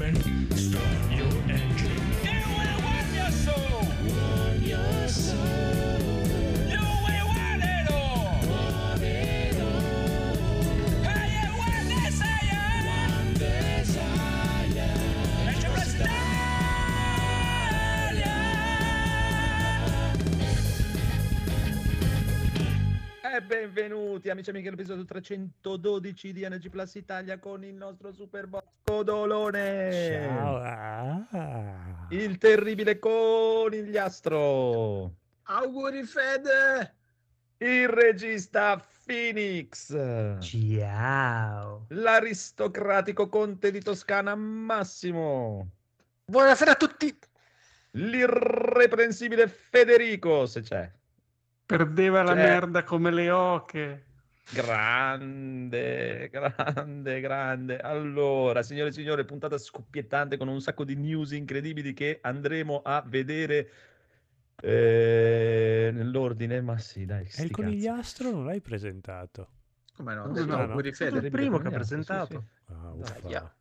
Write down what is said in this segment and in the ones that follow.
engine. Start your engine. You will warm your soul. Warm your soul. You will want it all. Want it all. Hey, you want desire. Want desire. Engine Blast Italia. E benvenuti amici e amiche all'episodio 312 di NG Plus Italia con il nostro super boss Codolone. Ciao. Il terribile conigliastro. Auguri Fede! Il regista Phoenix. Ciao! L'aristocratico conte di Toscana Massimo. Buonasera a tutti! L'irreprensibile Federico, se c'è. Perdeva la C'è. merda come le oche. Grande, grande, grande. Allora, signore e signori, puntata scoppiettante con un sacco di news incredibili che andremo a vedere nell'ordine. Ma sì, dai, E il sti cazzi. conigliastro non l'hai presentato? Come no? Ho Come detto no? auguri Sono Fede. il primo che ha conigliastro, presentato. Ah, Dai, uffa. yeah.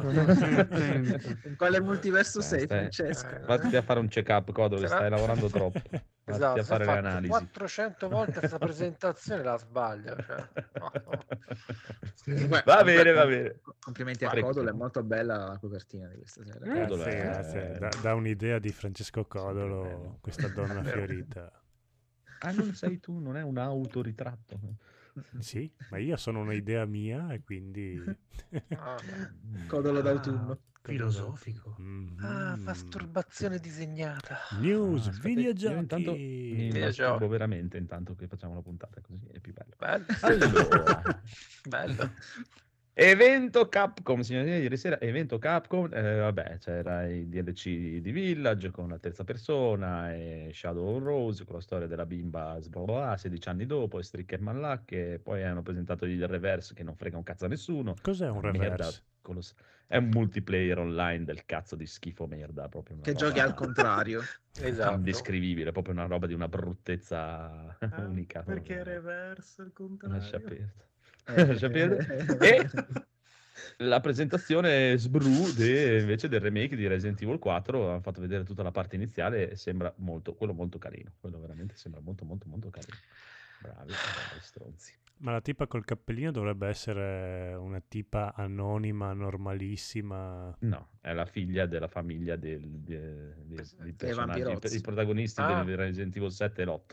Attento. In quale multiverso sei, stai- Francesco? Vatti a fare un check-up, Codolo, che stai lavorando troppo. Vatti Esatto, a fare le analisi. 400 volte questa presentazione la sbaglia. Cioè. No. Comunque- Va comunque, bene, va bene. Complimenti a Prego. Codolo, è molto bella la copertina di questa sera. Codolo Grazie, è- grazie. Da un'idea di Francesco Codolo, bello. questa donna fiorita. Ah, non sei tu, non è un autoritratto. Sì, ma io sono un'idea mia e quindi... Ah, Codolo d'autunno. filosofico. Mhm. Ah, masturbazione disegnata. News, Aspetta, io intanto videogiochi. mi Videogiochi. masturbo veramente intanto che facciamo la puntata, così è più bello. Bello. Allora, Bello. evento Capcom, signori, ieri sera, evento Capcom, vabbè, c'era il DLC di Village con la terza persona e Shadow of Rose con la storia della bimba 16 anni dopo e Strick e Manlack, e poi hanno presentato il Reverse che non frega un cazzo a nessuno. Cos'è un Merda reverse? è un multiplayer online del cazzo di schifo merda, proprio una Che roba giochi al contrario. Esatto. indescrivibile, proprio una roba di una bruttezza unica. Perché proprio. reverse al Lascia contrario? perdere. Lascia perdere. E la presentazione sbru invece del remake di Resident Evil 4 hanno fatto vedere tutta la parte iniziale e sembra quello molto carino. Quello veramente sembra molto molto molto carino. Bravi stronzi. Ma la tipa col cappellino dovrebbe essere una tipa anonima, normalissima. No, è la figlia della famiglia dei personaggi, vampirozzi. i protagonisti Ah. del Resident Evil 7 e l'8.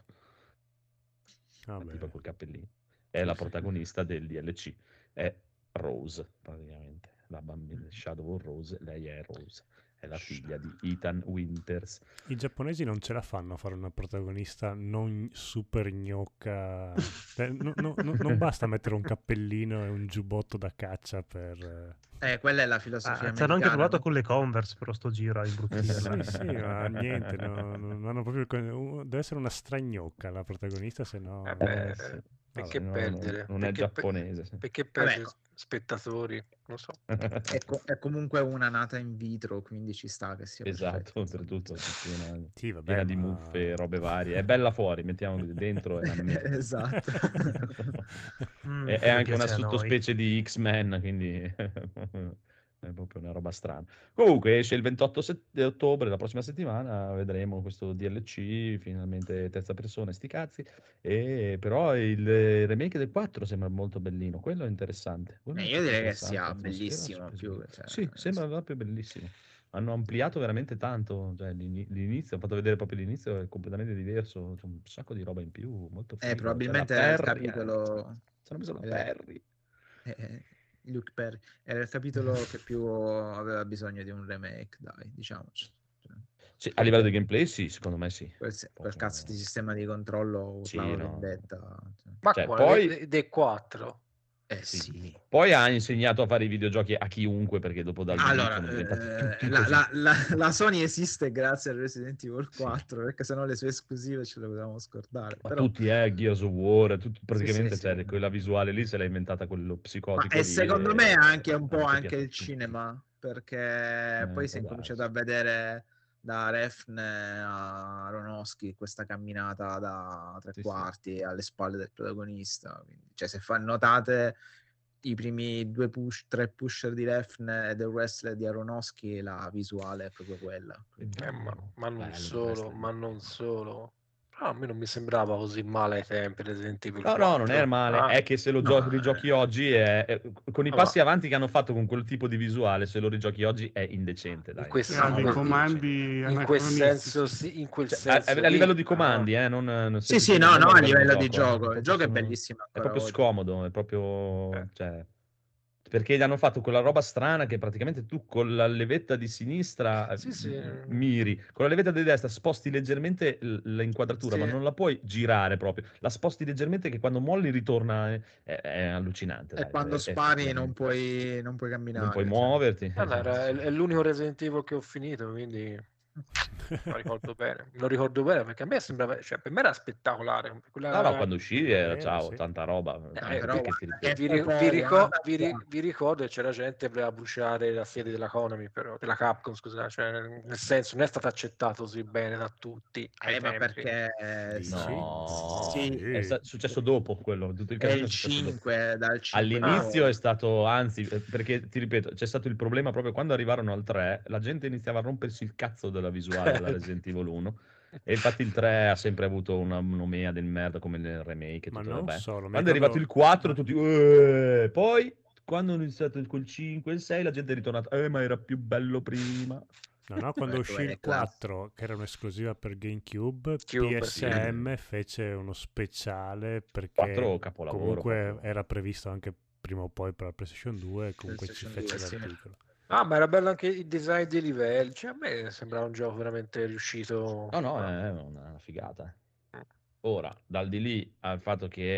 La Vabbè. tipa col cappellino. È la protagonista del DLC. È Rose, praticamente. La bambina Shadow of Rose, lei è Rose. È la figlia di Ethan Winters. I giapponesi non ce la fanno a fare una protagonista non super gnocca. Non basta mettere un cappellino e un giubbotto da caccia per... Quella è la filosofia Ah, americana. ci hanno anche provato no? con le Converse però sto giro a imbruttire. Sì, ma niente, non hanno proprio deve essere una stragnocca la protagonista, se no... Vabbè, sì. perché Vabbè, perdere? non è Perché giapponese. sì. Perché Vabbè. perdere spettatori? Non so. È comunque una nata in vitro, quindi ci sta che sia Esatto, perfetta, insomma. oltretutto, piena, Sì, vabbè, piena di ma- muffe e robe varie. È bella fuori, mettiamo dentro. È, una merda. Esatto. È anche una piace a noi. sottospecie di X-Men, quindi è proprio una roba strana. Comunque esce il 28 ottobre, la prossima settimana, vedremo questo DLC, finalmente terza persona, sti cazzi. E però il remake del 4 sembra molto bellino, quello è interessante. Quello è Io direi che interessante, sia atmosfera bellissimo. super Più, bella. cioè, Sì, sembra proprio bellissimo. Hanno ampliato veramente tanto, cioè l'inizio, ho fatto vedere proprio l'inizio, è completamente diverso, c'è un sacco di roba in più, molto figo. probabilmente C'è la era il Perry, capitolo. ci hanno messo la era- Perry. Luke Perry era il capitolo che più aveva bisogno di un remake, dai, diciamoci. Cioè, Sì, a livello di gameplay sì, secondo me sì. quel Proprio- cazzo di sistema di controllo Sì, urlava no. vendetta. Cioè. Ma Cioè, qua, poi- dei 4. Sì. Sì. Poi ha insegnato a fare i videogiochi a chiunque, perché dopo dal Allora, sono diventati tutti la, così. la Sony esiste grazie a Resident Evil 4, perché sennò le sue esclusive ce le potevamo scordare. Ma Però, tutti, Gears of War, praticamente sì, cioè, sì. quella visuale lì se l'ha inventata quello psicotico e lì, secondo me anche un po' anche piace a il tutti. cinema, perché poi si è può incominciato darsi. a vedere da Refn a Aronofsky questa camminata da tre Sì, sì. quarti alle spalle del protagonista. Quindi, cioè, se notate i primi 3 pusher di Refn e del wrestler di Aronofsky, la visuale è proprio quella. Ma non Bello, solo, wrestling. ma non solo. Però a me non mi sembrava così male ai tempi, Resident Evil No, 4. non è male, Ah, è che se lo No, rigiochi oggi con i Ma passi va. avanti che hanno fatto con quel tipo di visuale, se lo rigiochi oggi è indecente, In dai. questo- Che ha in dei quel- comandi in quel senso, anacronistici. sì, in quel Cioè, senso a livello lì, di comandi, non Sì, stai no, dicendo no, a livello livello di gioco. proprio Il gioco è sono- bellissimo È ancora proprio oggi. scomodo, è proprio... cioè, perché gli hanno fatto quella roba strana che praticamente tu con la levetta di sinistra Sì, sì. miri, con la levetta di destra sposti leggermente l'inquadratura, Sì. ma non la puoi girare proprio, la sposti leggermente che quando molli ritorna, è allucinante. E dai, quando è spari non effettivamente- puoi camminare. non puoi cioè. muoverti. Allora, è l'unico Resident Evil che ho finito, quindi lo ricordo bene. Lo ricordo bene perché a me sembrava, cioè, per me era spettacolare. No, no, quando uscì era, Vero, ciao, sì. tanta roba. Però Perché ti guarda, ripeto. che potere, vi ricordo che c'era gente che voleva bruciare la sede della Konami, però, della Capcom, scusate, cioè, nel senso non è stato accettato così bene da tutti ai ma tempi. perché Dici? No, sì, è successo dopo quello, tutto il è casino il è successo dopo. 5, dal 5 All'inizio è stato, anzi, perché ti ripeto, c'è stato il problema proprio quando arrivarono al 3, la gente iniziava a rompersi il cazzo della visuale della Resident Evil 1 e infatti il 3 ha sempre avuto una nomea del merda come nel remake e Ma tutto, non vabbè. solo, mi Quando è arrivato il 4 tutti poi quando hanno iniziato col 5 e il 6 la gente è ritornata ma era più bello prima. No, quando uscì Dove è il classe. 4, che era un'esclusiva per GameCube, Cube, PSM fece uno speciale perché 4 capolavoro comunque proprio. era previsto anche prima o poi per la PlayStation 2 e comunque ci PlayStation fece 2, sì. l'articolo. Ah, ma era bello anche il design dei livelli. Cioè, a me sembrava un gioco veramente riuscito. No, è una figata. Ora, dal di lì al fatto che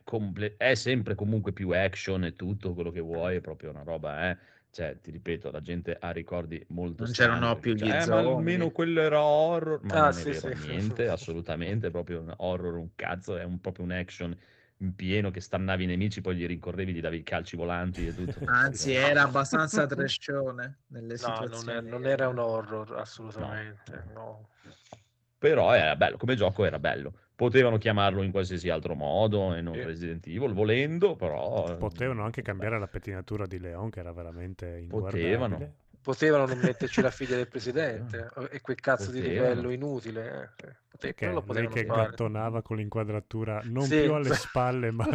è sempre comunque più action e tutto quello che vuoi, è proprio una roba, cioè, ti ripeto, la gente ha ricordi molto Non strani. c'erano perché più dice, gli ma zombie. almeno quello era horror. Ma Ah, non è sì, vero, sì. niente, assolutamente, è proprio un horror, un cazzo, proprio un action in pieno che stannavi i nemici, poi gli rincorrevi, gli davi i calci volanti e tutto. Anzi, era abbastanza trashone nelle No, situazioni. non era un horror, assolutamente. No. Però era bello, come gioco era bello. Potevano chiamarlo in qualsiasi altro modo e non Sì. Resident Evil, volendo, però... Potevano anche cambiare la pettinatura di Leon, che era veramente Potevano. inguardabile. Potevano non metterci la figlia del presidente e quel cazzo di Potevano. livello inutile. Perché Quello lei potevano che fare. gattonava con l'inquadratura non Sì. più alle spalle, ma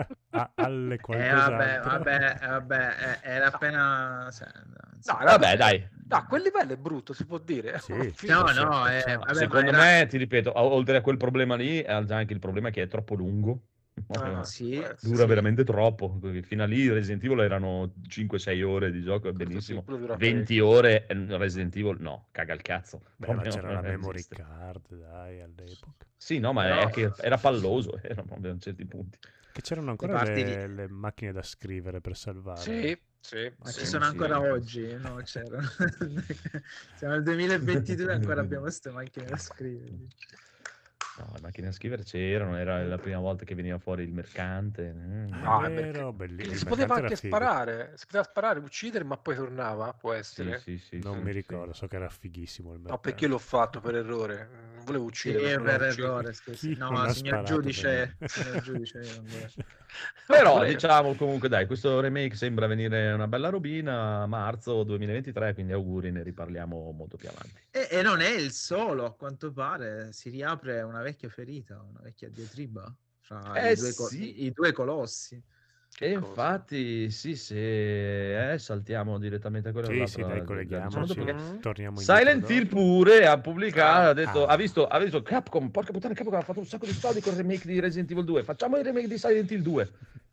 alle qualcos'altro. vabbè, era appena... No, era Vabbè, dai. No, quel livello è brutto, si può dire. Sì. No, Sì, no, vabbè, Secondo ma me, ti ripeto, oltre a quel problema lì, ha già anche il problema che è troppo lungo. Ah, sì, Dura sì. veramente troppo. Perché fino a lì Resident Evil erano 5-6 ore di gioco, è benissimo. quello dura 20 parecchio. ore Resident Evil, no, caga il cazzo. Beh, ma Proprio c'era la non memory esiste. card, dai, all'epoca. Sì, no, ma Però- è che era palloso, era proprio a certi punti. Che c'erano ancora parti di- le macchine da scrivere per salvare. Sì. Ma Sì, ci sono sì. ancora oggi? No, c'erano. Siamo nel 2022 e ancora abbiamo queste macchine da scrivere. No, le macchine da scrivere c'erano, era la prima volta che veniva fuori il mercante. No, È è vero, perché- bellissimo. Si Il poteva mercante anche era figo. sparare. Si poteva sparare, uccidere, ma poi tornava. Può essere. Sì, Non sì, mi sì. ricordo, so che era fighissimo il mercante. No, perché l'ho fatto per errore. Non volevo Sì, uccidere. per volevo uccidere. errore, sì. Chi No, non ha signor sparato giudice, per me? signor giudice, io non volevo. Però Volevo. diciamo comunque dai, questo remake sembra venire una bella robina a marzo 2023, quindi auguri, ne riparliamo molto più avanti. E non è il solo, a quanto pare, si riapre una vecchia ferita, una vecchia diatriba fra Sì. i due colossi. E cosa? infatti, sì, se saltiamo direttamente a quello Sì, dell'altro, sì, dai, diciamo colleghiamoci. dopo che Torniamo indietro Silent Hill dopo. pure ha pubblicato, ha detto, Ah. ha visto Capcom, porca puttana, Capcom ha fatto un sacco di soldi con il remake di Resident Evil 2, facciamo il remake di Silent Hill 2.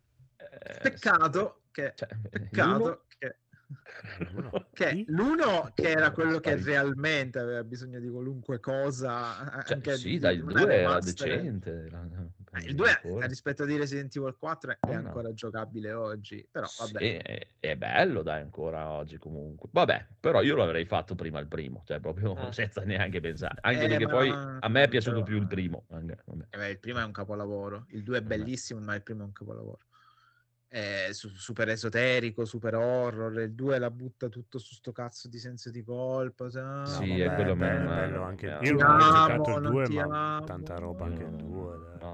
Peccato che, Cioè, peccato che Chi? l'uno che era quello che Sparito. realmente aveva bisogno di qualunque cosa, Cioè, anche sì, di dai, il una 2 era remaster. decente. Il 2 a rispetto di Resident Evil 4 è No. ancora giocabile oggi, però vabbè. Sì, è bello, dai, ancora oggi comunque. Vabbè, però io l'avrei fatto prima il primo, cioè proprio senza neanche pensare. Anche perché ma poi non- a me è non piaciuto c'era- più il primo. Vabbè. Il primo è un capolavoro, il 2 è bellissimo, ma il primo è un capolavoro. È super esoterico, super horror, il 2 la butta tutto su sto cazzo di senso di colpa. Sì, è quello bello, me- bello anche. me- Io non ho mai Ti giocato amo, il non 2, ti ma amo. tanta roba anche il 2. dai. No.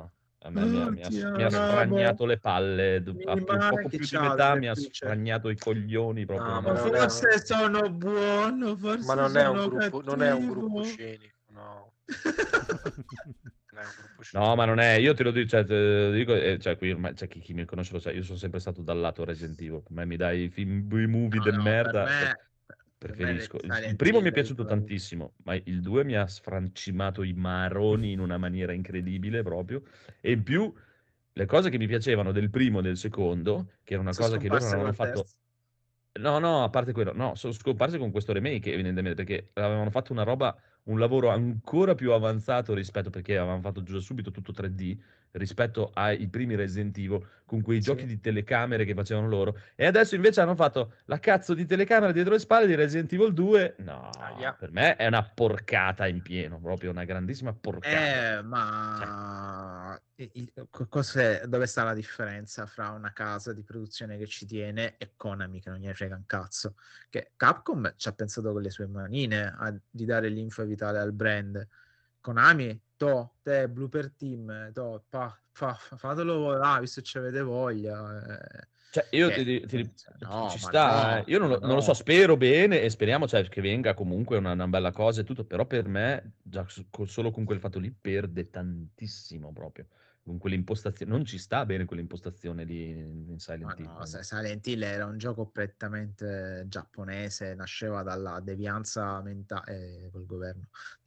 A me mi ha Ti sfragnato amo. le palle, poco Che più di c'ha metà le mi ha briciole. sfragnato i coglioni proprio. No, Ma ma non è forse sono buono, ma forse non è un sono gruppo, non è un gruppo cattivo. scenico, no. Non è un gruppo No, scenico. ma non è, io te lo dico, cioè, te lo dico, cioè, qui ormai, cioè, chi mi conosce lo sa, io sono sempre stato dal lato Resident Evil, a me mi dai i film, i movie No, de no, per merda, me preferisco. Il Silent primo mi è Hill è il piaciuto paradiso. tantissimo, ma il 2 mi ha sfrancimato i maroni in una maniera incredibile proprio, e in più le cose che mi piacevano del primo e del secondo, che era una Sono cosa che loro scomparse avevano col fatto... terzo. No, a parte quello, no, sono scomparse con questo remake, evidentemente, perché avevano fatto una roba, un lavoro ancora più avanzato rispetto, perché avevano fatto già subito tutto 3D, rispetto ai primi Resident Evil, con quei giochi Sì. di telecamere che facevano loro, e adesso invece hanno fatto la cazzo di telecamera dietro le spalle di Resident Evil 2, no, Aia. per me è una porcata in pieno, proprio una grandissima porcata. Cioè, Ma dove sta la differenza fra una casa di produzione che ci tiene e Konami che non gliene frega un cazzo? Che Capcom ci ha pensato con le sue manine di dare l'infa vitale al brand. Konami, te, Blooper Team, fatelo là, visto che ci avete voglia. Cioè, io Che, no, ci ma sta, no, io ma non lo so, no. spero bene e speriamo cioè, che venga comunque una bella cosa e tutto, però per me, già solo con quel fatto lì, perde tantissimo proprio, con quell'impostazione, non ci sta bene quell'impostazione lì in Ma Silent Hill. no, Silent Hill era un gioco prettamente giapponese, nasceva dalla devianza mentale col governo,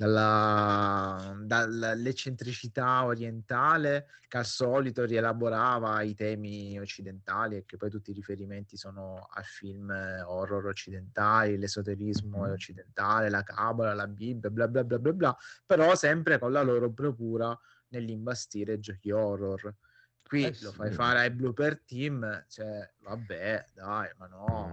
dall'eccentricità orientale che al solito rielaborava i temi occidentali e che poi tutti i riferimenti sono al film horror occidentali, l'esoterismo occidentale, la Cabala, la Bibbia, bla bla bla bla bla, però sempre con la loro procura nell'imbastire giochi horror. Qui lo fai Sì. fare ai Blooper Team, cioè, vabbè, dai, ma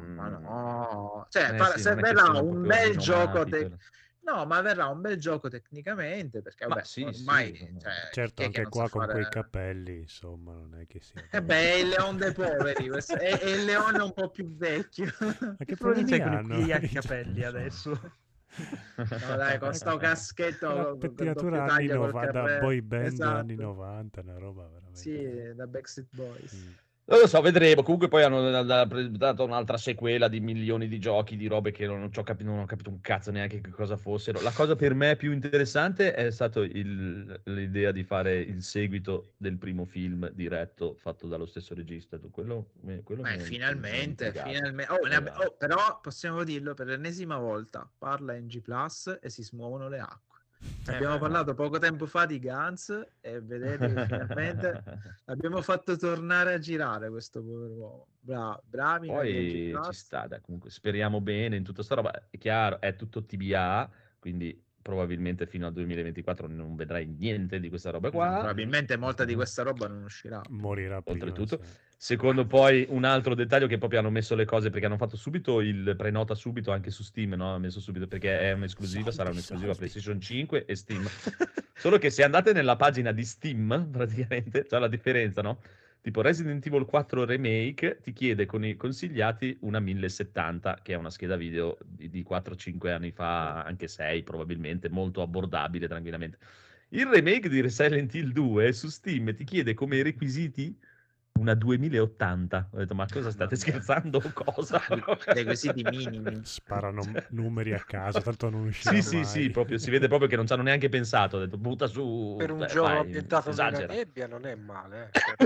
no. Cioè, Sì, se non è che verrà sono un proprio bel gioco, rinomati no, ma verrà un bel gioco tecnicamente, perché Ma vabbè, sì, ormai, sì, cioè, Certo, chi è che anche non sa qua con quei fare... capelli, insomma, non è che sia... beh, è il leone dei poveri, è il leone un po' più vecchio. Ma Che che problemi problemi c'hai con hanno? i capelli adesso? No, dai, con sto caschetto Con la con pettinatura doppio anni taglio col 90, da carré. boy band anni Esatto. 90, una roba veramente... Sì, da Backstreet Boys. Non lo so, vedremo. Comunque poi hanno dato un'altra sequela di milioni di giochi, di robe che non ho capito un cazzo neanche che cosa fossero. La cosa per me più interessante è stata l'idea di fare il seguito del primo film diretto fatto dallo stesso regista. Quello mi ha Finalmente. intrigato. Però possiamo dirlo per l'ennesima volta, parla NG Plus e si smuovono le acque. Abbiamo parlato poco tempo fa di Guns e vedete che finalmente abbiamo fatto tornare a girare questo povero uomo. Bravi Poi NG ci Plus. sta, dai, comunque speriamo bene in tutta sta roba. È chiaro, è tutto TBA, quindi probabilmente fino al 2024 non vedrai niente di questa roba qua. Probabilmente molta di questa roba non uscirà. Morirà prima. Oltretutto, Sì. secondo poi un altro dettaglio che proprio hanno messo le cose perché hanno fatto subito il prenota subito anche su Steam, no? Hanno messo subito perché è un'esclusiva, sarà un'esclusiva PlayStation 5 e Steam. Solo che se andate nella pagina di Steam, praticamente, c'è la differenza, no? Tipo Resident Evil 4 Remake ti chiede con i consigliati una 1070, che è una scheda video di 4-5 anni fa, anche 6 probabilmente, molto abbordabile tranquillamente. Il remake di Silent Hill 2 su Steam ti chiede come requisiti una 2080. Ho detto, ma cosa state scherzando? Cosa? Requisiti minimi. Sparano numeri a caso, tanto non uscirà mai. Sì, proprio, si vede proprio che non ci hanno neanche pensato. Ho detto, butta su. Per un Beh, gioco vai, ambientato nella esagera. nebbia non è male.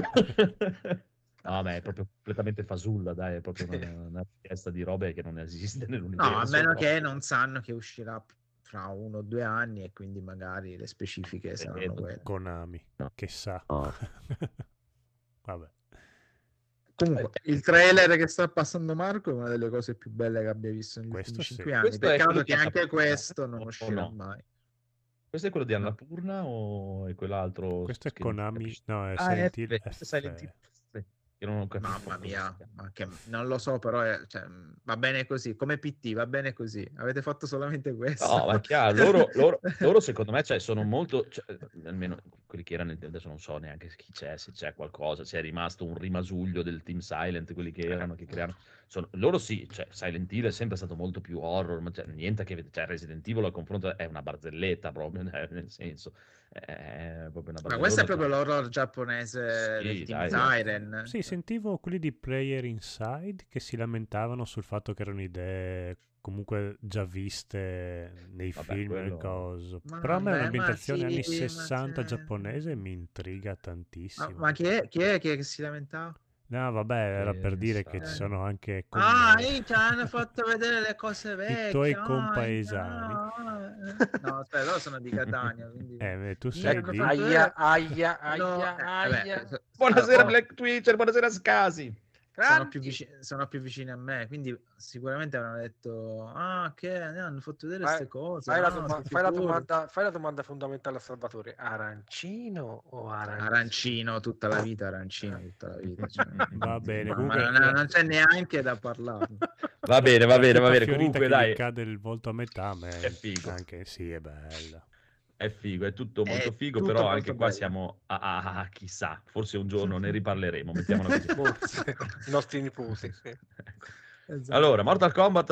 No, ma è proprio completamente fasulla, dai, è proprio una richiesta di robe che non esiste No, nell'universo. a meno che proprio. non sanno che uscirà fra 1 o 2 anni e quindi magari le specifiche saranno quelle. Konami, No. che sa. No. Vabbè. Comunque, il trailer che sta passando Marco è una delle cose più belle che abbia visto negli Questo ultimi 5 sì. anni. Questo è Peccato quello che di anche Annapurna, questo non o uscirà no? mai. Questo è quello di No. Annapurna o è quell'altro? Questo è che non si Konami, capisce? no, è Ah, Silent Hill questo è Silent Hill. Sì, che non ho capito Mamma come si mia, chiama. ma che, non lo so, però va bene così. Come PT, va bene così. Avete fatto solamente questo. No, ma è chiaro, loro secondo me sono molto, almeno quelli che erano, adesso non so neanche chi c'è, se c'è qualcosa, se è rimasto un rimasuglio del Team Silent, quelli che erano, che creano, loro sì, Silent Hill è sempre stato molto più horror, ma niente a che vedere, Resident Evil a confronto è una barzelletta proprio, nel senso, È proprio una Ma bella questo è roba. proprio l'horror giapponese Sì, del team dai. Siren. Sì, sentivo quelli di Player Inside che si lamentavano sul fatto che erano idee comunque già viste nei Vabbè, film e quello... coso. Ma Però a me vabbè, ma un'ambientazione sì, anni ma 60 giapponese sì. mi intriga Ma, tantissimo. ma chi è che si lamentava? No, vabbè, era per dire che ci Sai. sono anche Ah, Inca, hanno fatto vedere le cose i tuoi vecchie. Ah, Inca, compaesani. no, aspetta, loro sono di Catania, quindi... Tu Sì, sei hanno di... fatto vedere... Aia, No, vabbè, aia. Buonasera oh, Black Twitcher, buonasera Scasi. Grandi. sono più vicini a me, quindi sicuramente avranno detto, ah, che hanno fatto vedere Fai, queste cose, fai la, no, doma- sei fai la sicuro? fai la domanda fondamentale a Salvatore. Arancino o arancino? Arancino tutta la vita, arancino tutta la vita. Cioè, Va bene, ma comunque non c'è neanche da parlarne. Va bene, va la bene, tipa va bene. fiorita Comunque che gli dai, cade il volto a metà, a me è figo. anche sì, è bella. È figo, è tutto molto È figo, tutto però molto anche qua bello. siamo a chissà, forse un giorno ne riparleremo, mettiamola così. Forse, i nostri nipoti, sì. Ecco. Esatto. Allora, Mortal Kombat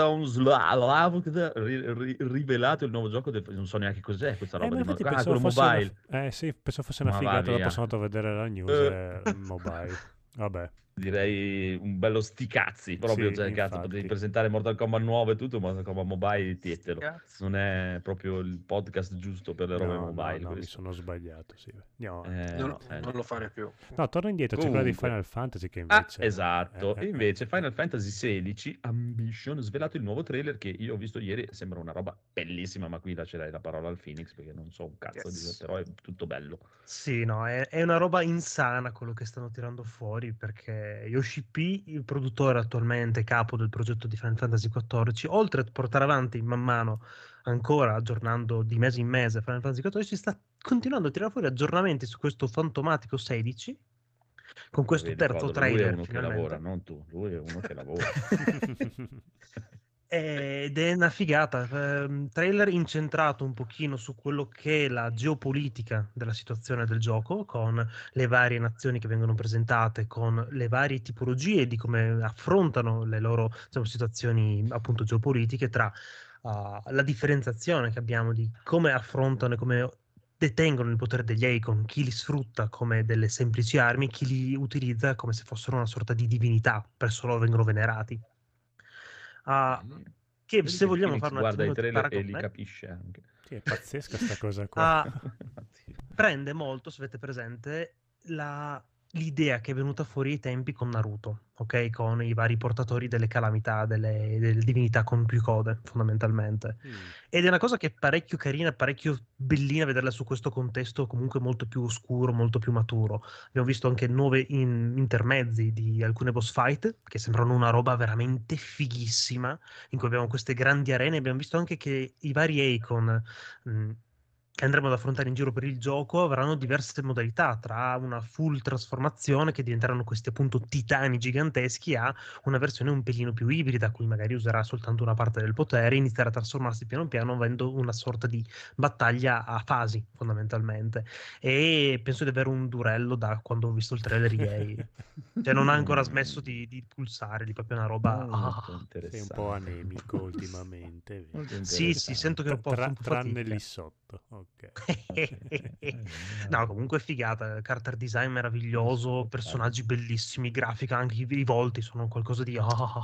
rivelato il nuovo gioco non so neanche cos'è questa roba Ma di infatti quello pensavo fosse una... mobile. sì, pensavo fosse una Ma va figata, dopo via. sono andato a vedere la news, mobile. Vabbè, Direi un bello sti cazzi, proprio, sì, cioè, cazzo, infatti. potevi presentare Mortal Kombat nuovo e tutto, Mortal Kombat Mobile, tietelo. Cazzo. Non è proprio il podcast giusto per le robe mobile, No, mi questo. sono sbagliato, sì. Andiamo avanti. Non, No, non no. lo fare più. No, torno indietro, c'è quella di Comunque. Final Fantasy che Ah, invece... esatto. E invece Final Fantasy XVI Ambition svelato il nuovo trailer che io ho visto ieri, sembra una roba bellissima, ma qui lascerei la parola al Phoenix perché non so un cazzo di Yes. però è tutto bello. Sì, no, è una roba insana quello che stanno tirando fuori, perché Yoshi P, il produttore attualmente capo del progetto di Final Fantasy XIV, oltre a portare avanti man mano, ancora aggiornando di mese in mese Final Fantasy XIV, sta continuando a tirare fuori aggiornamenti su questo fantomatico 16, con questo Vedi, terzo Codolo, lui è trailer uno che lavora, finalmente. non tu, lui è uno che lavora. Ed è una figata, trailer incentrato un pochino su quello che è la geopolitica della situazione del gioco, con le varie nazioni che vengono presentate, con le varie tipologie di come affrontano le loro, diciamo, situazioni appunto geopolitiche, tra la differenziazione che abbiamo di come affrontano e come detengono il potere degli Eikon, chi li sfrutta come delle semplici armi, chi li utilizza come se fossero una sorta di divinità, presso loro vengono venerati. Che Vedi se che vogliamo Phoenix fare un guarda i attimino di trailer e li paragone, capisce anche. Sì, è pazzesca sta cosa qua. prende molto, se avete presente, l'idea che è venuta fuori ai tempi con Naruto, ok? Con i vari portatori delle calamità, delle divinità con più code, fondamentalmente. Ed è una cosa che è parecchio carina, parecchio bellina vederla su questo contesto comunque molto più oscuro, molto più maturo. Abbiamo visto anche nuovi intermezzi di alcune boss fight, che sembrano una roba veramente fighissima, in cui abbiamo queste grandi arene. Abbiamo visto anche che i vari Eikon che andremo ad affrontare in giro per il gioco avranno diverse modalità, tra una full trasformazione che diventeranno questi appunto titani giganteschi a una versione un pelino più ibrida, a cui magari userà soltanto una parte del potere e inizierà a trasformarsi piano piano avendo una sorta di battaglia a fasi fondamentalmente. E penso di avere un durello da quando ho visto il trailer ieri. Cioè non ha ancora smesso di pulsare, di proprio una roba... Molto Sei un interessante. po' anemico ultimamente. Molto Sì, sento che faccio un po' tranne fatica. lì sotto. Ok. No, comunque figata, character design meraviglioso, personaggi bellissimi, grafica, anche i volti sono qualcosa di...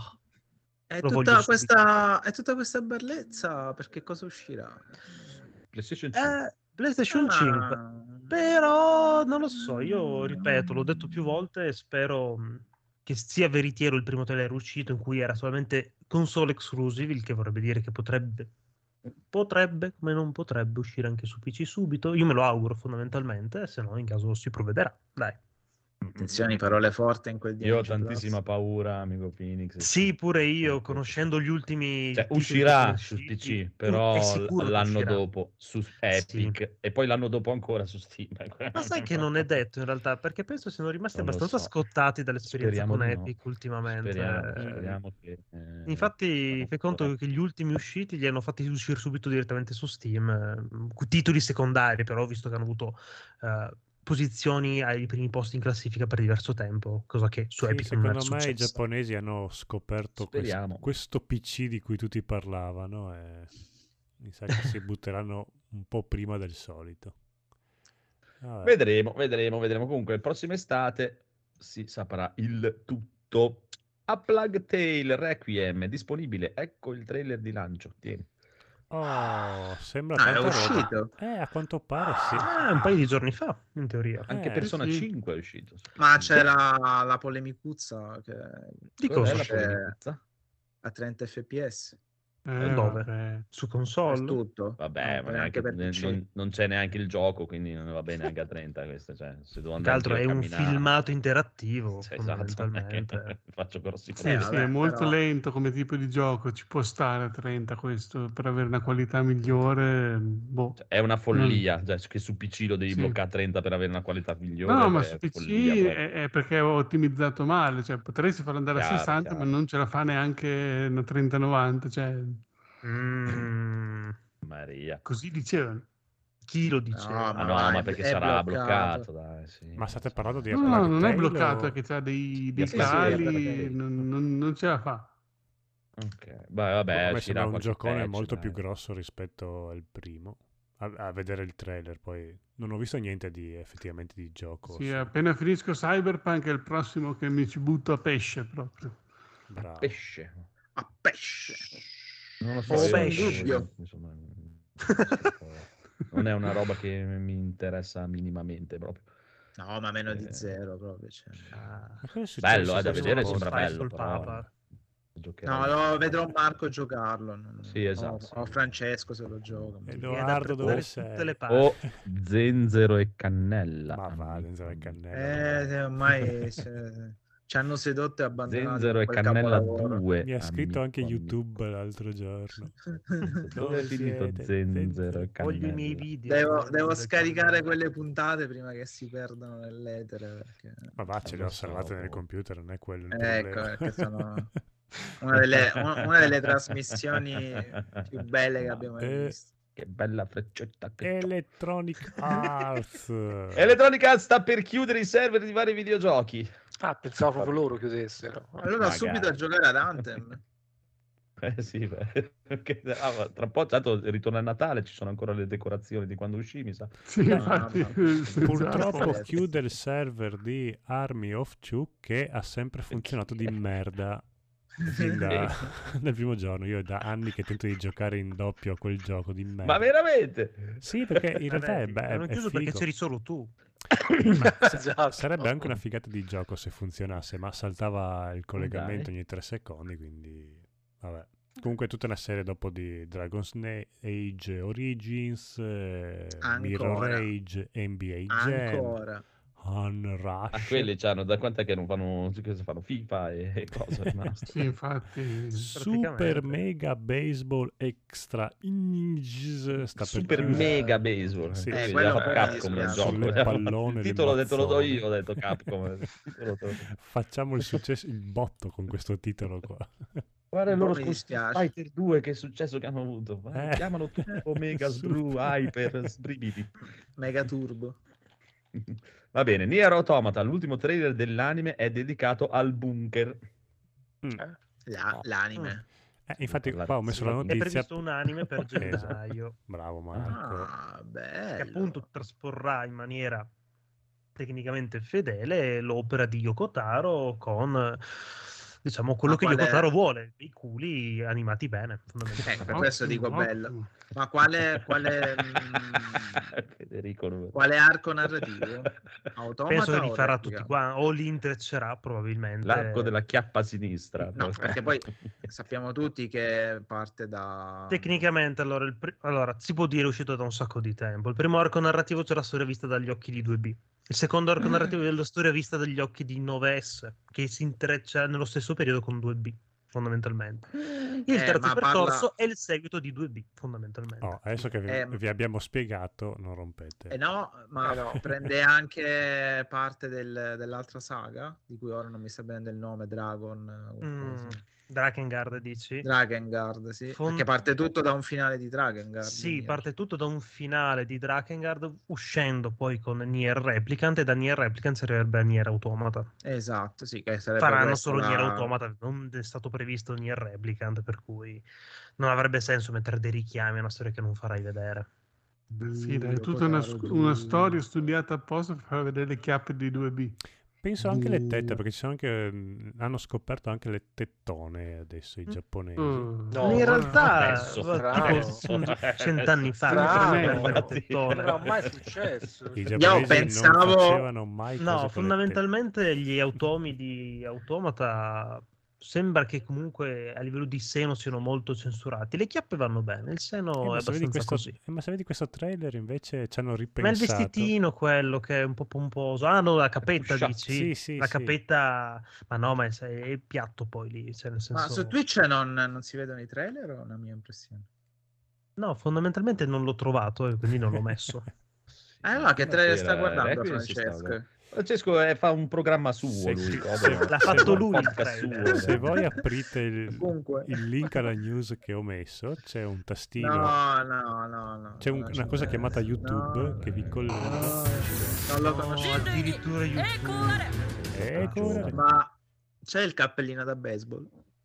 È lo voglio tutta subito. questa bellezza, perché cosa uscirà? PlayStation 5. PlayStation 5, però non lo so, io ripeto, l'ho detto più volte e spero che sia veritiero il primo trailer uscito in cui era solamente console exclusive, il che vorrebbe dire che potrebbe, come non potrebbe, uscire anche su PC subito. Io me lo auguro fondamentalmente, se no in caso si provvederà. Dai. Attenzione, parole forti in quel Io ho DMG tantissima Plus. paura, amico Phoenix. Sì, pure io, conoscendo gli ultimi Cioè, titoli che sono uscirà su usciti, PC, è però sicuro che l'anno uscirà. dopo su Sì. Epic e poi l'anno dopo ancora su Steam. Ma sai che non è detto in realtà, perché penso siano rimasti Non lo abbastanza so. scottati dall'esperienza Speriamo con di no. Epic ultimamente. Speriamo che... Infatti, fai conto che gli ultimi usciti li hanno fatti uscire subito direttamente su Steam, titoli secondari, però, visto che hanno avuto posizioni ai primi posti in classifica per diverso tempo, cosa che su Sì, Epic non è secondo me i successo. giapponesi hanno scoperto Speriamo. questo PC di cui tutti parlavano e mi sa che si butteranno un po' prima del solito. Vabbè. Vedremo. Comunque, la prossima estate si saprà il tutto. A Plague Tale Requiem, disponibile. Ecco il trailer di lancio. Tieni. Oh, sembra No, è tanta roba. uscito. A quanto pare sì. Un paio di giorni fa, in teoria. Anche Persona sì. 5 è uscito. Ma c'era la polemicuzza che Di Cos'è cosa? la c'è polemicuzza? a 30 fps Dove? Vabbè. Su per console? tutto. Vabbè, No, ma neanche neanche, per PC. non c'è neanche il gioco, quindi non va bene anche a 30 questo. Cioè, se devo Che andare altro è anch'io a un camminare, filmato interattivo, cioè, esatto, fondamentalmente. faccio grossi Sì, problemi. sì, vabbè, è molto però- lento come tipo di gioco, ci può stare a 30 questo, per avere una qualità migliore, boh. Cioè, è una follia, cioè, che su PC lo devi Sì. bloccare a 30 per avere una qualità migliore. No, ma è su PC follia proprio. è perché ho ottimizzato male, cioè potresti farlo andare a Chiaro, 60, chiaro. ma non ce la fa neanche una 30-90, cioè Maria. così dicevano. Chi lo No, diceva? Ma ma no, vai, ma perché è sarà bloccato. bloccato, dai, sì. Ma state parlando di No, Plague no, non è Tale bloccato, o- è che c'ha dei Sì, sì, cali, perché- non ce la fa. Ok, beh, Boh, a vabbè, me uscirà sembra un qualche giocone patch, molto dai. più grosso rispetto al primo. A vedere il trailer, poi non ho visto niente di effettivamente di gioco. Sì, appena finisco Cyberpunk è il prossimo che mi ci butto a pesce proprio. Bravo. Pesce. A pesce. Non lo so, Oh, io- pesce. insomma, non è una roba che mi interessa minimamente proprio. No, ma meno di Eh, zero proprio. Cioè. Ah, Ma cosa è successo? Bello, da Sono vedere pochi. sembra Fai bello, sul però Papa. giocherò. No, no, vedrò Marco giocarlo. Sì, esatto, O sì. Francesco se lo gioca. Edoardo, dove tutte sei? le parti. O Zenzero e Cannella. Ma va, amico Zenzero e mio. Cannella. Ormai ci hanno sedotto e abbandonato Zenzero e quel Cannella capolavoro. 2. Mi ha scritto anche amico YouTube l'altro giorno. Dove è finito siete? Zenzero e Voglio i miei Cannella? video. Devo scaricare quelle puntate prima che si perdono nell'etere. Perché... Ma va, ce le lo ho salvate so. nel computer, non è quello il Ecco, problema. perché sono una delle trasmissioni più belle che abbiamo mai visto. Che bella freccetta che c'ho. Electronic Arts. Electronic Arts sta per chiudere i server di vari videogiochi. Ah, pensavo proprio loro chiudessero. Allora Magari. subito a giocare ad Anthem. Sì, perché tra un po' tanto ritorna a Natale, ci sono ancora le decorazioni di quando uscì, mi sa. Sì, No, infatti. no. Purtroppo Esatto. chiude il server di Army of Two che ha sempre funzionato di merda fin dal primo giorno. Io è da anni che tento di giocare in doppio a quel gioco di merda. Ma veramente? Sì, perché in realtà è, Hanno è chiuso perché figo. c'eri solo tu. Esatto. Sarebbe anche una figata di gioco se funzionasse, ma saltava il collegamento Dai. ogni 3 secondi, quindi vabbè. Comunque tutta una serie dopo di Dragon's Age Origins, Mirror Ancora. Age, NBA Jam, Ancora. Unrush. Ah, quelli c'hanno, da quant'è che non fanno, cosa fanno FIFA e cose rimaste? Sì, infatti. Super praticamente. Mega Baseball Extra Innings sta per Super chiudere. Mega Baseball. Sì, Quelli sì. l'ha quello fatto mi Capcom il dispiace. gioco. Sulle pallone, Il le titolo te lo do mazzone. io, ho detto Capcom. Il titolo te lo do. Facciamo il successo, il botto con questo titolo qua. Guarda il Un po' loro mi con Street dispiace. Fighter 2 che successo che hanno avuto. Chiamano tutto Mega Sbru, Hyper, Sbribidi. Mega Turbo. Va bene, Nier Automata, l'ultimo trailer dell'anime è dedicato al bunker. Mm. L'anime. Infatti Per qua ho messo la È notizia. previsto un anime per Esatto. gennaio, Bravo Marco. Ah, bello. che appunto trasporrà in maniera tecnicamente fedele l'opera di Yoko Taro con, diciamo, quello Ma che qual Yoko è? Taro vuole, i culi animati bene, fondamentalmente. Per questo dico Ottimo, bello. ottimo. Ma quale Federico non- quale arco narrativo? Automata Penso che o li farà replica? tutti qua, o li intreccerà probabilmente. L'arco della chiappa sinistra. No, perché poi sappiamo tutti che parte da... Tecnicamente, allora, si può dire è uscito da un sacco di tempo. Il primo arco narrativo c'è la storia vista dagli occhi di 2B. Il secondo arco narrativo è la storia vista dagli occhi di 9S, che si intreccia nello stesso periodo con 2B, fondamentalmente. Il terzo ma percorso è il seguito di 2B, fondamentalmente. Oh, adesso che vi abbiamo spiegato, non rompete. no, ma no. prende anche parte dell'altra saga, di cui ora non mi sta bene il nome, Drakengard, dici? Drakengard, sì. Perché parte tutto da un finale di Drakengard. Sì, Nier. parte tutto da un finale di Drakengard, uscendo poi con Nier Replicant, e da Nier Replicant si arriverebbe a Nier Automata. Esatto, sì, che sarebbe Faranno questa solo la- Nier Automata, non è stato previsto Nier Replicant, per cui non avrebbe senso mettere dei richiami a una storia che non farai vedere. Sì, dai, è tutta una storia studiata apposta per far vedere le chiappe di 2B. Penso anche le tette, perché ci sono anche, hanno scoperto anche le tettone adesso i giapponesi. No, in realtà, adesso, tipo 100 anni fa, Strano. le Non tettone. era mai successo. I Io giapponesi non pensavo- facevano mai cose No, con le fondamentalmente gli automi di Automata sembra che comunque a livello di seno siano molto censurati. Le chiappe vanno bene, il seno è ma se vedi abbastanza questo, così. ma se vedi questo trailer invece ci hanno Ma il ripensato. vestitino quello che è un po' pomposo. Ah no, la capetta Pusha. dici? Sì, sì, La sì. capetta... Ma no, ma è piatto poi lì, cioè nel Ma senso... su Twitch non si vedono i trailer o è una mia impressione? No, fondamentalmente non l'ho trovato e quindi non l'ho messo. Allora, che Fino a trailer sta sera, guardando Requiem si sta Francesco? guardando. Francesco fa un programma suo, Se- lui. se- L'ha fatto lui il podcast trailer. Se voi aprite Comunque. il link alla news che ho messo, c'è un tastino, No. c'è una cosa chiamata YouTube No. che vi collega. No, non lo conosco. Addirittura YouTube. Ecco, Ma c'è il cappellino da baseball?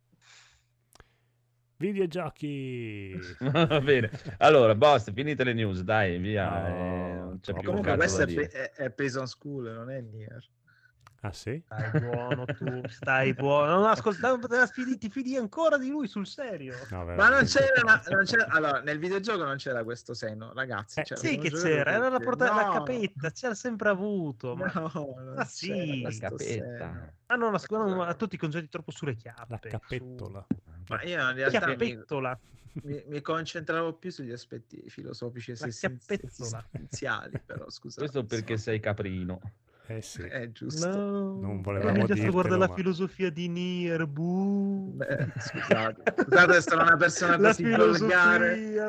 videogiochi. Va bene. Allora, basta, finite le news, dai, via. No, non c'è più troppo un Comunque cazzo questo da è, dire. è Prison School, non è Nier. Ah sì? Stai buono tu, stai buono. Non ascoltavo, ti fidi ancora di lui sul serio? No, Ma non veramente. c'era, allora, nel videogioco non c'era questo seno, ragazzi. c'era Sì uno che giocatore c'era, era la, che- la no, capetta, c'era sempre avuto. Ma, No, non ma sì. c'era La questo capetta. seno. ma tu ti concentri troppo sulle chiappe. La cappettola. Ma io in Su. realtà Chiappettola. mi concentravo più sugli aspetti filosofici e La chiappettola. esistenziali, però scusate. Questo perché sei caprino. Eh sì. È giusto. No. Non volevamo già sto dirtelo, guardando la ma- filosofia di Nier. Buh. Beh, scusate, sono una persona La così volgare filosofia.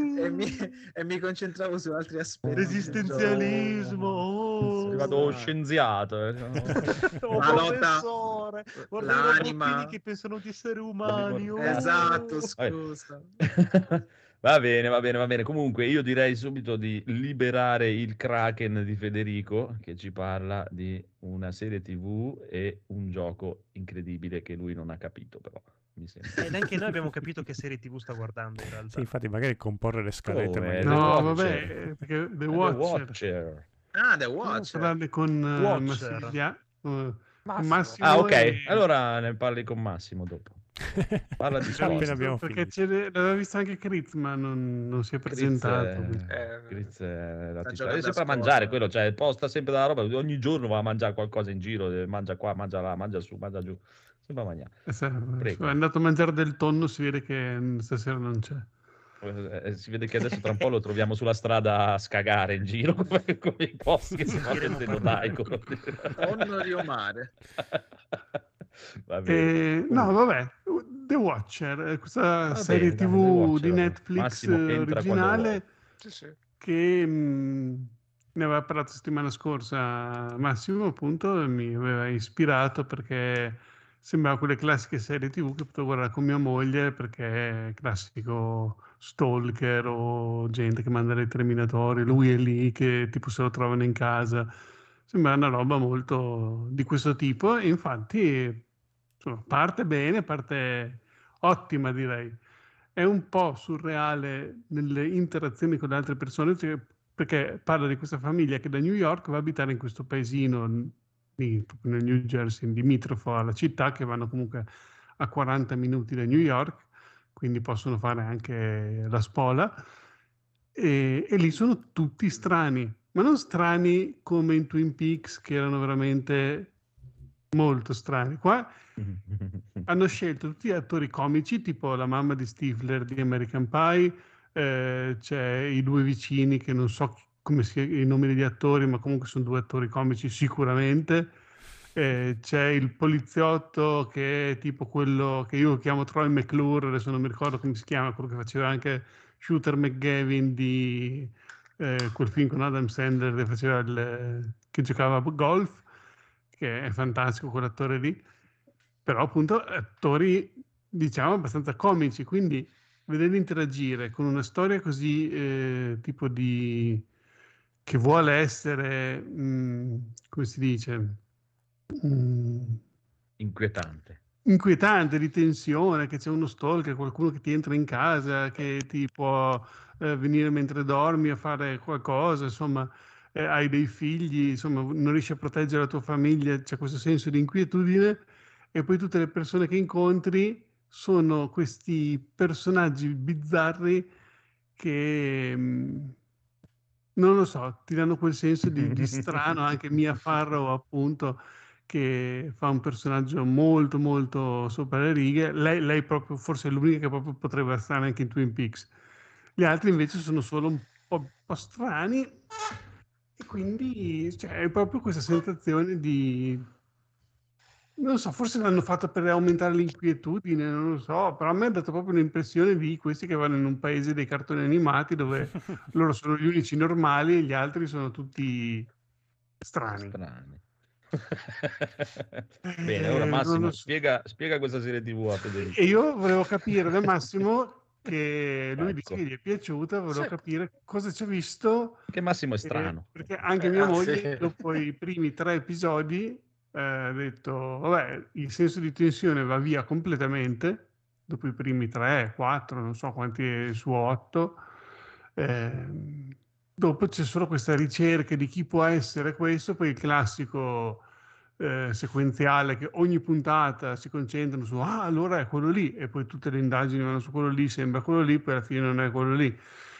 e mi concentravo su altri aspetti. Resistenzialismo. Oh. Vado scienziato. Oh, La lotta- professore, guarda i l'anima. robottini che pensano di essere umani. oh. Esatto, Vabbè. scusa. Va bene. Comunque, io direi subito di liberare il Kraken di Federico, che ci parla di una serie TV e un gioco incredibile che lui non ha capito, però. Mi sembra. E neanche noi abbiamo capito che serie TV sta guardando in realtà. Sì, infatti magari comporre le scalette. Come? magari- The No, Watcher. vabbè, perché The The Watcher. Watcher. Ah, The Possiamo Watcher. parlarne con Watcher. Massimiliano. Massimo. Ah, ok. e- Allora ne parli con Massimo dopo. Parla di Appena sport. abbiamo perché finito. l'aveva vista anche Chris, ma non si è presentato. Grizz è la Sta tizia. giocando È sempre a a mangiare scuola. quello, cioè posta sempre dalla roba, ogni giorno va a mangiare qualcosa in giro, mangia qua, mangia là, mangia su, mangia giù, sempre a mangiare. Prego. È andato a mangiare del tonno, si vede che stasera non c'è. Si vede che adesso tra un po' lo troviamo sulla strada a scagare in giro come i posti che si fa Diremo il per Daico. Tonno Rio Mare. Va bene. No, vabbè, The Watcher, questa Va serie bene, dai, TV The Watcher, di allora. Netflix Massimo entra quando originale Sì, sì. che ne aveva parlato settimana scorsa Massimo, appunto, e mi aveva ispirato perché sembrava quelle classiche serie TV che potevo guardare con mia moglie perché è classico stalker o gente che manda le terminatori, lui è lì che tipo se lo trovano in casa. Sembra una roba molto di questo tipo e infatti insomma, parte bene, parte ottima direi. È un po' surreale nelle interazioni con le altre persone perché parla di questa famiglia che da New York va a abitare in questo paesino proprio nel New Jersey, limitrofo alla città, che vanno comunque a 40 minuti da New York, quindi possono fare anche la spola. E lì sono tutti strani, ma non strani come in Twin Peaks, che erano veramente molto strani. Qua hanno scelto tutti attori comici, tipo la mamma di Stifler di American Pie, c'è i due vicini che non so come sia i nomi degli attori, ma comunque sono due attori comici sicuramente. C'è il poliziotto che è tipo quello che io chiamo Troy McClure, adesso non mi ricordo come si chiama, quello che faceva anche Shooter McGavin di quel film con Adam Sandler che faceva che giocava a golf, che è fantastico quell'attore lì, però appunto attori diciamo abbastanza comici, quindi vederli interagire con una storia così tipo di che vuole essere come si dice Inquietante. inquietante, di tensione, che c'è uno stalker, qualcuno che ti entra in casa, che ti può venire mentre dormi a fare qualcosa, insomma, hai dei figli, insomma, non riesci a proteggere la tua famiglia, c'è questo senso di inquietudine, e poi tutte le persone che incontri sono questi personaggi bizzarri che non lo so, ti danno quel senso di strano. Anche Mia Farrow, appunto, che fa un personaggio molto molto sopra le righe. Lei proprio forse è l'unica che proprio potrebbe stare anche in Twin Peaks. Gli altri invece sono solo un po' strani, e quindi cioè, è proprio questa sensazione di... Non lo so, forse l'hanno fatto per aumentare l'inquietudine, non lo so, però a me ha dato proprio l'impressione di questi che vanno in un paese dei cartoni animati dove loro sono gli unici normali e gli altri sono tutti strani. Bene, allora Massimo, non lo so. spiega questa serie TV a Federico. E io volevo capire da Massimo, che lui dice Ecco. che gli è piaciuta, volevo Sì. capire cosa ci ha visto. Che Massimo è strano. Perché anche mia moglie, sì. dopo i primi 3 episodi, ha detto, vabbè, il senso di tensione va via completamente, dopo i primi 3, 4, non so quanti su 8. Dopo c'è solo questa ricerca di chi può essere questo, poi il classico sequenziale che ogni puntata si concentrano su, allora è quello lì, e poi tutte le indagini vanno su quello lì, sembra quello lì, poi alla fine non è quello lì.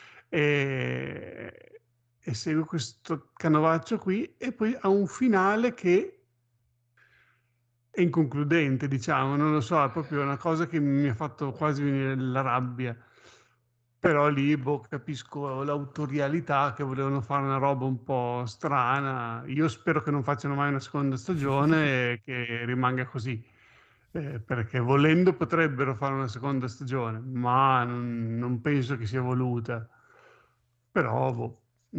E segue questo canovaccio qui, e poi ha un finale che è inconcludente, diciamo, non lo so, è proprio una cosa che mi ha fatto quasi venire la rabbia. Però lì capisco l'autorialità, che volevano fare una roba un po' strana. Io spero che non facciano mai una seconda stagione e che rimanga così, perché volendo potrebbero fare una seconda stagione, ma non penso che sia voluta. Però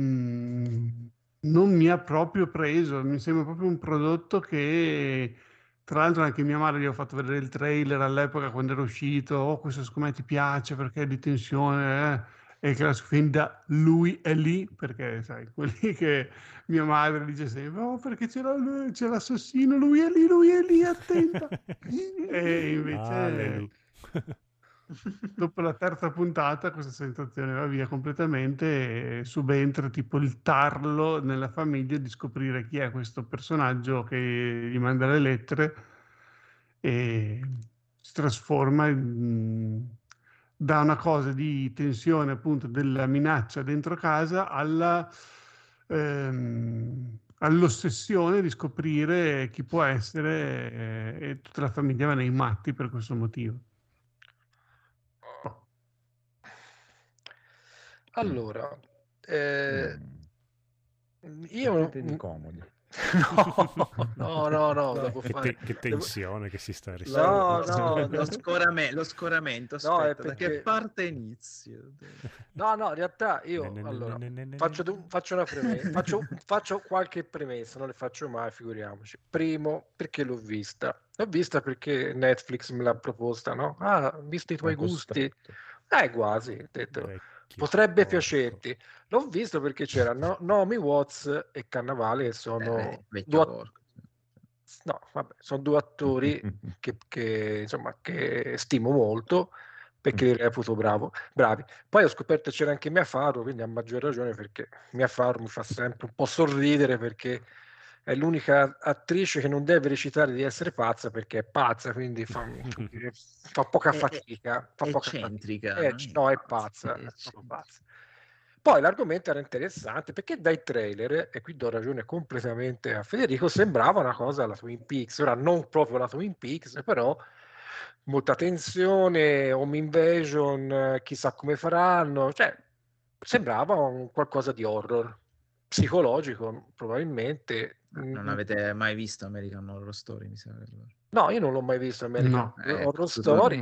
non mi ha proprio preso, mi sembra proprio un prodotto che... Tra l'altro anche mia madre gli ho fatto vedere il trailer all'epoca quando era uscito, questo secondo me ti piace perché è di tensione, e il classico film da lui è lì, perché sai, quelli che mia madre dice sempre, perché c'è l'assassino, lui è lì, attenta. E invece dopo la terza puntata questa sensazione va via completamente, e subentra tipo il tarlo nella famiglia di scoprire chi è questo personaggio che gli manda le lettere, e si trasforma da una cosa di tensione, appunto, della minaccia dentro casa all'ossessione di scoprire chi può essere, e tutta la famiglia va nei matti per questo motivo. Allora, io Mettetevi comodi. no, devo fare... Che tensione che si sta No, rischiando. Lo scoramento, No, è aspetta, da che perché- parte inizio? No, in realtà io allora faccio una premessa, faccio qualche premessa, non le faccio mai, figuriamoci. Primo, perché l'ho vista? L'ho vista perché Netflix me l'ha proposta, no? Visto i tuoi gusti. Quasi, ho detto, potrebbe piacerti. L'ho visto perché c'era Naomi Watts e Cannavale, che sono sono due attori che insomma che stimo molto, perché li reputo bravi. Poi ho scoperto che c'era anche Mia Farrow, quindi a maggior ragione, perché Mia Farrow mi fa sempre un po' sorridere, perché è l'unica attrice che non deve recitare di essere pazza, perché è pazza, quindi fa poca fatica. Fa poca eccentrica. fatica. No, è pazza, è proprio pazza. Poi l'argomento era interessante perché dai trailer, e qui do ragione completamente a Federico, sembrava una cosa alla Twin Peaks. Ora non proprio la Twin Peaks, però molta tensione, home invasion, chissà come faranno, cioè sembrava qualcosa di horror psicologico, probabilmente. Non avete mai visto American Horror Story, mi sa? No, io non l'ho mai visto American Horror Story.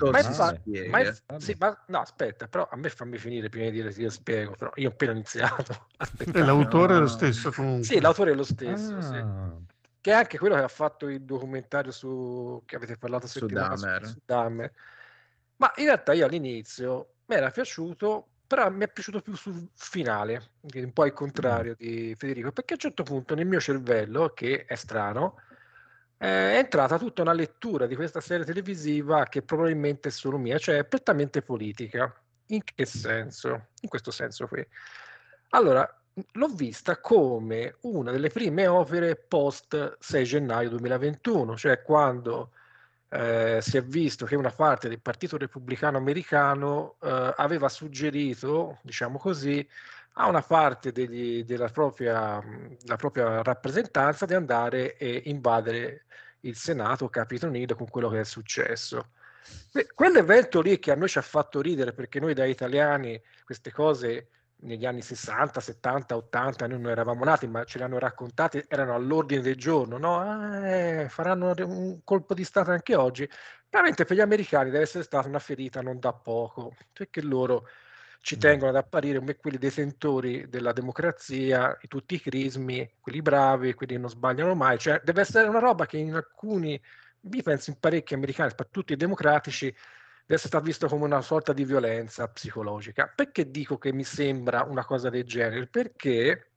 No, aspetta, però a me fammi finire prima di dire ti spiego, però io ho appena iniziato. L'autore è lo stesso comunque. Sì, l'autore è lo stesso, sì. Che è anche quello che ha fatto il documentario che avete parlato su Dahmer. Ma in realtà io all'inizio mi era piaciuto, però mi è piaciuto più sul finale, un po' il contrario di Federico, perché a un certo punto nel mio cervello, che è strano, è entrata tutta una lettura di questa serie televisiva che probabilmente è solo mia, cioè è prettamente politica. In che senso? In questo senso qui. Allora, l'ho vista come una delle prime opere post 6 gennaio 2021, cioè quando si è visto che una parte del Partito Repubblicano Americano aveva suggerito, diciamo così, a una parte della propria rappresentanza di andare e invadere il Senato o Capitol Hill con quello che è successo. Quell'evento lì che a noi ci ha fatto ridere, perché noi da italiani queste cose negli anni 60, 70, 80 noi non eravamo nati, ma ce le hanno raccontate, erano all'ordine del giorno, no? Faranno un colpo di stato anche oggi. Veramente per gli americani deve essere stata una ferita non da poco, perché loro ci tengono ad apparire come quelli detentori della democrazia, tutti i crismi, quelli bravi, quelli che non sbagliano mai. Cioè, deve essere una roba che in alcuni, io penso in parecchi americani, soprattutto i democratici, deve essere stato visto come una sorta di violenza psicologica. Perché dico che mi sembra una cosa del genere? Perché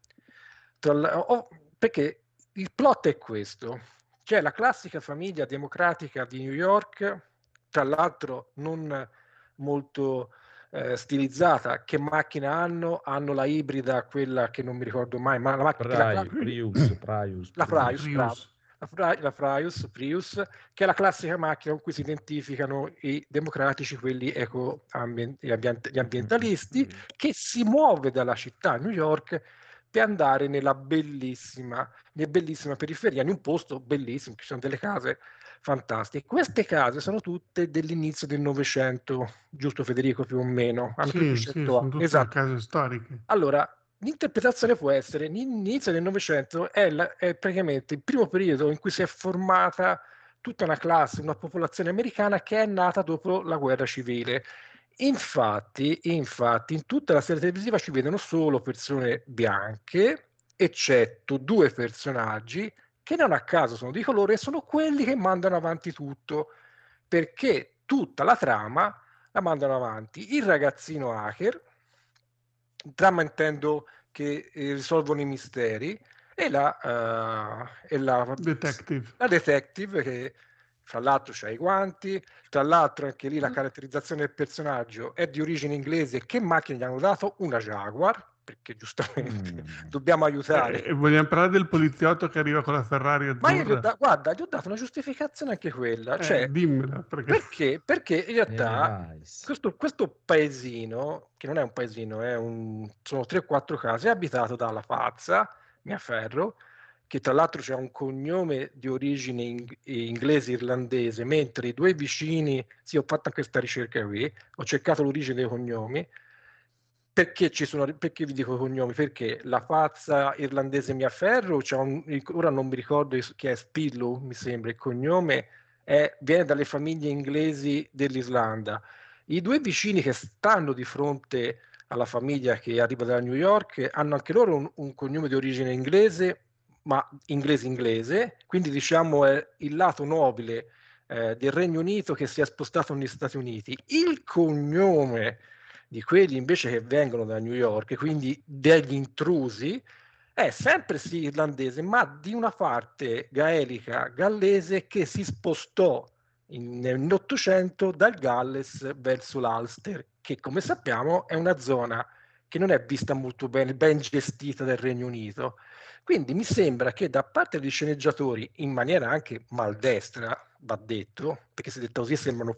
il plot è questo. C'è la classica famiglia democratica di New York, tra l'altro non molto stilizzata. Che macchina hanno? Hanno la ibrida, quella che non mi ricordo mai, ma la macchina Prius, bravo. La Prius, che è la classica macchina con cui si identificano i democratici, quelli gli ambientalisti, che si muove dalla città New York per andare nella bellissima periferia, in un posto bellissimo, ci sono delle case fantastiche. Queste case sono tutte dell'inizio del Novecento, giusto Federico, più o meno? Hanno più di Sì, 100 sono anni. tutte Esatto. case storiche. Allora, l'interpretazione può essere l'inizio del Novecento è praticamente il primo periodo in cui si è formata tutta una classe, una popolazione americana che è nata dopo la guerra civile. Infatti, in tutta la serie televisiva ci vedono solo persone bianche, eccetto due personaggi che non a caso sono di colore e sono quelli che mandano avanti tutto, perché tutta la trama la mandano avanti il ragazzino hacker, trama intendo che risolvono i misteri, e la detective che fra l'altro c'ha i guanti, tra l'altro anche lì la caratterizzazione del personaggio è di origine inglese. Che macchina gli hanno dato? Una Jaguar, perché giustamente dobbiamo aiutare. E vogliamo parlare del poliziotto che arriva con la Ferrari azzurra? Ma io gli ho dato una giustificazione anche quella. Cioè, dimmela, perché in realtà questo paesino, che non è un paesino, sono 3-4 case, è abitato dalla pazza, Mia Ferro, che tra l'altro c'è un cognome di origine inglese irlandese, mentre i due vicini, sì, ho fatto questa ricerca qui, ho cercato l'origine dei cognomi. Perché vi dico i cognomi? Perché la pazza irlandese Mia Ferro, ora non mi ricordo chi è, Spillow mi sembra il cognome, viene dalle famiglie inglesi dell'Irlanda. I due vicini che stanno di fronte alla famiglia che arriva da New York hanno anche loro un cognome di origine inglese, ma inglese, quindi diciamo è il lato nobile del Regno Unito che si è spostato negli Stati Uniti. Il cognome di quelli invece che vengono da New York, quindi degli intrusi, è sempre sì irlandese, ma di una parte gaelica gallese che si spostò nell'Ottocento dal Galles verso l'Ulster, che come sappiamo è una zona che non è vista molto bene, ben gestita dal Regno Unito. Quindi mi sembra che da parte dei sceneggiatori, in maniera anche maldestra, va detto, perché se detto così sembrano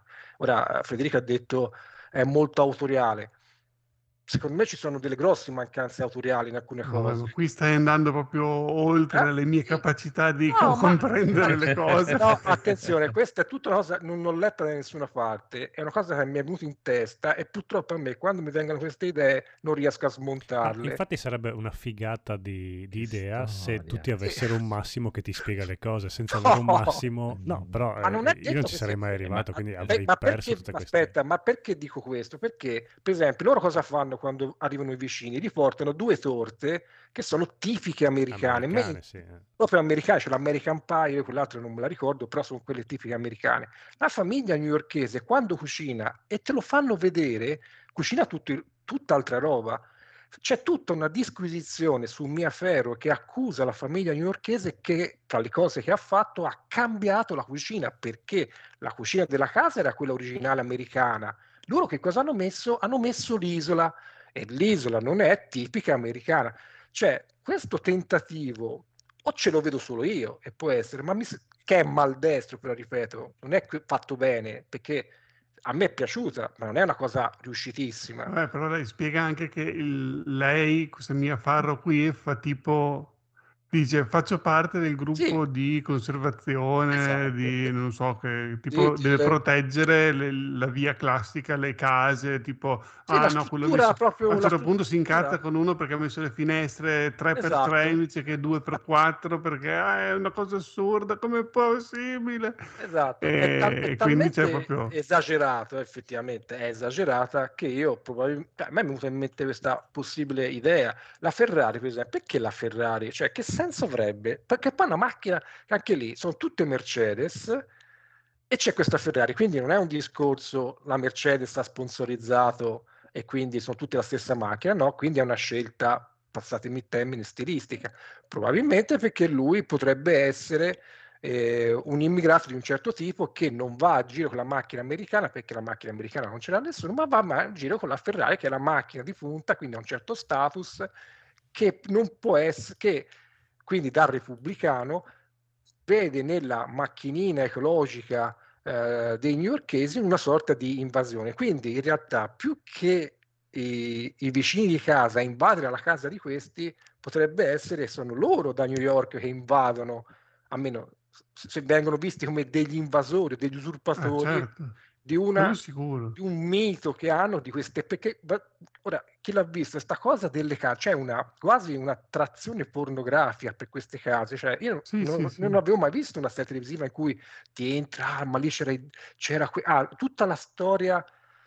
ora Federico ha detto è molto autoriale. Secondo me ci sono delle grosse mancanze autoriali in alcune cose. Ma qui stai andando proprio oltre le mie capacità di comprendere le cose. No, attenzione, questa è tutta una cosa, non l'ho letta da nessuna parte, è una cosa che mi è venuta in testa e purtroppo a me quando mi vengono queste idee non riesco a smontarle. Infatti sarebbe una figata di idea se tutti avessero un Massimo che ti spiega le cose, senza avere un Massimo. No, però io non ci sarei mai arrivato, quindi avrei perso tutte queste. Aspetta, ma perché dico questo? Perché, per esempio, loro cosa fanno quando arrivano i vicini? Gli portano due torte che sono tipiche americane, proprio americane, c'è l'American Pie, quell'altro non me la ricordo, però sono quelle tipiche americane. La famiglia newyorkese quando cucina, e te lo fanno vedere, cucina tutt'altra roba. c'è tutta una disquisizione su Mia Farrow che accusa la famiglia newyorkese che, tra le cose che ha fatto, ha cambiato la cucina, perché la cucina della casa era quella originale americana. Loro che cosa hanno messo? Hanno messo l'isola, e l'isola non è tipica americana. Cioè, questo tentativo, o ce lo vedo solo io, e può essere, ma che è maldestro, però ripeto, non è fatto bene, perché a me è piaciuta, ma non è una cosa riuscitissima. Vabbè, però lei spiega anche che lei, questa Mia Farrow qui, fa tipo, dice faccio parte del gruppo Sì, di conservazione, esatto. di non so, che tipo deve proteggere la via classica, le case, tipo, sì, la no, quello lì struttura, proprio a un la certo punto si incazza struttura. con uno perché ha messo le finestre 3x3 Esatto. invece che 2x4 perché è una cosa assurda, com'è possibile? Esatto, è E quindi c'è talmente proprio... esagerato, effettivamente è esagerata, che io probabilmente, a me è venuta in mente questa possibile idea. La Ferrari, per esempio, perché la Ferrari? Cioè, che senso avrebbe? Perché poi una macchina, anche lì, sono tutte Mercedes e c'è questa Ferrari, quindi non è un discorso la Mercedes ha sponsorizzato e quindi sono tutte la stessa macchina, no, quindi è una scelta, passatemi il termine, stilistica. Probabilmente perché lui potrebbe essere un immigrato di un certo tipo che non va a giro con la macchina americana, perché la macchina americana non ce l'ha nessuno, ma va a giro con la Ferrari, che è la macchina di punta, quindi ha un certo status, che non può essere, che quindi da repubblicano vede nella macchinina ecologica dei newyorkesi una sorta di invasione. Quindi in realtà più che i vicini di casa invadere la casa di questi, potrebbe essere sono loro da New York che invadono, almeno se vengono visti come degli invasori, degli usurpatori certo, di quello sicuro. di un mito che hanno di queste, perché ora chi l'ha visto sta cosa delle case, c'è quasi un'attrazione pornografica per queste case, cioè io Sì, sì, sì. non avevo mai visto una serie televisiva in cui ti entra, ma lì c'era tutta la storia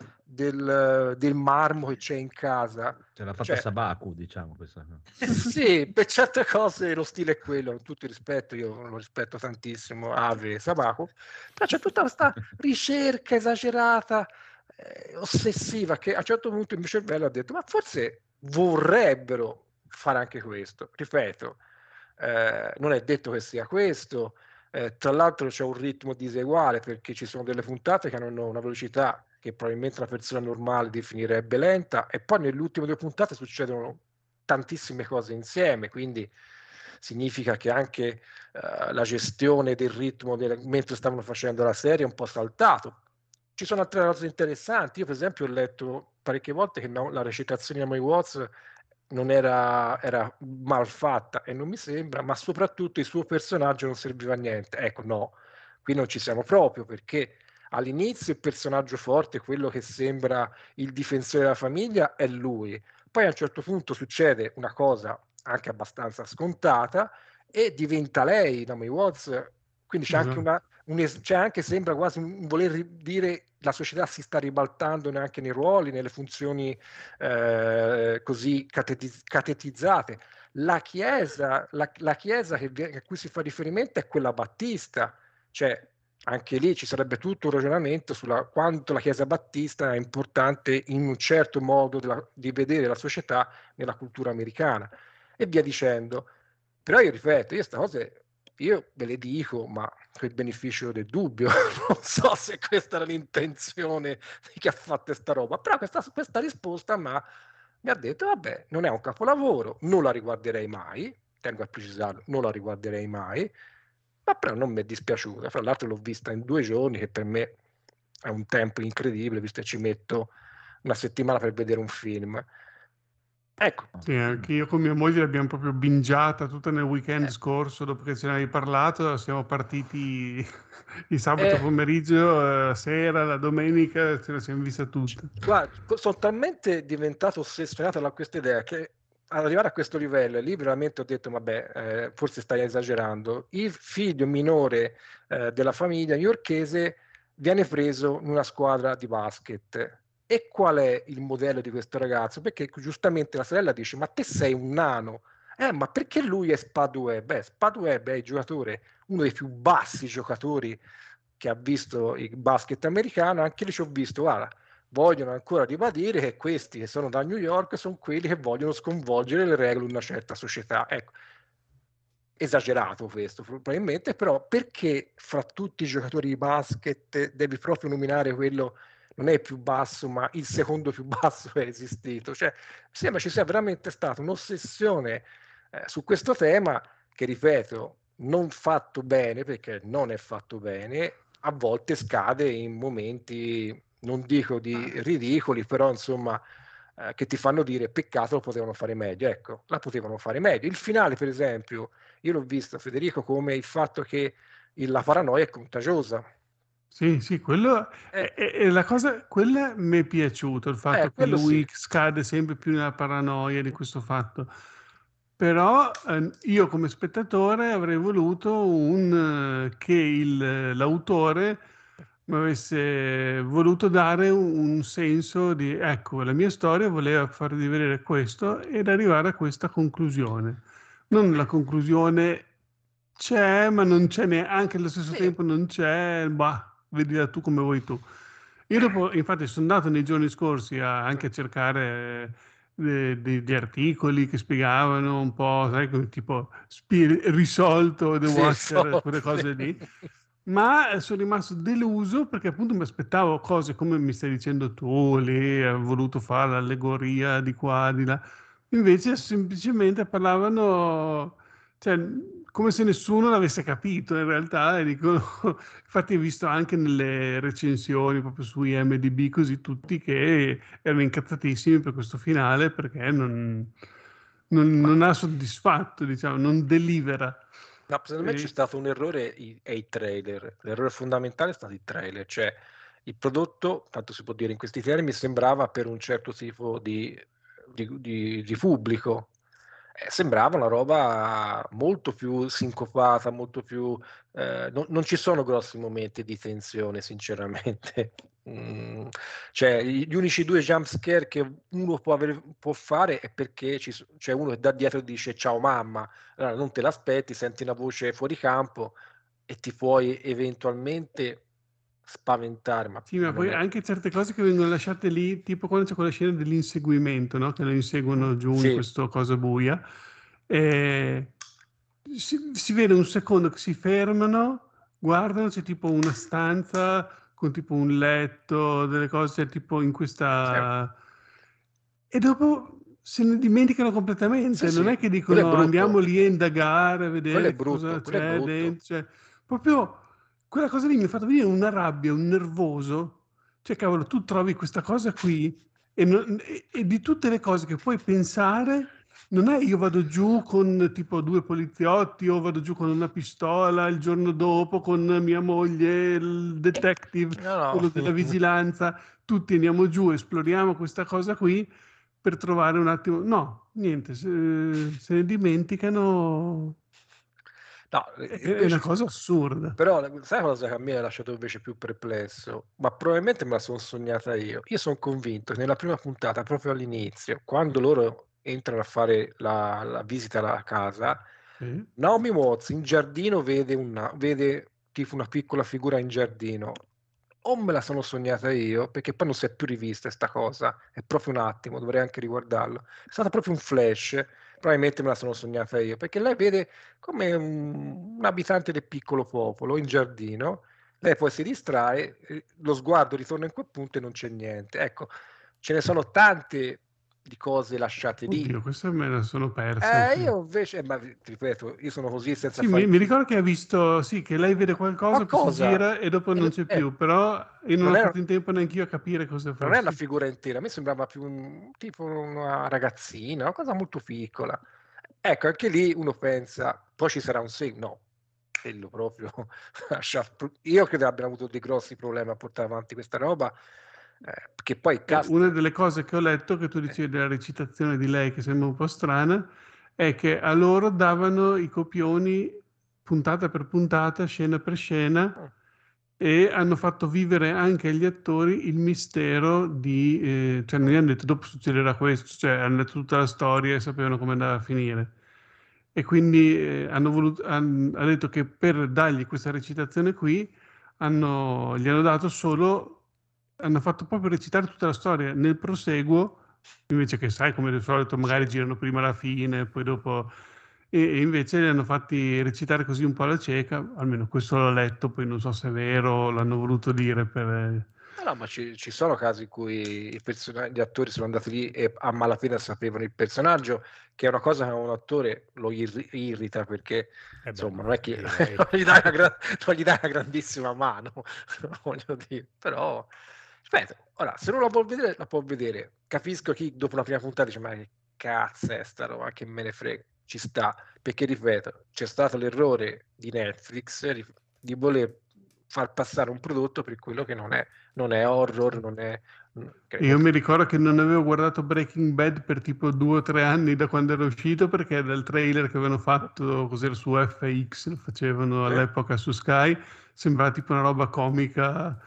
del marmo che c'è in casa. Ce l'ha fatta Cioè, Sabaku, diciamo questa. sì, per certe cose lo stile è quello, con tutto il rispetto, io lo rispetto tantissimo, Ave e Sabaku, però c'è tutta questa ricerca esagerata, ossessiva, che a un certo punto il mio cervello ha detto, ma forse vorrebbero fare anche questo. Ripeto, non è detto che sia questo, tra l'altro c'è un ritmo diseguale, perché ci sono delle puntate che hanno una velocità che probabilmente una persona normale definirebbe lenta, e poi nelle ultime 2 puntate succedono tantissime cose insieme, quindi significa che anche la gestione del ritmo mentre stavano facendo la serie è un po' saltato. Ci sono altre cose interessanti. Io per esempio ho letto parecchie volte che la recitazione di Naomi Watts non era mal fatta, e non mi sembra, ma soprattutto il suo personaggio non serviva a niente. Ecco, no, qui non ci siamo proprio, perché all'inizio il personaggio forte, quello che sembra il difensore della famiglia, è lui. Poi a un certo punto succede una cosa anche abbastanza scontata e diventa lei, Naomi Watts, quindi c'è anche c'è anche, sembra quasi un voler dire la società si sta ribaltando neanche nei ruoli, nelle funzioni così catetizzate. La chiesa a cui si fa riferimento è quella battista, cioè anche lì ci sarebbe tutto un ragionamento sulla quanto la Chiesa battista è importante in un certo modo di vedere la società nella cultura americana, e via dicendo. Però io ripeto, io ve le dico, ma con il beneficio del dubbio, non so se questa era l'intenzione di chi ha fatto questa roba, però questa risposta mi ha detto, vabbè, non è un capolavoro, non la riguarderei mai, tengo a precisarlo, non la riguarderei mai, ma però non mi è dispiaciuta. Fra l'altro l'ho vista in 2 giorni, che per me è un tempo incredibile, visto che ci metto una settimana per vedere un film. Ecco. Sì, anche io con mia moglie l'abbiamo proprio bingiata tutta nel weekend scorso, dopo che ce ne avevi parlato, siamo partiti il sabato pomeriggio, sera, la domenica, ce la siamo vista tutta. Guarda, sono talmente diventato ossessionato da questa idea che ad arrivare a questo livello, lì veramente ho detto, vabbè, forse stai esagerando. Il figlio minore della famiglia newyorkese viene preso in una squadra di basket. E qual è il modello di questo ragazzo? Perché giustamente la sorella dice, ma te sei un nano. Ma perché lui è Spud Webb? Spud Webb è il giocatore, uno dei più bassi giocatori che ha visto il basket americano. Anche lì ci ho visto, guarda, vogliono ancora ribadire che questi che sono da New York sono quelli che vogliono sconvolgere le regole di una certa società. Ecco, esagerato questo probabilmente, però perché fra tutti i giocatori di basket devi proprio nominare quello, non è il più basso, ma il secondo più basso che è esistito? Cioè, sembra ci sia veramente stata un'ossessione su questo tema che, ripeto, non fatto bene, perché non è fatto bene, a volte scade in momenti, non dico di ridicoli, però insomma che ti fanno dire peccato, lo potevano fare meglio. Ecco, la potevano fare meglio. Il finale, per esempio, io l'ho visto, Federico, come il fatto che la paranoia è contagiosa. Sì, sì, quello è la cosa, quella mi è piaciuto, il fatto che quello lui sì. scade sempre più nella paranoia di questo fatto. Però io come spettatore avrei voluto che l'autore mi avesse voluto dare un senso di, ecco, la mia storia voleva farvi vedere questo ed arrivare a questa conclusione. Non la conclusione c'è, ma non c'è neanche, anche allo stesso Sì. tempo non c'è, bah, vedila tu come vuoi tu. Io dopo, infatti, sono andato nei giorni scorsi anche a cercare degli articoli che spiegavano un po', sai, come tipo risolto The Sì, Watcher, quelle sì. cose lì. Ma sono rimasto deluso perché appunto mi aspettavo cose come mi stai dicendo tu, lì ho voluto fare l'allegoria di qua, di là. Invece semplicemente parlavano, cioè, come se nessuno l'avesse capito in realtà. E dicono, infatti ho visto anche nelle recensioni proprio su IMDb così tutti che erano incazzatissimi per questo finale perché non ha soddisfatto, diciamo, non delivera. No, secondo me c'è stato un errore ai trailer. L'errore fondamentale è stato il trailer, cioè il prodotto, tanto si può dire in questi termini, sembrava per un certo tipo di pubblico. Sembrava una roba molto più sincopata, molto più... non ci sono grossi momenti di tensione, sinceramente. Cioè, gli unici due jump scare che uno può fare è perché c'è uno che da dietro dice ciao mamma, allora non te l'aspetti, senti una voce fuori campo e ti puoi eventualmente spaventare. Ma Sì, ma poi anche certe cose che vengono lasciate lì, tipo quando c'è quella scena dell'inseguimento, no? Che lo inseguono giù in Sì. questa cosa buia. Si vede un secondo che si fermano, guardano, c'è tipo una stanza con tipo un letto, delle cose tipo in questa... E dopo se ne dimenticano completamente, Sì, non sì. è che Quello è dicono brutto. andiamo lì a indagare, a Quello è vedere brutto, cosa quello è c'è brutto. dentro. Cioè, proprio quella cosa lì mi ha fatto venire una rabbia, un nervoso. Cioè, cavolo, tu trovi questa cosa qui e di tutte le cose che puoi pensare, non è io vado giù con tipo 2 poliziotti o vado giù con una pistola il giorno dopo con mia moglie, il detective, No. quello della vigilanza, tutti andiamo giù, esploriamo questa cosa qui per trovare un attimo... No, niente, se ne dimenticano. No, È una cosa assurda. Però sai cosa che a me ha lasciato invece più perplesso? Ma probabilmente me la sono sognata io. Io sono convinto che nella prima puntata, proprio all'inizio, quando loro entrano a fare la visita alla casa, Sì. Naomi Watts in giardino vede tipo una piccola figura in giardino. O me la sono sognata io, perché poi non si è più rivista sta cosa, è proprio un attimo, dovrei anche riguardarlo. È stato proprio un flash, probabilmente me la sono sognata io, perché lei vede come un abitante del piccolo popolo in giardino, lei poi si distrae, lo sguardo ritorna in quel punto e non c'è niente. Ecco, ce ne sono tante di cose lasciate lì. Oddio, questa me la sono persa. Io invece, ma ti ripeto, io sono così senza Sì, fare... mi ricordo che ha visto, sì, che lei vede qualcosa, poi si gira e dopo non c'è più, però io non non ho è- fatto in tempo neanche io a capire cosa non è una fosse. figura intera, a me sembrava più tipo una ragazzina, una cosa molto piccola. Ecco, anche lì uno pensa, poi ci sarà un seguito, no, quello proprio, io credo abbiano avuto dei grossi problemi a portare avanti questa roba, perché poi il cast... Una delle cose che ho letto, che tu dicevi della recitazione di lei, che sembra un po' strana, è che a loro davano i copioni puntata per puntata, scena per scena, e hanno fatto vivere anche agli attori il mistero di... cioè non gli hanno detto dopo succederà questo, cioè hanno detto tutta la storia e sapevano come andava a finire. E quindi ha detto che per dargli questa recitazione qui gli hanno dato solo hanno fatto proprio recitare tutta la storia. Nel proseguo, invece che sai, come di solito, magari girano prima la fine, poi dopo... E invece li hanno fatti recitare così un po' alla cieca, almeno questo l'ho letto, poi non so se è vero, l'hanno voluto dire per... No, ma ci sono casi in cui gli attori sono andati lì e a malapena sapevano il personaggio, che è una cosa che a un attore lo irrita, perché insomma non è che non gli dai una grandissima mano, voglio dire, però aspetta, ora se non la può vedere, capisco chi dopo la prima puntata dice ma che cazzo è sta roba, che me ne frega, ci sta, perché ripeto, c'è stato l'errore di Netflix di voler far passare un prodotto per quello che non è horror, non è... Io mi ricordo che non avevo guardato Breaking Bad per tipo 2 o 3 anni da quando era uscito, perché dal trailer che avevano fatto, cos'era, su FX, lo facevano all'epoca su Sky, sembrava tipo una roba comica.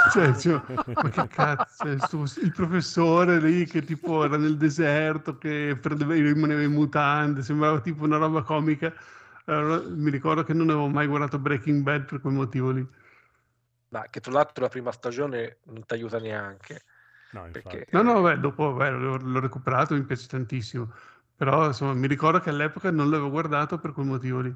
Ma che cazzo, il professore lì che tipo era nel deserto, che rimaneva in mutande, sembrava tipo una roba comica. Allora, mi ricordo che non avevo mai guardato Breaking Bad per quel motivo lì. Ma che tra l'altro la prima stagione non ti aiuta neanche. No, perché... dopo l'ho recuperato, mi piace tantissimo. Però insomma mi ricordo che all'epoca non l'avevo guardato per quel motivo lì.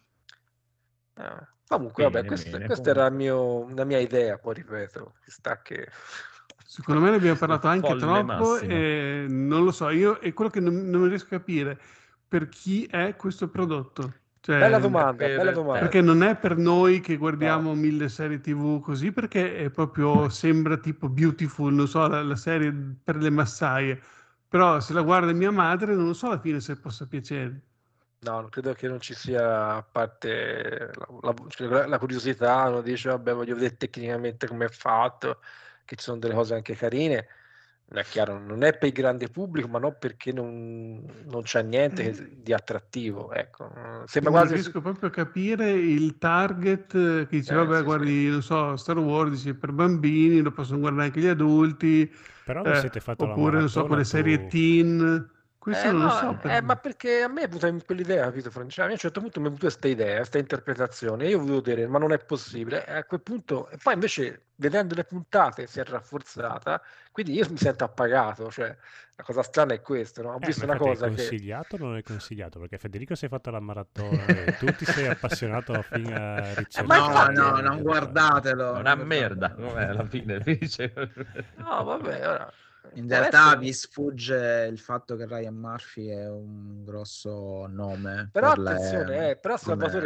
Comunque, vabbè, questa era la mia idea, poi ripeto, ci sta che... Secondo me ne abbiamo parlato anche troppo e non lo so, io è quello che non riesco a capire, per chi è questo prodotto. Cioè, bella domanda. Perché non è per noi che guardiamo 1000 serie TV così, perché è proprio, sembra tipo Beautiful, non so, la serie per le massaie. Però se la guarda mia madre non so alla fine se possa piacere. No, credo che non ci sia, a parte la curiosità, uno dice vabbè voglio vedere tecnicamente come è fatto, che ci sono delle cose anche carine. È chiaro, non è per il grande pubblico, ma non perché non c'è niente di attrattivo, ecco. Sembra non quasi... riesco proprio a capire il target che dice vabbè guardi, non so, Star Wars dice, per bambini, lo possono guardare anche gli adulti, però vi siete fatto oppure non so, quelle serie teen. Questo non lo so. Ma perché a me è venuta in quell'idea, capito, Francesco? A un certo punto mi è venuta questa idea, questa interpretazione, io volevo dire, ma non è possibile. E a quel punto, e poi invece, vedendo le puntate, si è rafforzata, quindi io mi sento appagato, cioè, la cosa strana è questa, no? Ho visto una cosa è consigliato o non è consigliato? Perché Federico si è fatto la maratona e tu ti sei appassionato fino a ricercare. No, non guardatelo. È una merda, alla fine dice. No, vabbè, ora... In realtà mi sfugge il fatto che Ryan Murphy è un grosso nome. Però attenzione, però Salvatore,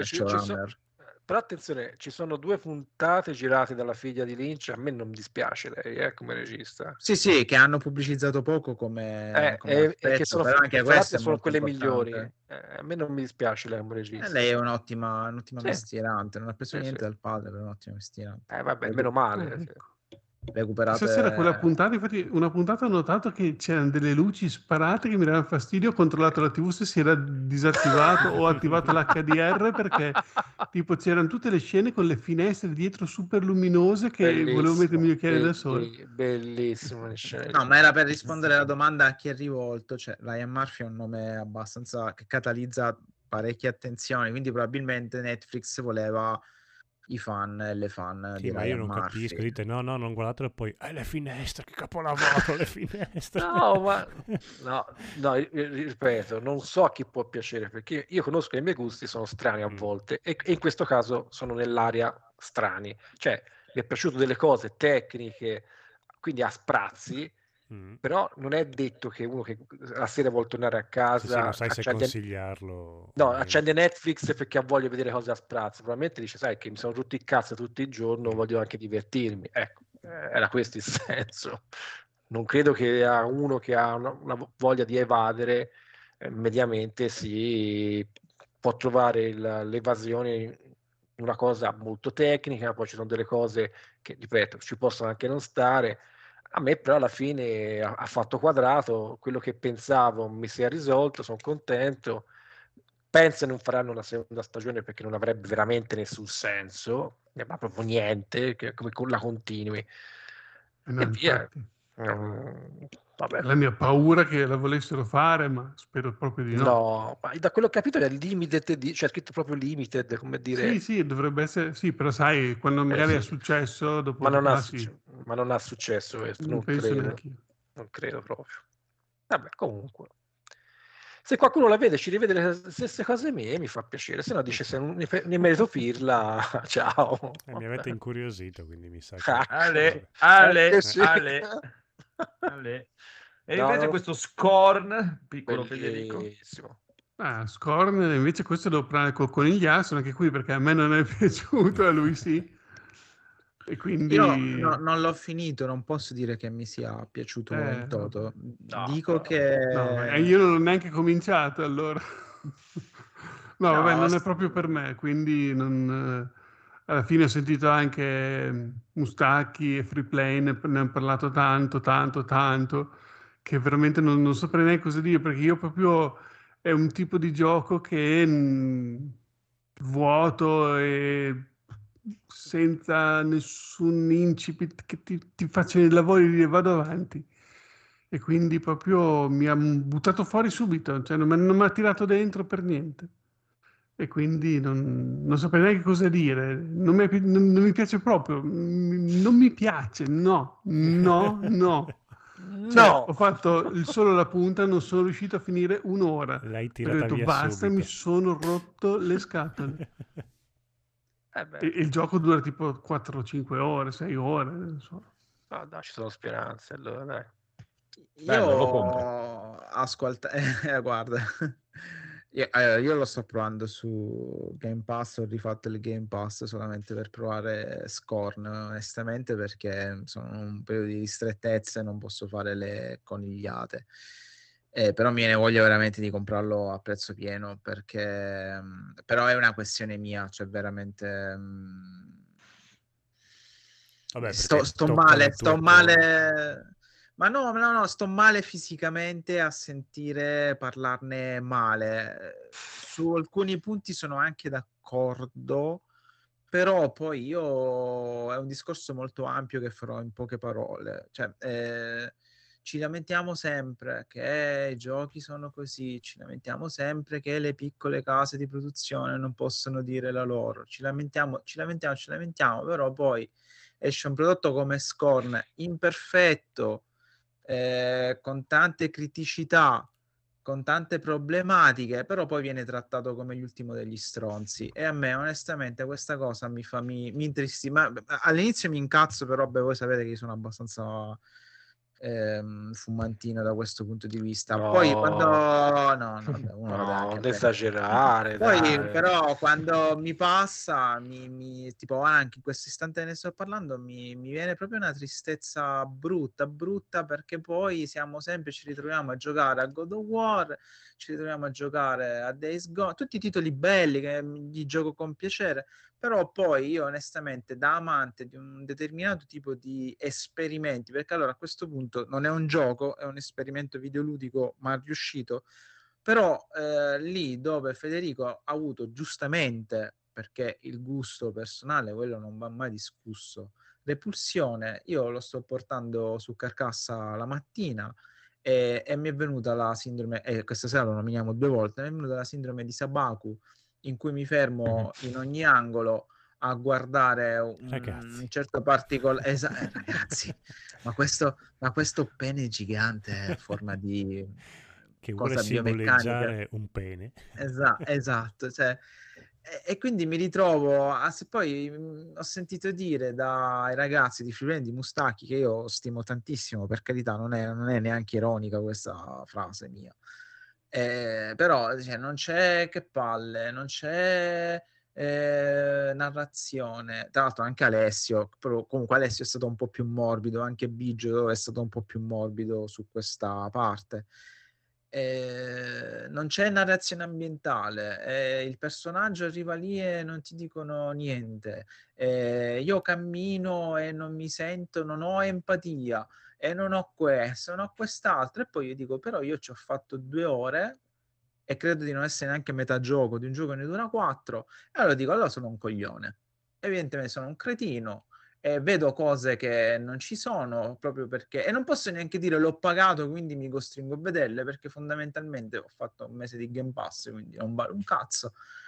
però attenzione, ci sono 2 puntate girate dalla figlia di Lynch, a me non mi dispiace lei, come regista. Sì, che hanno pubblicizzato poco come aspetto, che sono, però anche queste sono quelle importante. migliori. A me non mi dispiace lei come regista. Lei è un'ottima mestierante, non ha preso niente dal padre, però è un'ottima mestierante. Vabbè, meno male. Recuperate... Stasera quella puntata, infatti una puntata ho notato che c'erano delle luci sparate che mi davano fastidio, ho controllato la TV se si era disattivato o attivato l'HDR, perché tipo c'erano tutte le scene con le finestre dietro super luminose che bellissimo, volevo mettermi gli occhiali da sole. Bellissimo. No, ma era per rispondere alla domanda a chi è rivolto, cioè Ryan Murphy è un nome abbastanza che catalizza parecchie attenzioni, quindi probabilmente Netflix voleva i fan e le fan di ma Ryan io non Murphy. capisco, dite no, non guardatelo, e poi le finestre, che capolavoro, le finestre. No, ripeto, non so a chi può piacere, perché io conosco i miei gusti, sono strani a volte, e in questo caso sono nell'area strani, cioè mi è piaciuto delle cose tecniche, quindi a sprazzi, però non è detto che uno che la sera vuole tornare a casa non sai se consigliarlo, accende Netflix perché ha voglia di vedere cose a sprazzo, probabilmente dice sai che mi sono rotto il cazzo tutto il giorno, voglio anche divertirmi, ecco, era questo il senso. Non credo che a uno che ha una voglia di evadere mediamente si può trovare l'evasione in una cosa molto tecnica, poi ci sono delle cose che, ripeto, ci possono anche non stare. A me però alla fine ha fatto quadrato, quello che pensavo mi si è risolto, sono contento. Penso non faranno una seconda stagione perché non avrebbe veramente nessun senso, ma proprio niente, che come la continui. E via. Vabbè. La mia paura che la volessero fare, ma spero proprio di no. No, ma da quello che ho capito è limited, cioè scritto proprio limited, come dire. Sì, dovrebbe essere, sì, però sai, quando magari è successo, dopo... Ma non ha ma non ha successo questo, Non non penso credo. neanch'io. Non credo proprio. Vabbè, comunque. Se qualcuno la vede, ci rivede le stesse cose mie, mi fa piacere. Se no dice se non ne merito pirla, ciao. Mi avete incuriosito, quindi mi sa che... Ah, Ale, anche sì. Ale. E No, invece no. questo Scorn, piccolo Federico. Bellissimo. Scorn, invece questo devo parlare col conigliastro anche qui perché a me non è piaciuto, a lui sì. E quindi... Io non l'ho finito, non posso dire che mi sia piaciuto in toto. No, Dico no. che... No, io non ho neanche cominciato allora. No, vabbè, No, non è proprio per me, quindi alla fine ho sentito anche Mustacchi e Freeplay, ne hanno parlato tanto, che veramente non saprei neanche cosa dire, perché io proprio è un tipo di gioco che vuoto e senza nessun incipit che ti faccia il lavoro e dire vado avanti. E quindi proprio mi ha buttato fuori subito, cioè non mi ha tirato dentro per niente. E quindi non saprei neanche cosa dire, non mi piace proprio, non mi piace, no. Cioè, No! ho fatto solo la punta, non sono riuscito a finire un'ora. L'hai Ho tirata detto via basta, subito. mi sono rotto le scatole. Beh. E il gioco dura tipo 4 o 5 ore, 6 ore, non so. No, dai, ci sono speranze, allora, dai. Bello, lo Io compro. guarda, io lo sto provando su Game Pass, ho rifatto il Game Pass solamente per provare Scorn, onestamente, perché sono in un periodo di ristrettezza e non posso fare le conigliate. Però mi viene voglia veramente di comprarlo a prezzo pieno, perché però è una questione mia, cioè veramente Vabbè, sto perché toccano male, il tuo sto cuore. male. Ma no, sto male fisicamente a sentire parlarne male. Su alcuni punti sono anche d'accordo, però poi io è un discorso molto ampio che farò in poche parole. Cioè, ci lamentiamo sempre che i giochi sono così, ci lamentiamo sempre che le piccole case di produzione non possono dire la loro. Ci lamentiamo, però poi esce un prodotto come Scorn imperfetto, con tante criticità, con tante problematiche, però poi viene trattato come l'ultimo degli stronzi. E a me onestamente questa cosa mi intristi. Ma all'inizio mi incazzo, però voi sapete che io sono abbastanza fumantino da questo punto di vista. No. Poi quando no, vabbè, uno lo deve anche non esagerare, poi dai. però quando mi passa, tipo anche in questo istante ne sto parlando, mi viene proprio una tristezza brutta, perché poi ci ritroviamo a giocare a God of War, ci ritroviamo a giocare a Days Gone, tutti i titoli belli che li gioco con piacere, però poi io onestamente da amante di un determinato tipo di esperimenti, perché allora a questo punto non è un gioco, è un esperimento videoludico mal riuscito, però lì dove Federico ha avuto giustamente, perché il gusto personale quello non va mai discusso, repulsione, io lo sto portando su Carcassa la mattina e mi è venuta la sindrome, e questa sera lo nominiamo 2 volte, mi è venuta la sindrome di Sabaku, in cui mi fermo in ogni angolo a guardare un certo particolare ragazzi, ma questo pene gigante a forma di che cosa vuole biomeccanica, simboleggiare un pene. esatto, cioè, e quindi mi ritrovo se poi ho sentito dire dai ragazzi di Freeplay di Mustacchi, che io stimo tantissimo, per carità, non è neanche ironica questa frase mia, però cioè, non c'è, che palle, non c'è narrazione. Tra l'altro anche Alessio, però comunque Alessio è stato un po' più morbido, anche Biggio è stato un po' più morbido su questa parte. Non c'è narrazione ambientale, il personaggio arriva lì e non ti dicono niente, io cammino e non mi sento, non ho empatia e non ho questo, non ho quest'altro, e poi io dico però io ci ho fatto 2 ore e credo di non essere neanche metà gioco di un gioco che ne dura 4, e allora dico allora sono un coglione, evidentemente sono un cretino, vedo cose che non ci sono proprio perché, e non posso neanche dire l'ho pagato quindi mi costringo a vederle, perché fondamentalmente ho fatto un mese di Game Pass quindi non vale un cazzo,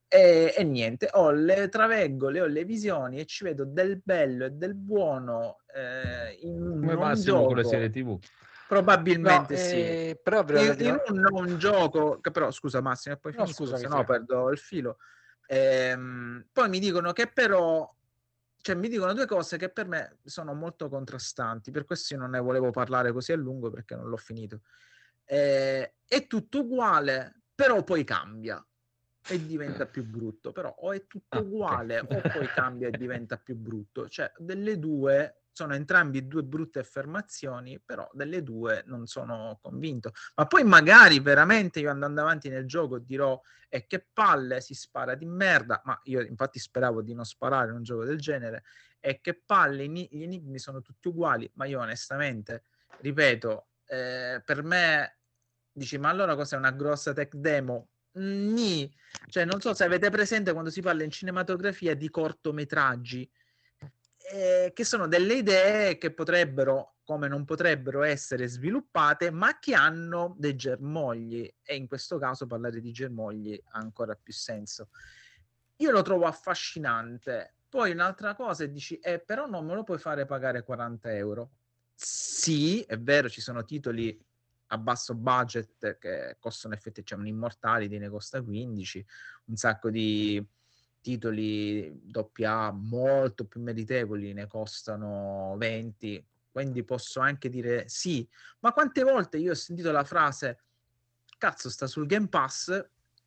E niente, ho le traveggole, ho le visioni e ci vedo del bello e del buono in un Come non massimo con le gioco. serie TV. Probabilmente sì. Però In un non gioco, che però scusa Massimo, e poi No, finisco, scusami, se no sì. perdo il filo. Poi mi dicono che però, cioè mi dicono due cose che per me sono molto contrastanti, per questo io non ne volevo parlare così a lungo perché non l'ho finito. È tutto uguale, però poi cambia e diventa più brutto, però o è tutto uguale o poi cambia e diventa più brutto, cioè delle due sono entrambi due brutte affermazioni, però delle due non sono convinto, ma poi magari veramente io andando avanti nel gioco dirò e che palle, si spara di merda, ma io infatti speravo di non sparare in un gioco del genere, e che palle, gli enigmi sono tutti uguali, ma io onestamente ripeto, per me dici ma allora cos'è una grossa tech demo? Nì. Cioè non so se avete presente quando si parla in cinematografia di cortometraggi, che sono delle idee che potrebbero, come non potrebbero essere sviluppate, ma che hanno dei germogli, e in questo caso parlare di germogli ha ancora più senso. Io lo trovo affascinante. Poi un'altra cosa è dici, però non me lo puoi fare pagare 40 euro. Sì, è vero, ci sono titoli a basso budget che costano effettivamente, cioè un Immortality ne costa 15, un sacco di titoli AA molto più meritevoli ne costano 20, quindi posso anche dire sì, ma quante volte io ho sentito la frase cazzo sta sul Game Pass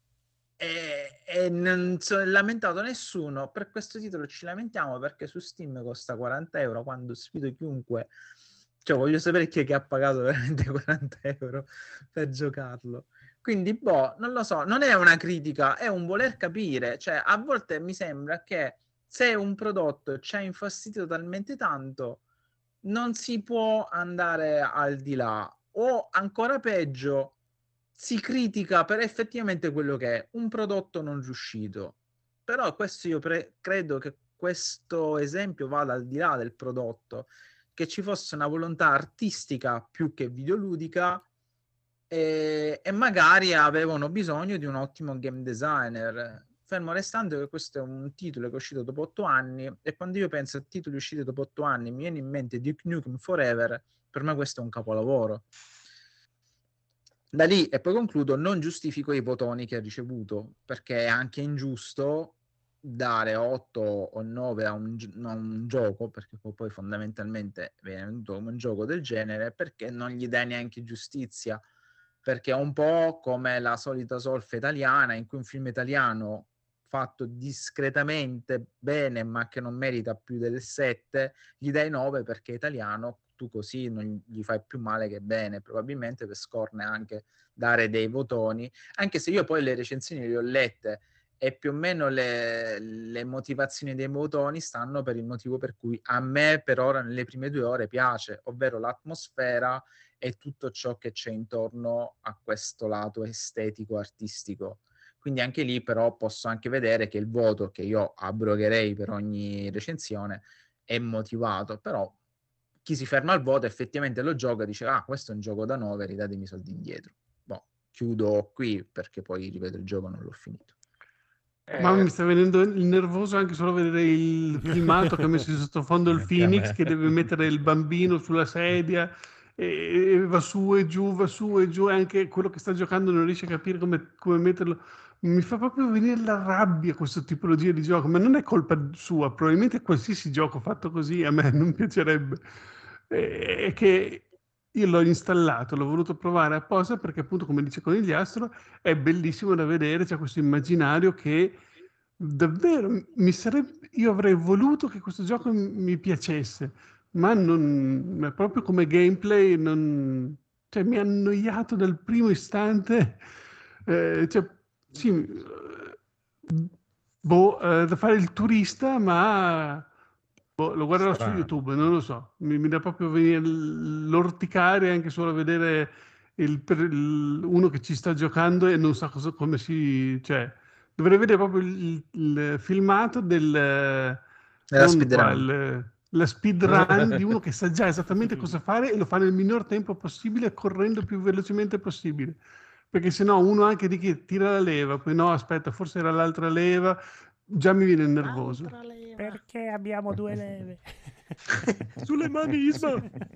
e non si è lamentato nessuno, per questo titolo ci lamentiamo perché su Steam costa 40 euro, quando sfido chiunque, cioè voglio sapere chi è che ha pagato veramente 40 euro per giocarlo. Quindi, boh, non lo so, non è una critica, è un voler capire. Cioè, a volte mi sembra che se un prodotto ci ha infastidito talmente tanto, non si può andare al di là. O ancora peggio, si critica per effettivamente quello che è un prodotto non riuscito. Però questo io credo che questo esempio vada al di là del prodotto, che ci fosse una volontà artistica più che videoludica e magari avevano bisogno di un ottimo game designer. Fermo restando che questo è un titolo che è uscito dopo 8 anni e quando io penso a titoli usciti dopo 8 anni mi viene in mente Duke Nukem Forever, per me questo è un capolavoro. Da lì, e poi concludo, non giustifico i votoni che ha ricevuto, perché è anche ingiusto dare 8 o 9 a un gioco, perché poi fondamentalmente viene venduto come un gioco del genere, perché non gli dai neanche giustizia, perché è un po' come la solita solfa italiana, in cui un film italiano fatto discretamente bene, ma che non merita più del 7, gli dai 9 perché è italiano, tu così non gli fai più male che bene, probabilmente per scorne anche dare dei votoni, anche se io poi le recensioni le ho lette e più o meno le motivazioni dei votoni stanno per il motivo per cui a me per ora nelle prime 2 ore piace, ovvero l'atmosfera e tutto ciò che c'è intorno a questo lato estetico artistico. Quindi anche lì però posso anche vedere che il voto che io abrogherei per ogni recensione è motivato, però chi si ferma al voto effettivamente lo gioca e dice questo è un gioco da 9, ridatemi i soldi indietro. Boh, chiudo qui perché poi ripeto il gioco non l'ho finito. Ma mi sta venendo il nervoso anche solo vedere il filmato che ha messo in sottofondo il Phoenix che deve mettere il bambino sulla sedia e va su e giù e anche quello che sta giocando non riesce a capire come metterlo. Mi fa proprio venire la rabbia questa tipologia di gioco, ma non è colpa sua, probabilmente qualsiasi gioco fatto così a me non piacerebbe. È che io l'ho installato, l'ho voluto provare apposta perché appunto, come dice Conigliastro, è bellissimo da vedere, c'è questo immaginario che davvero io avrei voluto che questo gioco mi piacesse, ma non proprio come gameplay cioè, mi ha annoiato dal primo istante. Cioè, sì, da fare il turista, ma lo guarderò su YouTube, non lo so, mi dà proprio venire l'orticare anche solo a vedere uno che ci sta giocando e non sa come cioè, dovrei vedere proprio il filmato la speedrun di uno che sa già esattamente cosa fare e lo fa nel minor tempo possibile, correndo più velocemente possibile. perché sennò uno anche di che tira la leva, poi no, aspetta, forse era l'altra leva, già mi viene nervoso. Perché abbiamo 2 leve? Sulle manisma.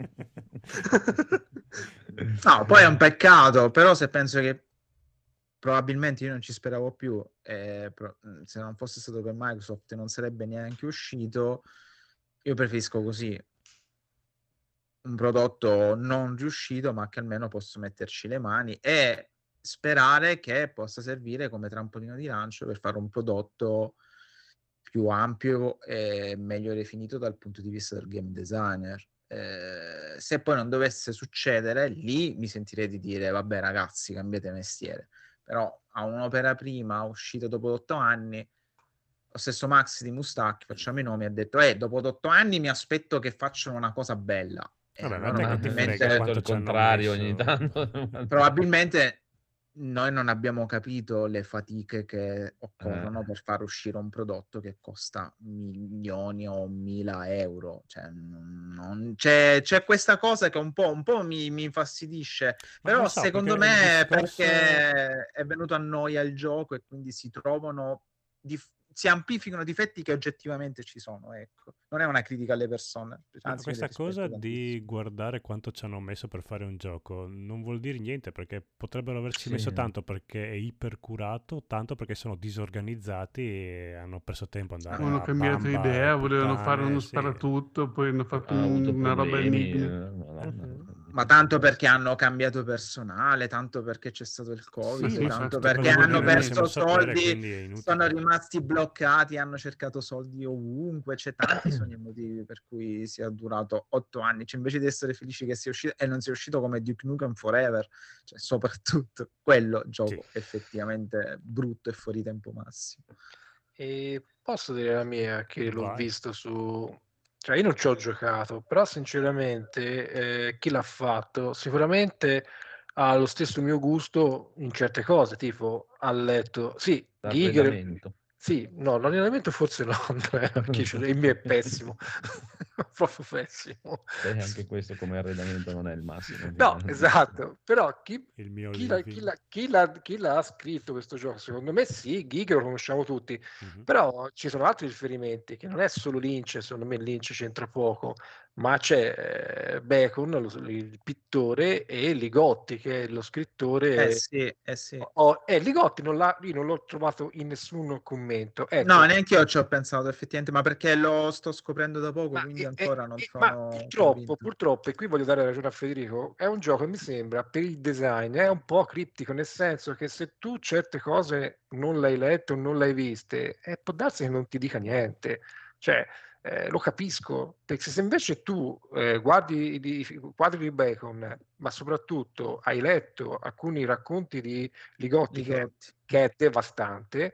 No, poi è un peccato, però se penso che probabilmente io non ci speravo più, se non fosse stato per Microsoft non sarebbe neanche uscito, io preferisco così, un prodotto non riuscito, ma che almeno posso metterci le mani e sperare che possa servire come trampolino di lancio per fare un prodotto più ampio e meglio definito dal punto di vista del game designer. Se poi non dovesse succedere, lì mi sentirei di dire vabbè ragazzi, cambiate mestiere. Però a un'opera prima uscita dopo 8 anni, lo stesso Max di Mustacchi, facciamo i nomi, ha detto dopo 8 anni mi aspetto che facciano una cosa bella. Vabbè, ma Allora, te che ti frega Certo, quanto il ci hanno contrario messo. ogni tanto. probabilmente noi non abbiamo capito le fatiche che occorrono per far uscire un prodotto che costa milioni o 1.000 euro. Cioè, c'è questa cosa che un po' mi infastidisce, Ma però lo so, secondo perché il me discorso- perché è venuto a noia il gioco e quindi si trovano si amplificano difetti che oggettivamente ci sono, ecco. Non è una critica alle persone. Ma Anzi, questa mi rispetto cosa tantissimo. di guardare quanto ci hanno messo per fare un gioco non vuol dire niente, perché potrebbero averci messo tanto perché è ipercurato, tanto perché sono disorganizzati e hanno perso tempo ad andare Hanno a cambiato bamba e idea, volevano fare puttane, uno sì. sparatutto, poi hanno fatto Hanno avuto una roba problemi. enigma. Ma tanto perché hanno cambiato personale, tanto perché c'è stato il Covid, Sì, ma tanto tutte perché cose hanno che non possiamo perso sapere, soldi, quindi è inutile. sono rimasti bloccati, hanno cercato soldi ovunque, c'è tanti sono i motivi per cui sia durato 8 anni, cioè, invece di essere felici che sia uscito e non sia uscito come Duke Nukem Forever, cioè soprattutto quello gioco effettivamente brutto e fuori tempo massimo. E posso dire la mia che l'ho Vai. visto su... Cioè io non ci ho giocato, però sinceramente chi l'ha fatto sicuramente ha lo stesso mio gusto in certe cose, tipo ha letto... Sì, Giger... L'arredamento. Sì, no, l'allenamento forse no, Andrea, perché il mio è pessimo, proprio pessimo. Anche questo come arredamento non è il massimo. No, esatto, però Il mio chi living. l'ha scritto questo gioco? Secondo me sì, Giger lo conosciamo tutti, Mhm. però ci sono altri riferimenti, che non è solo Lynch, secondo me Lynch c'entra poco, ma c'è Bacon, il pittore, e Ligotti, che è lo scrittore. Sì. Ligotti io non l'ho trovato in nessun commento. Ecco. No, neanche io ci ho pensato effettivamente, ma perché lo sto scoprendo da poco, Ma, quindi ancora non ma sono purtroppo, convinto. e qui voglio dare ragione a Federico, è un gioco che mi sembra per il design è un po' criptico, nel senso che se tu certe cose non l'hai letto, non l'hai viste, può darsi che non ti dica niente. Cioè, lo capisco, perché se invece tu guardi i quadri di Bacon, ma soprattutto hai letto alcuni racconti di Ligotti, che è devastante,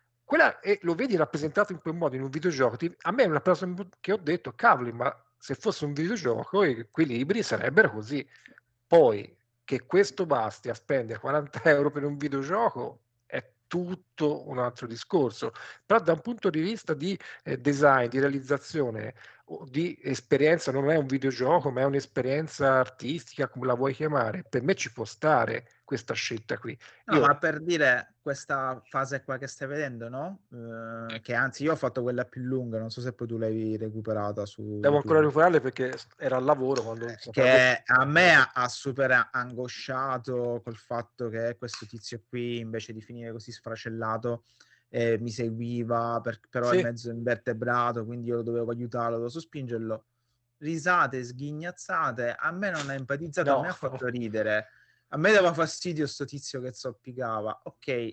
e lo vedi rappresentato in quel modo in un videogioco, a me è una cosa che ho detto, cavoli, ma se fosse un videogioco quei libri sarebbero così. Poi che questo basti a spendere 40 euro per un videogioco è tutto un altro discorso, però da un punto di vista di design, di realizzazione o di esperienza, non è un videogioco ma è un'esperienza artistica, come la vuoi chiamare, per me ci può stare questa scelta qui. No, ma per dire questa fase qua che stai vedendo, no? Che anzi io ho fatto quella più lunga, non so se poi tu l'hai recuperata su Devo ancora YouTube. recuperarle perché era al lavoro quando che a me ha super angosciato col fatto che questo tizio qui invece di finire così sfracellato mi seguiva però Sì. è mezzo invertebrato, quindi io lo dovevo aiutarlo, dovevo sospingerlo. Risate, sghignazzate, a me non ha empatizzato, a me ha fatto ridere, a me dava fastidio sto tizio che zoppicava. Ok,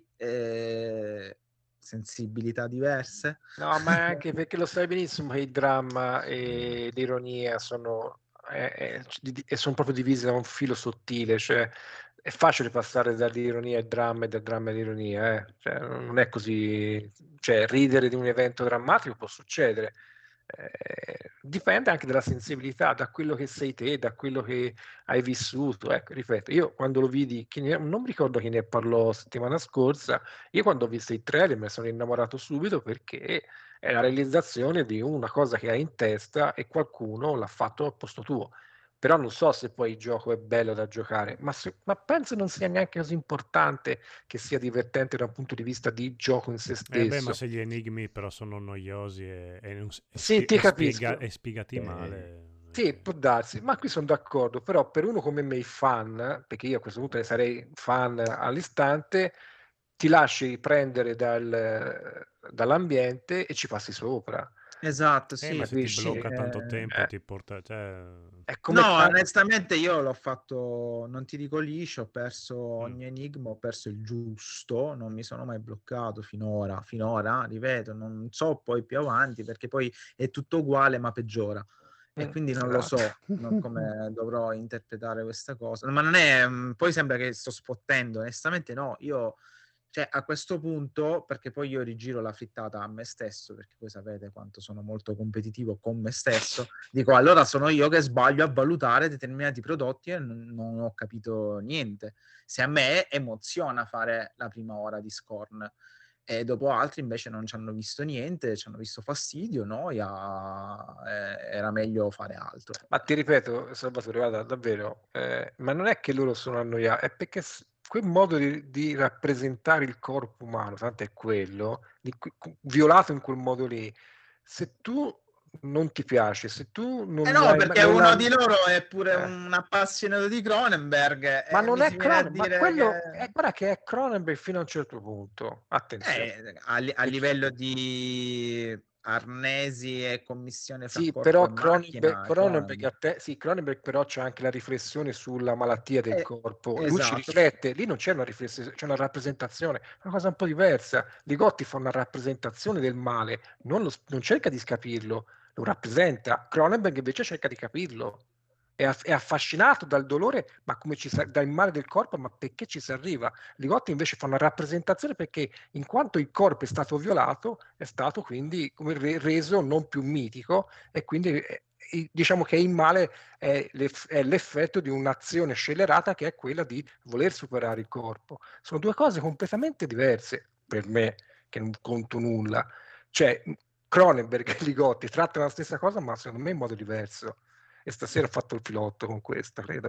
sensibilità diverse. No, ma anche perché lo sai benissimo che il dramma e l'ironia sono proprio divisi da un filo sottile, cioè è facile passare dall'ironia al dramma e dal dramma all'ironia, cioè, non è così, cioè ridere di un evento drammatico può succedere, dipende anche dalla sensibilità, da quello che sei te, da quello che hai vissuto. Ecco, ripeto, io quando lo vidi, non mi ricordo chi ne parlò settimana scorsa, io quando ho visto i trailer mi sono innamorato subito perché è la realizzazione di una cosa che hai in testa e qualcuno l'ha fatto al posto tuo. Però non so se poi il gioco è bello da giocare, ma penso non sia neanche così importante che sia divertente da un punto di vista di gioco in se Beh, ma stesso. se gli enigmi però sono noiosi Sì, ti capisco. e spiegati male. Sì, può darsi, ma qui sono d'accordo, però per uno come me fan, perché io a questo punto ne sarei fan all'istante, ti lasci prendere dall'ambiente e ci passi sopra. Esatto, sì. Ma se ti Capisci? blocca tanto tempo ti porta... Cioè... È come No, tanto- onestamente io l'ho fatto, non ti dico liscio, ho perso ogni Mm. enigma, ho perso il giusto, non mi sono mai bloccato finora, ripeto, non so poi più avanti perché poi è tutto uguale ma peggiora. E quindi non lo so come dovrò interpretare questa cosa. Ma non è, poi sembra che sto spottendo, onestamente no, io, cioè a questo punto, perché poi io rigiro la frittata a me stesso, perché voi sapete quanto sono molto competitivo con me stesso, dico allora sono io che sbaglio a valutare determinati prodotti e non ho capito niente. Se a me emoziona fare la prima ora di Scorn, e dopo altri invece non ci hanno visto niente, ci hanno visto fastidio, noia, era meglio fare altro. Ma ti ripeto, Salvatore, guarda, davvero, ma non è che loro sono annoiati, è perché quel modo di rappresentare il corpo umano, tanto è quello, violato in quel modo lì, se tu non ti piace, se tu non no, l'hai- perché non uno l'hai- di loro è pure un appassionato di Cronenberg. Ma non mi è si viene a Cronenberg, ma dire quello che- guarda che è Cronenberg fino a un certo punto. Attenzione. a livello di arnesi e commissione fra Sì, corpo però e macchina, Cronenberg però c'è anche la riflessione sulla malattia del corpo. Lui ci esatto. riflette, lì non c'è una riflessione, c'è una rappresentazione, è una cosa un po' diversa. Ligotti fa una rappresentazione del male, non cerca di capirlo, lo rappresenta. Cronenberg invece cerca di capirlo. È affascinato dal dolore, ma dal male del corpo, ma perché ci si arriva? Ligotti invece fa una rappresentazione perché in quanto il corpo è stato violato, è stato quindi come reso non più mitico e quindi diciamo che il male è l'effetto di un'azione scellerata che è quella di voler superare il corpo. Sono due cose completamente diverse per me, che non conto nulla. Cioè, Cronenberg e Ligotti trattano la stessa cosa, ma secondo me in modo diverso. E stasera ho fatto il filotto con questa, credo.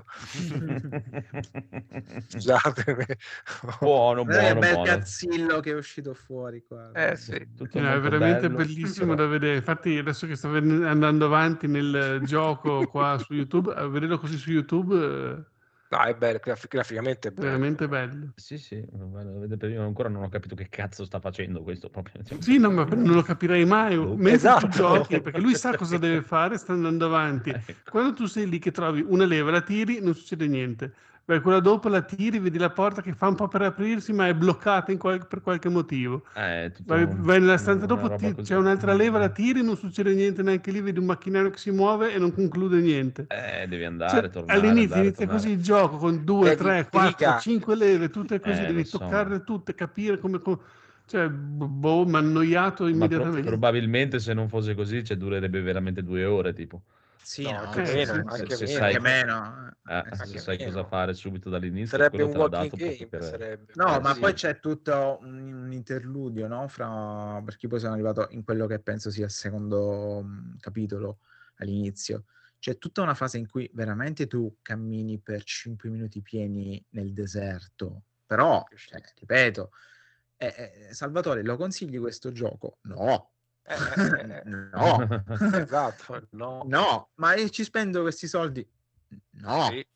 Scusatemi. Buono, Bel buono. cazzillo che è uscito fuori qua. Sì. Tutto È molto veramente bello, bellissimo però- da vedere. Infatti, adesso che sto andando avanti nel gioco qua su YouTube, a vederlo così su YouTube No, è bello, graficamente è è bello. veramente bello. Sì, io ancora non ho capito che cazzo sta facendo questo proprio. Sì, no, ma non lo capirei mai. Mentre Esatto. tu giochi, perché lui sa cosa deve fare, sta andando avanti. Ecco. Quando tu sei lì che trovi una leva, la tiri, non succede niente. Beh, quella dopo la tiri, vedi la porta che fa un po' per aprirsi, ma è bloccata per qualche motivo. Vai nella stanza dopo, c'è un'altra leva, la tiri, non succede niente neanche lì, vedi un macchinario che si muove e non conclude niente. Devi andare, tornare. All'inizio inizia così il gioco con 2, Devi 3, 4, cliccare. 5 leve, tutte così, lo devi so. toccarle tutte, capire come... Cioè, mi ha annoiato immediatamente. Probabilmente se non fosse così, durerebbe veramente 2 ore, tipo. Sì, No, no, anche sì, meno, sì, anche se meno. sai- anche meno. Se sai meno. cosa fare subito dall'inizio, Sarebbe quello un te l'ha walking dato proprio game, sarebbe. No, ma Sì. poi c'è tutto un interludio, no? Perché poi sono arrivato in quello che penso sia il secondo capitolo all'inizio. C'è tutta una fase in cui veramente tu cammini per 5 minuti pieni nel deserto. Però, ripeto, Salvatore, lo consigli questo gioco? No. No. Esatto, no. No, ma ci spendo questi soldi? No. Sì.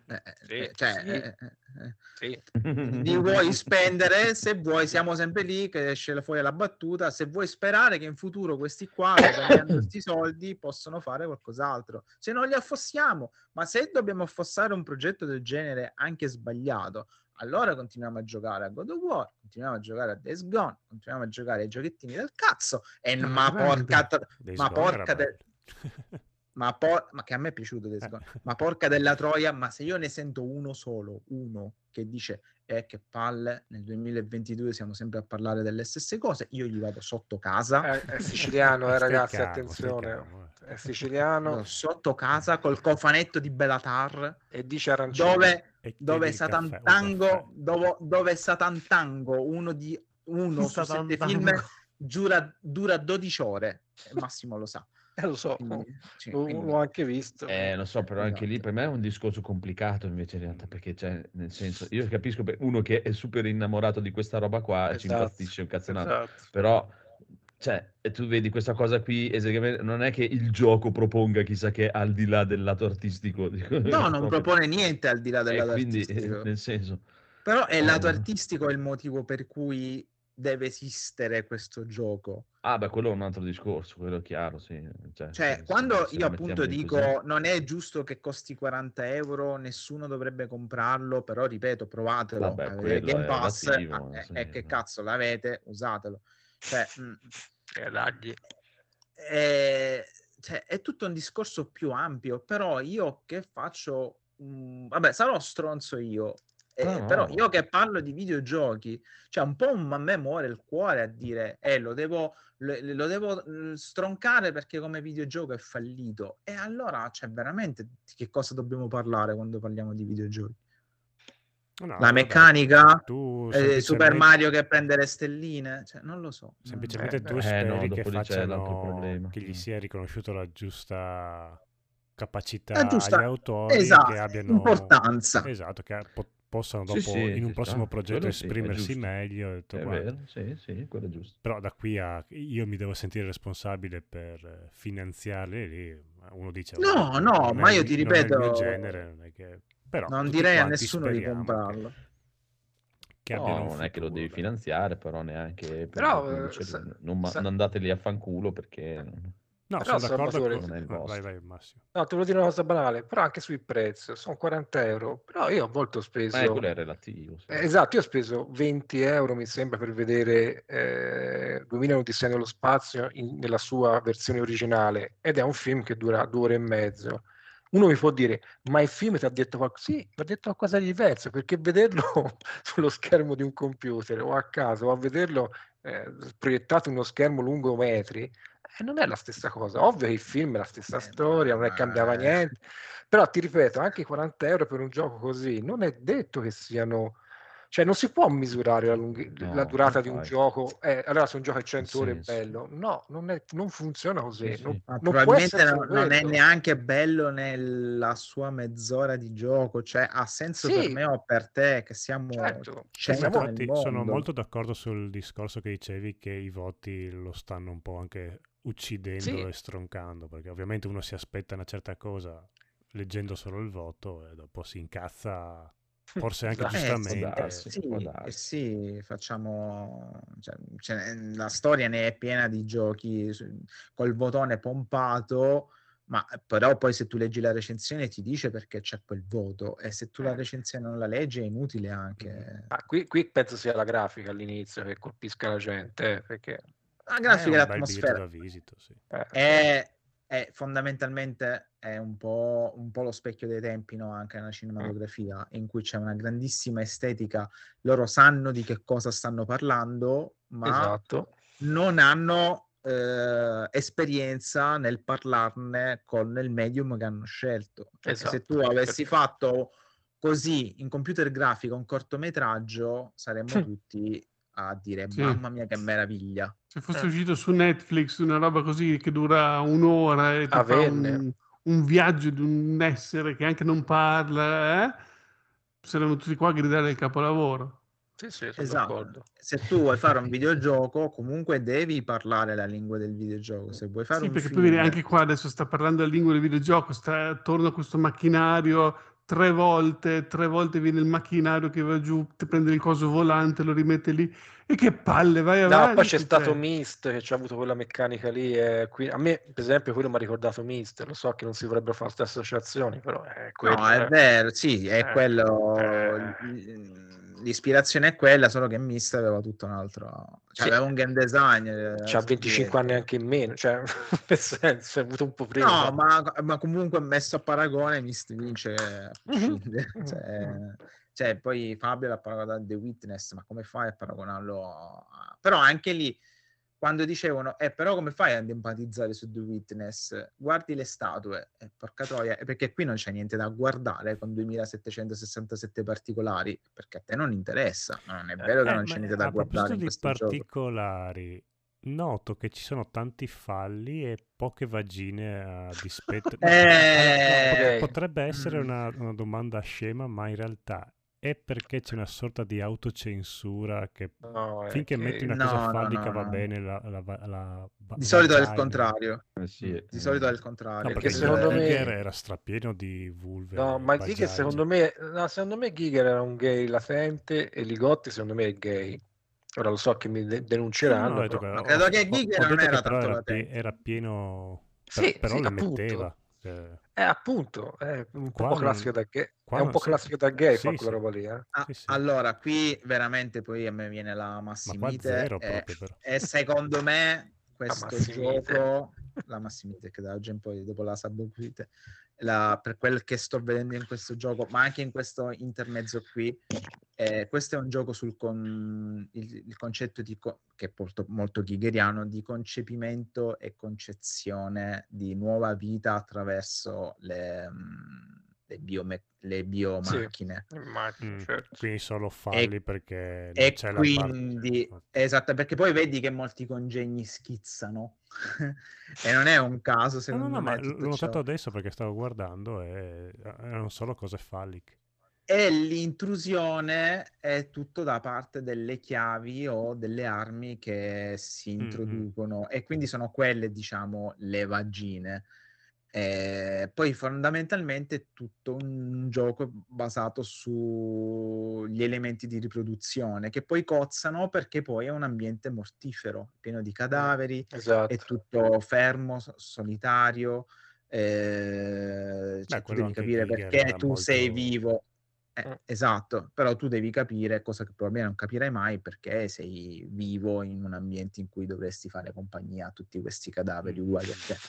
Sì. Li vuoi spendere, se vuoi siamo sempre lì che esce fuori la battuta, se vuoi sperare che in futuro questi qua guadagnando questi soldi possono fare qualcos'altro, se non li affossiamo, ma se dobbiamo affossare un progetto del genere anche sbagliato, allora continuiamo a giocare a God of War, continuiamo a giocare a Days Gone, continuiamo a giocare ai giochettini del cazzo ma che a me è piaciuto Days Gone. Ma porca della troia, ma se io ne sento uno che dice che palle, nel 2022 siamo sempre a parlare delle stesse cose, io gli vado sotto casa. È siciliano, ragazzi, Stai calmo, attenzione. È siciliano. Sotto casa col cofanetto di Bellatar e dice arancione. Dove Satantango, dove Satantango, uno su 7 film, dura 12 ore. Massimo lo sa. Lo so, Sì, l'ho anche visto. Lo so, però anche lì esatto. per me è un discorso complicato invece in realtà, perché cioè, nel senso, io capisco uno che è super innamorato di questa roba qua ci Esatto, impazzisce un cazzo un altro, esatto. però cioè, e tu vedi questa cosa qui, esattamente, non è che il gioco proponga chissà che al di là del lato artistico. No, non proprio. propone niente al di là del lato quindi, artistico. nel senso... Però è il lato artistico è il motivo per cui deve esistere questo gioco. Ah, beh, quello è un altro discorso, quello è chiaro, sì. Cioè, se quando se io la appunto mettiamo lì dico così. non è giusto che costi 40 euro, nessuno dovrebbe comprarlo, però ripeto, provatelo, Vabbè, avete quello Game è Pass relativo, e sì, che no. cazzo l'avete, usatelo. Cioè, Dagli. cioè, è tutto un discorso più ampio, però io che faccio, vabbè, sarò stronzo io, No, però no. io che parlo di videogiochi, cioè un po' a me muore il cuore a dire lo devo stroncare perché come videogioco è fallito. E allora, cioè, veramente di che cosa dobbiamo parlare quando parliamo di videogiochi? No, La vabbè, meccanica? tu Super semplicemente, Mario che prende le stelline? Cioè, non lo so. semplicemente tu no, speri che dopo lì c'è l'altro facciano, problema. che gli sia riconosciuta la giusta La capacità giusta, agli autori, esatto, che abbiano, importanza. esatto, che possano Sì, dopo sì, in un ci prossimo sta. progetto Quello sì, è esprimersi giusto. meglio e tutto È quanto. vero, sì, quello è giusto. Però da qui a io mi devo sentire responsabile per finanziarli lì, uno dice No, "Vabbè, no, non ma è io il, ti non è il mio ripeto, genere", non è che... Però non tutti direi a quanti nessuno di speriamo comprarlo. che No, abbiano un non è che lo futuro, devi dai. finanziare, però neanche per Però, dircelo. Non andateli a fanculo perché No, però sono d'accordo Salvatore, non è il vai, vostro. vai Massimo. no, ti volevo dire una cosa banale, però anche sui prezzi, sono 40 euro, però io a volte ho speso... Quello è relativo. Sì. Esatto, io ho speso 20 euro, mi sembra, per vedere 2000 Odissea nello spazio nella sua versione originale, ed è un film che dura 2 ore e mezzo. Uno mi può dire, ma il film ti ha detto qualcosa? Sì, mi ha detto qualcosa di diverso, perché vederlo sullo schermo di un computer o a casa, o a vederlo proiettato in uno schermo lungo metri, non è la stessa cosa. Ovvio che il film è la stessa storia, non è cambiava niente, però ti ripeto, anche i 40 euro per un gioco così non è detto che siano, cioè non si può misurare la durata di un gioco. Allora se un gioco è 100 ore è bello, no, non funziona così. Sì. Non, Ma non può essere probabilmente solo non è quello. neanche bello nella sua mezz'ora di gioco, cioè ha senso per Sì, me o per te che siamo certo, Sì, ma 100 nel infatti sono mondo. molto d'accordo sul discorso che dicevi che i voti lo stanno un po' anche uccidendo sì. e stroncando, perché ovviamente uno si aspetta una certa cosa leggendo solo il voto e dopo si incazza, forse anche Esatto. giustamente. Può darsi. Sì, facciamo, cioè, la storia ne è piena di giochi col votone pompato, ma però poi se tu leggi la recensione ti dice perché c'è quel voto, e se tu la recensione non la leggi è inutile anche. Qui penso sia la grafica all'inizio che colpisca la gente, perché La grafica e È un bel biglietto l'atmosfera da visita, sì. è fondamentalmente è un po' lo specchio dei tempi, no? Anche nella cinematografia, in cui c'è una grandissima estetica, loro sanno di che cosa stanno parlando, ma esatto. non hanno esperienza nel parlarne con il medium che hanno scelto. Cioè, Esatto, se tu avessi perché- fatto così in computer grafico un cortometraggio, saremmo tutti a dire Sì. mamma mia che meraviglia. Se fosse uscito su Netflix una roba così che dura un'ora e ti fa Averne. un viaggio di un essere che anche non parla, saremmo tutti qua a gridare il capolavoro. Sì, sono Esatto. d'accordo. Se tu vuoi fare un videogioco, comunque devi parlare la lingua del videogioco. Se vuoi fare Sì, un perché poi vedi, film, anche qua adesso sta parlando la lingua del videogioco, sta attorno a questo macchinario 3 volte viene il macchinario che va giù, ti prende il coso volante, lo rimette lì, e che palle, vai No, avanti. poi c'è stato cioè. Myst che ci ha avuto quella meccanica lì. A me, per esempio, quello mi ha ricordato Myst. Lo so che non si dovrebbero fare queste associazioni, però è quello. No, è vero, sì, è quello. L'ispirazione è quella, solo che Myst aveva tutto un altro. Cioè, Sì. aveva un game design. C'ha 25 anni anche in meno, cioè, nel senso, è avuto un po' prima. No, ma comunque messo a paragone Myst vince a prescindere. Cioè, poi Fabio l'ha paragonato a The Witness, ma come fai a paragonarlo? Però anche lì, quando dicevano, però come fai ad empatizzare su The Witness? Guardi le statue, porca troia, perché qui non c'è niente da guardare con 2767 particolari, perché a te non interessa, non è vero che non c'è niente da a guardare proposito in di questo gioco. particolari, noto che ci sono tanti falli e poche vagine a dispetto. No, allora, Ok. potrebbe essere una domanda scema, ma in realtà è perché c'è una sorta di autocensura che No, è finché metti che una cosa No, no, fallica no, va no. bene, Di solito è il vagina. contrario. Sì. Di solito è il No, contrario. perché perché secondo Giger me era strapieno di vulve no, ma Giger vaginali. secondo me Giger era un gay latente e Ligotti secondo me è gay. Ora lo so che mi No, denunceranno, ho detto però Ma credo che Giger ho non detto che era però tanto era, latente. era pieno, sì, però le appunto. metteva. Appunto, è un Qua po' non- classica da gay. qua È un non- po' sì, classica da gay fa sì, quella sì, roba lì, eh. Ah, sì, sì. allora, qui veramente poi a me viene la Ma qua Massimite zero proprio però. e secondo me questo Massimite. gioco, la Massimite che da oggi in poi dopo la Sabuquite, per quel che sto vedendo in questo gioco, ma anche in questo intermezzo qui, questo è un gioco il concetto che è molto ghigheriano di concepimento e concezione di nuova vita attraverso le Sì, biomacchine. immagino, Mm, certo. Quindi solo falli perché non E c'è la parte. quindi, Ok. esatto, perché poi vedi che molti congegni schizzano e non è un caso, No, secondo ma me, tutto l'ho notato ciò. adesso perché stavo guardando e erano solo cose falliche. E l'intrusione è tutto da parte delle chiavi o delle armi che si introducono e quindi sono quelle, diciamo, le vagine. Poi fondamentalmente è tutto un gioco basato sugli elementi di riproduzione che poi cozzano perché poi è un ambiente mortifero, pieno di cadaveri, è Esatto. tutto fermo, solitario. Cioè tu quello devi anche capire Giger perché era tu sei molto. vivo. Esatto, però tu devi capire, cosa che probabilmente non capirai mai, perché sei vivo in un ambiente in cui dovresti fare compagnia a tutti questi cadaveri uguali a te.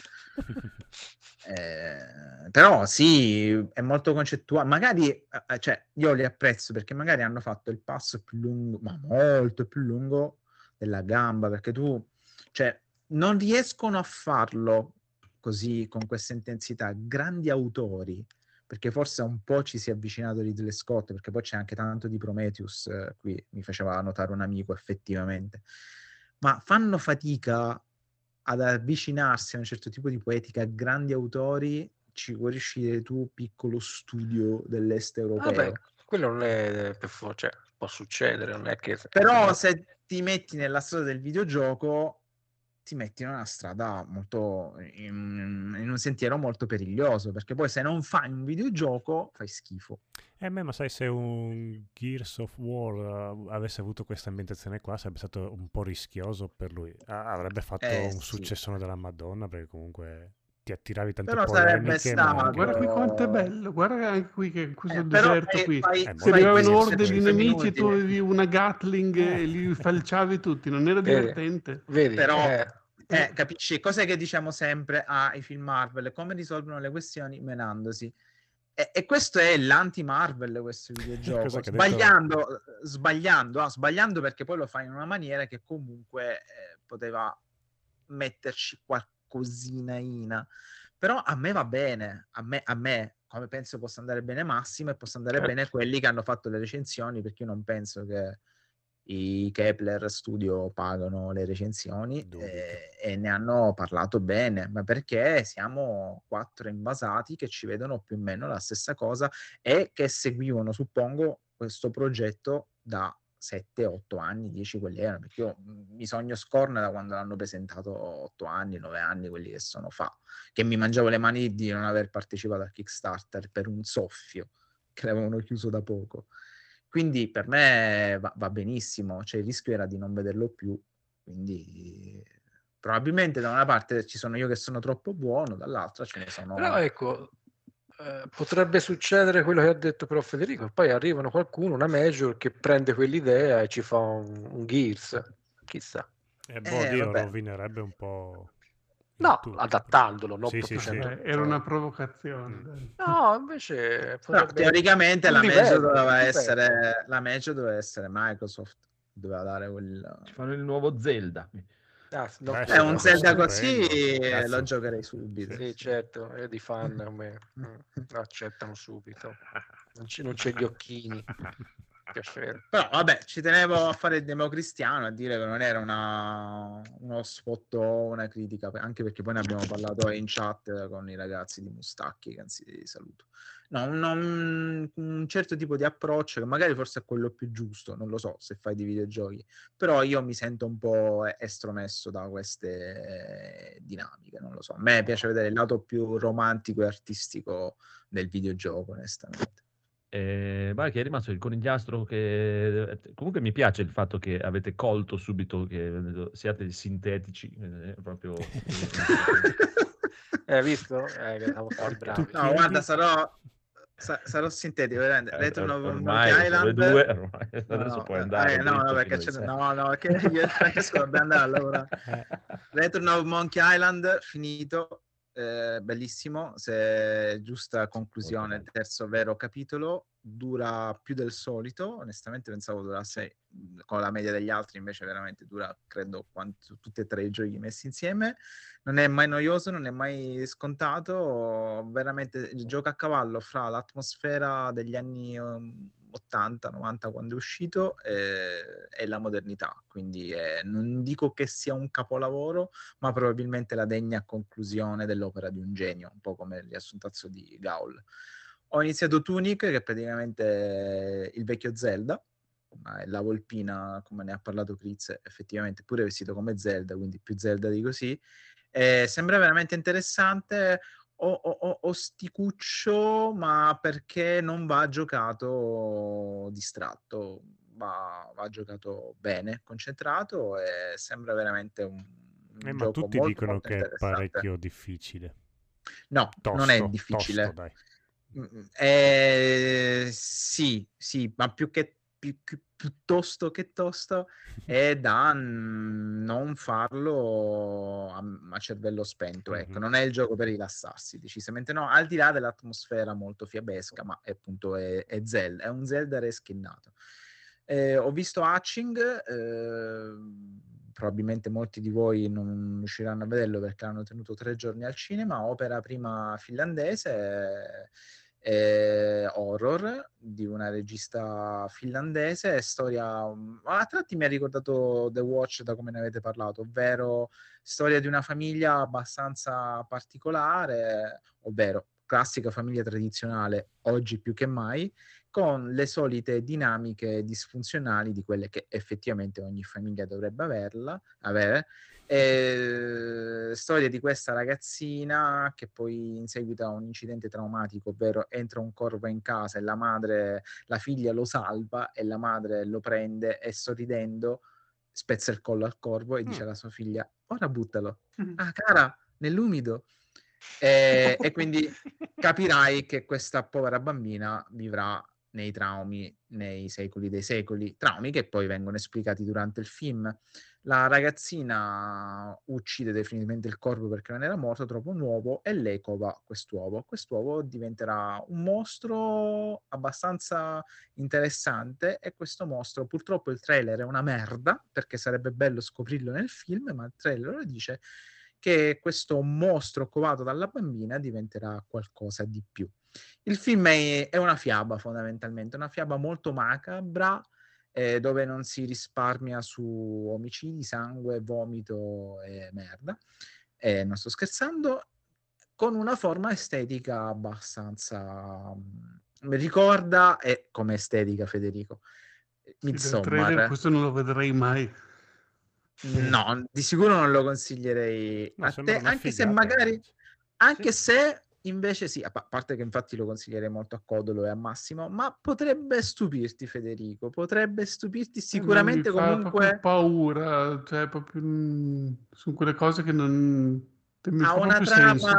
Però sì, è molto concettuale. Magari, cioè, io li apprezzo perché magari hanno fatto il passo più lungo, ma molto più lungo della gamba, perché cioè, non riescono a farlo così, con questa intensità. Grandi autori, perché forse un po' ci si è avvicinato Ridley Scott, perché poi c'è anche tanto di Prometheus, qui mi faceva notare un amico effettivamente, ma fanno fatica ad avvicinarsi a un certo tipo di poetica, grandi autori, ci vuoi riuscire tu, piccolo studio dell'est europeo. Vabbè, quello non è cioè, può succedere, non è che... Però se ti metti nella storia del videogioco ti metti in una strada molto in un sentiero molto periglioso, perché poi se non fai un videogioco fai schifo. Ma sai, se un Gears of War avesse avuto questa ambientazione qua sarebbe stato un po' rischioso per lui. Avrebbe fatto un Sì. successone della Madonna, perché comunque ti attiravi tante Però sarebbe polemiche, ma stato... anche Guarda qui quanto è per... bello, guarda anche qui che in questo però deserto qui. Se molto arrivavano diverso orde di questo. nemici e tu avevi una Gatling e li falciavi tutti, non era divertente? Vedi, però capisci, cos'è che diciamo sempre ai film Marvel, come risolvono le questioni menandosi, e questo è l'anti-Marvel, questo videogioco, Cosa che sbagliando perché poi lo fa in una maniera che comunque poteva metterci qualcosina, però a me va bene, a me come penso possa andare bene Massimo e possa andare bene quelli che hanno fatto le recensioni, perché io non penso che i Kepler Studio pagano le recensioni e ne hanno parlato bene, ma perché siamo 4 invasati che ci vedono più o meno la stessa cosa e che seguivano, suppongo, questo progetto da 7-8 anni, 10 quelli erano, perché io mi sogno Scorn da quando l'hanno presentato 8 anni, 9 anni, quelli che sono fa, che mi mangiavo le mani di non aver partecipato al Kickstarter per un soffio, che l'avevano chiuso da poco. Quindi per me va benissimo, cioè il rischio era di non vederlo più, quindi probabilmente da una parte ci sono io che sono troppo buono, dall'altra ce ne sono... Però ecco, potrebbe succedere quello che ha detto però Federico, poi arrivano qualcuno, una major che prende quell'idea e ci fa un Gears, chissà. Dio, rovinerebbe un po'... No, adattandolo, non sì, proprio sì, sì. Era una provocazione. No, invece potrebbe... teoricamente la major doveva essere Microsoft, doveva dare quel... Ci fanno il nuovo Zelda. È un Zelda così, lo giocherei subito. Sì, certo, è di fan, lo accettano subito. Non c'è gli occhini. Piacere. Però vabbè, ci tenevo a fare il democristiano, a dire che non era uno spot o una critica, anche perché poi ne abbiamo parlato in chat con i ragazzi di Mustacchi, che anzi saluto. No, un certo tipo di approccio che magari forse è quello più giusto, non lo so se fai di videogiochi, però io mi sento un po' estromesso da queste dinamiche, non lo so. A me piace vedere il lato più romantico e artistico del videogioco, onestamente. Che è rimasto il conigliastro che comunque mi piace il fatto che avete colto subito che siate sintetici, proprio Hai visto? Che siamo stati bravi. No, guarda, sarò sintetico, veramente. Return of ormai Monkey sono le Island. 2, ormai adesso puoi andare no, dritto perché fino alle no, perché io e Francesco dobbiamo andare a lavorare. Return of Monkey Island finito, bellissimo, se giusta conclusione, Molto bello. terzo vero capitolo, dura più del solito, onestamente pensavo durasse con la media degli altri, invece veramente dura credo quanto tutti e tre i giochi messi insieme. Non è mai noioso, non è mai scontato, veramente gioca a cavallo fra l'atmosfera degli anni 80-90 quando è uscito e la modernità, quindi non dico che sia un capolavoro, ma probabilmente la degna conclusione dell'opera di un genio, un po' come il riassuntazzo di Gaul. Ho iniziato Tunic, che è praticamente il vecchio Zelda, ma è la volpina, come ne ha parlato Chris, effettivamente pure vestito come Zelda, quindi più Zelda di così. Sembra veramente interessante, osticuccio, ma perché non va giocato distratto, va giocato bene, concentrato, e sembra veramente un Ma gioco tutti molto dicono molto che è interessante. parecchio difficile. No, non è difficile. Tosto, dai. Sì, ma piuttosto che tosto è da non farlo a cervello spento, ecco. Non è il gioco per rilassarsi, decisamente no, al di là dell'atmosfera molto fiabesca, ma appunto è Zelda, è un Zelda reskinnato. Ho visto Hatching, probabilmente molti di voi non riusciranno a vederlo perché l'hanno tenuto 3 giorni al cinema, opera prima finlandese, horror di una regista finlandese, storia a tratti mi ha ricordato The Watch da come ne avete parlato, ovvero storia di una famiglia abbastanza particolare, ovvero classica famiglia tradizionale oggi più che mai, con le solite dinamiche disfunzionali di quelle che effettivamente ogni famiglia dovrebbe avere. Storia di questa ragazzina che poi in seguito a un incidente traumatico, ovvero entra un corvo in casa e la figlia lo salva e la madre lo prende e sorridendo spezza il collo al corvo e dice alla sua figlia: ora buttalo. Ah, cara, nell'umido. E quindi capirai che questa povera bambina vivrà nei traumi nei secoli dei secoli, traumi che poi vengono esplicati durante il film. La ragazzina uccide definitivamente il corvo perché non era morto, troppo nuovo, e lei cova quest'uovo. Quest'uovo diventerà un mostro abbastanza interessante, e questo mostro, purtroppo il trailer è una merda, perché sarebbe bello scoprirlo nel film, ma il trailer lo dice, che questo mostro covato dalla bambina diventerà qualcosa di più. Il film è una fiaba, fondamentalmente, una fiaba molto macabra, dove non si risparmia su omicidi, sangue, vomito e merda. Non sto scherzando, con una forma estetica abbastanza... mi ricorda, come estetica, Federico, Sì, del trailer Midsommar. questo non lo vedrei mai. No, di sicuro non lo consiglierei No, a sembra te, una anche se figata, magari, invece. anche se invece sì, a parte che infatti lo consiglierei molto a Codolo e a Massimo, ma potrebbe stupirti, Federico, potrebbe stupirti Mi sicuramente. fa proprio Comunque paura, cioè proprio sono quelle cose che non mi ha fa una proprio senso.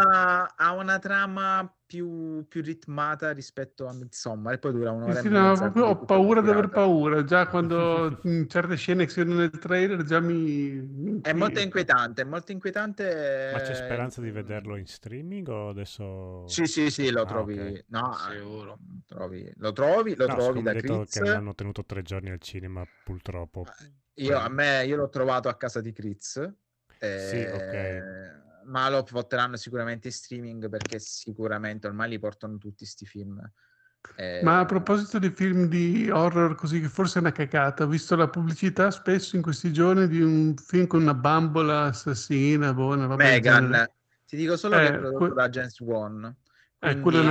trama più ritmata rispetto a Midsommar, e poi dura Sì, un'ora e sì, no, mezza, proprio quindi ho tutto paura di aver maturato. paura. Già quando certe scene che si vedono nel trailer già mi È molto inquieta. inquietante, è molto inquietante. Ma c'è speranza di vederlo in streaming o adesso... Sì, lo Ah, ok. trovi. No, Sicuro. lo No, trovi siccome da hai detto Critz. che l'hanno tenuto 3 giorni al cinema, purtroppo. Io l'ho trovato a casa di Critz, Sì, ok. ma lo porteranno sicuramente in streaming, perché sicuramente ormai li portano tutti sti film. Ma a proposito di film di horror così, che forse è una cagata, ho visto la pubblicità spesso in questi giorni di un film con una bambola assassina, una roba del genere. Megan, ti dico solo che è prodotto que- da James Wan. quella è Quindi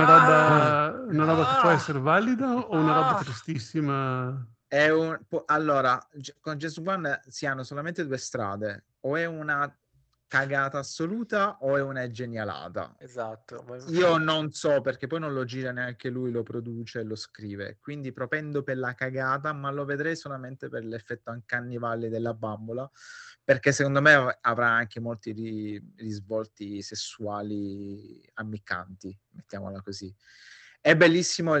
una roba che può essere valida o una roba tristissima? è allora, con James Wan si hanno solamente due strade: o è una cagata assoluta o è una genialata. Esatto. Io non so, perché poi non lo gira neanche lui, lo produce e lo scrive, quindi propendo per la cagata, ma lo vedrei solamente per l'effetto Uncanny Valley della bambola, perché secondo me avrà anche molti risvolti sessuali ammiccanti, mettiamola così. È bellissimo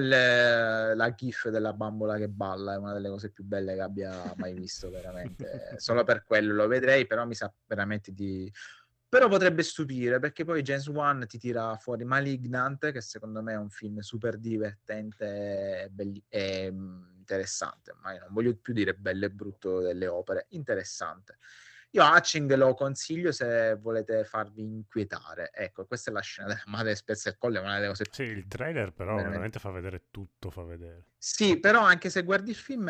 la gif della bambola che balla, è una delle cose più belle che abbia mai visto, veramente. Solo per quello lo vedrei, però mi sa veramente di... Però potrebbe stupire, perché poi James Wan ti tira fuori Malignant, che secondo me è un film super divertente e interessante, ma io non voglio più dire bello e brutto delle opere, interessante. Io Hatching lo consiglio se volete farvi inquietare. Ecco, questa è la scena della madre spezza il collo, è una delle cose Sì, il trailer però veramente. veramente fa vedere tutto, fa vedere. Sì, però anche se guardi il film,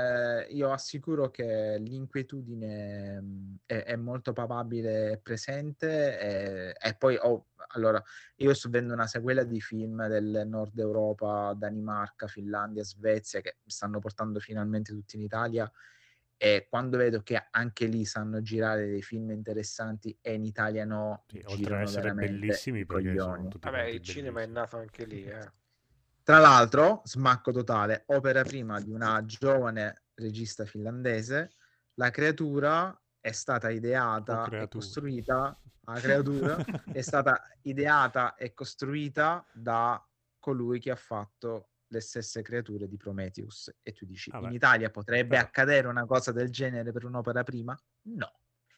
io assicuro che l'inquietudine è molto papabile e presente. E poi, allora, io sto vedendo una sequela di film del Nord Europa, Danimarca, Finlandia, Svezia, che stanno portando finalmente tutti in Italia. E quando vedo che anche lì sanno girare dei film interessanti e in Italia no, Sì, oltre a girano essere veramente bellissimi i perché sono coglioni. tutti Vabbè, quanti il cinema è bellissimi. nato anche lì, Tra l'altro, smacco totale, opera prima di una giovane regista finlandese. La creatura è stata ideata e costruita, la creatura è stata ideata e costruita da colui che ha fatto le stesse creature di Prometheus. E tu dici, in Italia potrebbe accadere una cosa del genere per un'opera prima? No.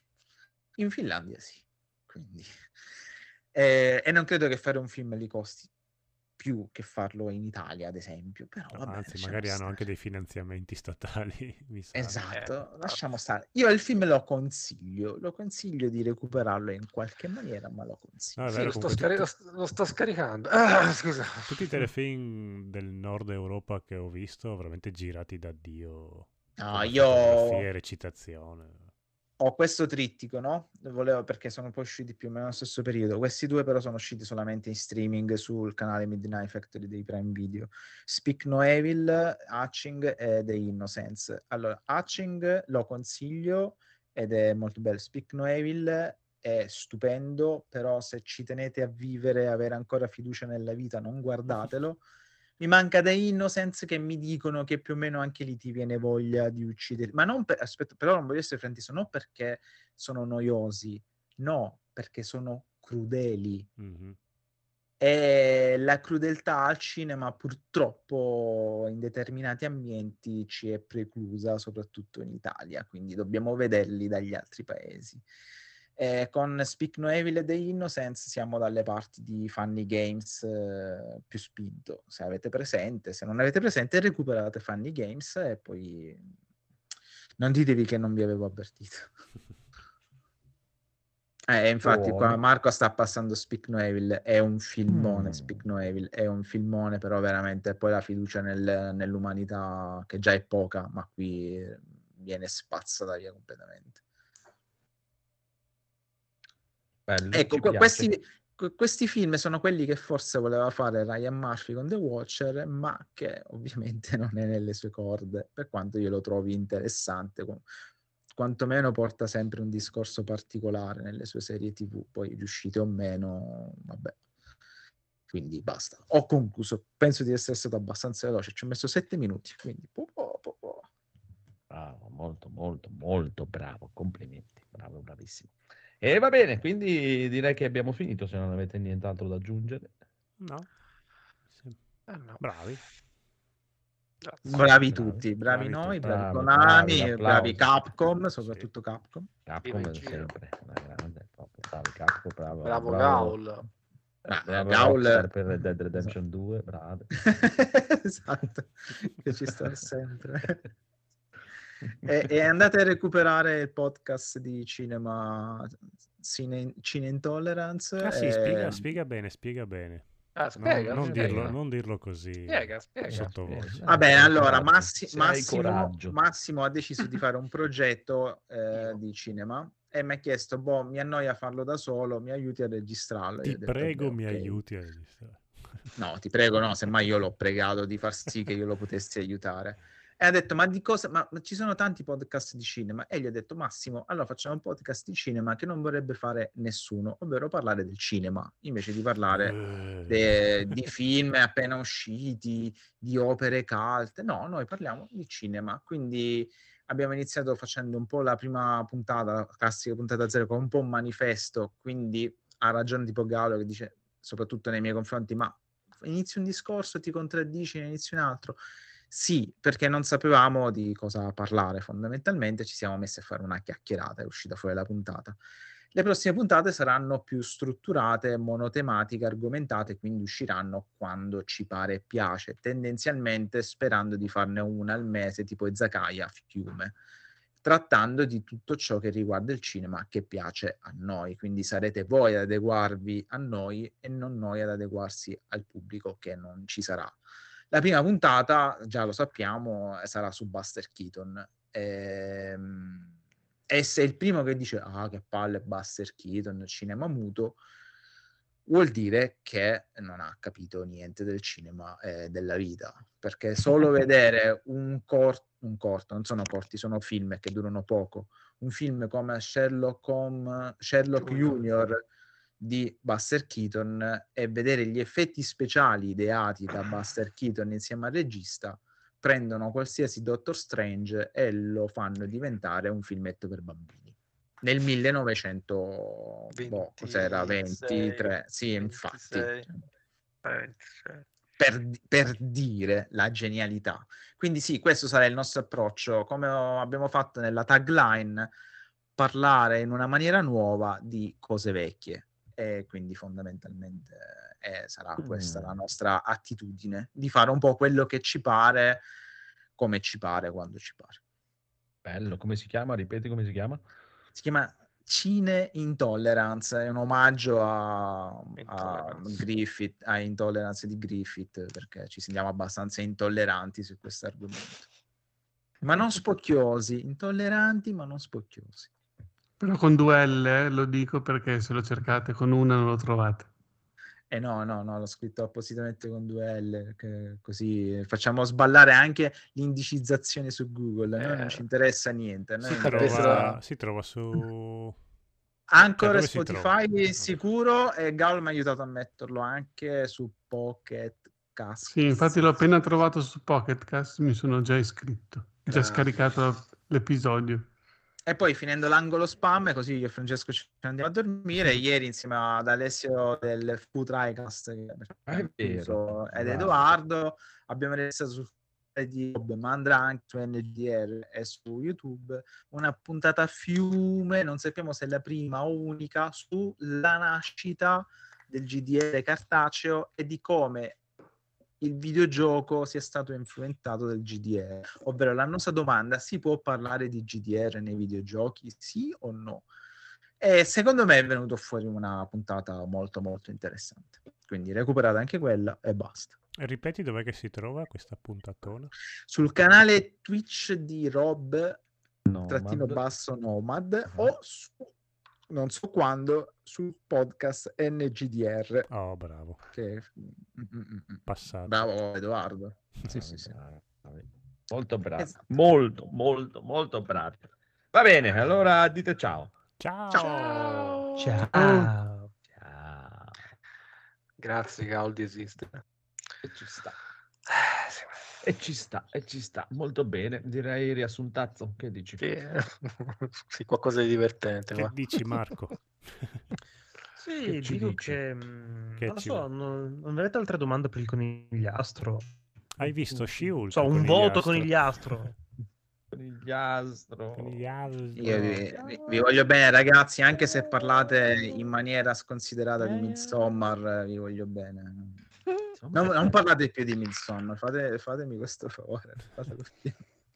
In Finlandia sì. Quindi. E non credo che fare un film li costi più che farlo in Italia, ad esempio. Però, vabbè, anzi, magari hanno anche dei finanziamenti statali, mi sa. Esatto, lasciamo stare. Io il film lo consiglio di recuperarlo in qualche maniera, ma lo consiglio. No, è Sì, vero, lo sto scaricando. Scusa. Tutti i telefilm del nord Europa che ho visto, veramente girati da Dio. No, fotografia e recitazione. Ho questo trittico, no? Volevo, perché sono poi usciti più o meno nello stesso periodo. Questi due però sono usciti solamente in streaming sul canale Midnight Factory dei Prime Video. Speak No Evil, Hatching e The Innocence. Allora, Hatching lo consiglio ed è molto bello. Speak No Evil è stupendo, però se ci tenete a vivere e avere ancora fiducia nella vita, non guardatelo. Mi manca The Innocence, che mi dicono che più o meno anche lì ti viene voglia di uccidere, ma non per, aspetta, però non voglio essere fraintesi, non perché sono noiosi, no, perché sono crudeli. Mm-hmm. E la crudeltà al cinema purtroppo in determinati ambienti ci è preclusa, soprattutto in Italia, quindi dobbiamo vederli dagli altri paesi. Con Speak No Evil e The Innocence siamo dalle parti di Funny Games più spinto, se avete presente. Se non avete presente, recuperate Funny Games e poi non ditevi che non vi avevo avvertito. Infatti qua Marco sta passando Speak No Evil, è un filmone. Speak No Evil è un filmone, però veramente poi la fiducia nell'umanità, che già è poca, ma qui viene spazzata via completamente. Bello, ecco, questi film sono quelli che forse voleva fare Ryan Murphy con The Watcher, ma che ovviamente non è nelle sue corde, per quanto io lo trovi interessante. Quantomeno porta sempre un discorso particolare nelle sue serie TV, poi riuscite o meno, vabbè. Quindi basta. Ho concluso. Penso di essere stato abbastanza veloce. Ci ho messo 7 minuti, quindi Bravo, molto, molto, molto bravo. Complimenti. Bravo, bravissimo. E va bene, quindi direi che abbiamo finito, se non avete nient'altro da aggiungere. No. Sì. No. Bravi. Bravi tutti, bravi noi, bravi Konami, bravi Capcom, soprattutto Capcom. Capcom è sempre una grande, bravi Capcom, bravo Gaul. Bravo Rockstar per Red Dead Redemption 2, bravi. Esatto, che ci sta sempre. E andate a recuperare il podcast di Cine Intolerance. Sì, spiega bene. Spiega, non spiega. dirlo così Spiega. sottovoce. Vabbè, allora Se hai coraggio. Massimo ha deciso di fare un progetto di cinema e mi ha chiesto, mi annoia farlo da solo, mi aiuti a registrarlo. Ti Io ho detto, prego, mi ok. aiuti a registrare. No, ti prego, no, semmai io l'ho pregato di far sì che io lo potessi aiutare. E ha detto, ma di cosa? Ma ci sono tanti podcast di cinema. E gli ho detto, Massimo, allora facciamo un podcast di cinema che non vorrebbe fare nessuno, ovvero parlare del cinema, invece di parlare di film appena usciti, di opere cult. No, noi parliamo di cinema. Quindi abbiamo iniziato facendo un po' la prima puntata, la classica puntata zero, con un po' un manifesto, quindi ha ragione tipo Galo che dice, soprattutto nei miei confronti, ma inizi un discorso, ti contraddici, ne inizi un altro. Sì, perché non sapevamo di cosa parlare fondamentalmente, ci siamo messi a fare una chiacchierata, è uscita fuori la puntata. Le prossime puntate saranno più strutturate, monotematiche, argomentate, quindi usciranno quando ci pare e piace, tendenzialmente sperando di farne una al mese, tipo Izakaya a fiume, trattando di tutto ciò che riguarda il cinema che piace a noi, quindi sarete voi ad adeguarvi a noi e non noi ad adeguarsi al pubblico che non ci sarà. La prima puntata, già lo sappiamo, sarà su Buster Keaton. E se il primo che dice che palle Buster Keaton, cinema muto, vuol dire che non ha capito niente del cinema e della vita, perché solo vedere un corto, non sono corti, sono film che durano poco, un film come Sherlock Junior di Buster Keaton e vedere gli effetti speciali ideati da Buster Keaton insieme al regista, prendono qualsiasi Doctor Strange e lo fanno diventare un filmetto per bambini. Nel 1900, cos'era? 23, sì, 26. infatti. Per dire la genialità. Quindi sì, questo sarà il nostro approccio, come abbiamo fatto nella tagline, parlare in una maniera nuova di cose vecchie. E quindi fondamentalmente sarà questa la nostra attitudine, di fare un po' quello che ci pare, come ci pare, quando ci pare. Bello, come si chiama? Ripeti come si chiama? Si chiama Cine Intolerance, è un omaggio a Griffith, a Intolerance di Griffith, perché ci sentiamo abbastanza intolleranti su questo argomento. Ma non spocchiosi, intolleranti ma non spocchiosi. Però con 2 L, lo dico perché se lo cercate con una non lo trovate. No, l'ho scritto appositamente con 2 L, che così facciamo sballare anche l'indicizzazione su Google. A noi non ci interessa niente. Si trova su Anchor e Spotify sicuro, e Gal mi ha aiutato a metterlo anche su Pocket Cast. Sì, infatti l'ho appena trovato su Pocket Cast, mi sono già iscritto, già scaricato l'episodio. E poi finendo l'angolo spam, così io e Francesco ci andiamo a dormire. Ieri insieme ad Alessio del FuTriCast ed Edoardo abbiamo registrato su YouTube, ma andrà anche su NGR e su YouTube una puntata a fiume, non sappiamo se è la prima o unica, sulla nascita del GDR cartaceo e di come il videogioco sia stato influenzato dal GDR, ovvero la nostra domanda: si può parlare di GDR nei videogiochi, sì o no? E secondo me è venuto fuori una puntata molto molto interessante, quindi recuperate anche quella e basta. Ripeti dov'è che si trova questa puntatona? Sul canale Twitch di Rob _Nomad o su, non so quando, sul podcast NGDR. Oh, bravo. Passato. Bravo Edoardo. Sì. Molto bravo. Molto bravo. Va bene, allora dite ciao. Ciao. Grazie Gal di esistere. E ci sta molto bene, direi riassuntazzo. Che dici? Sì, qualcosa di divertente. Che dici, Marco? Sì, dico che non lo so, non avete altre domande per il conigliastro? Hai visto She-Hulk? Un voto conigliastro. Conigliastro. Io vi voglio bene, ragazzi, anche se parlate in maniera sconsiderata di Midsommar, vi voglio bene. Non parlate più di Midsommar, fatemi questo favore.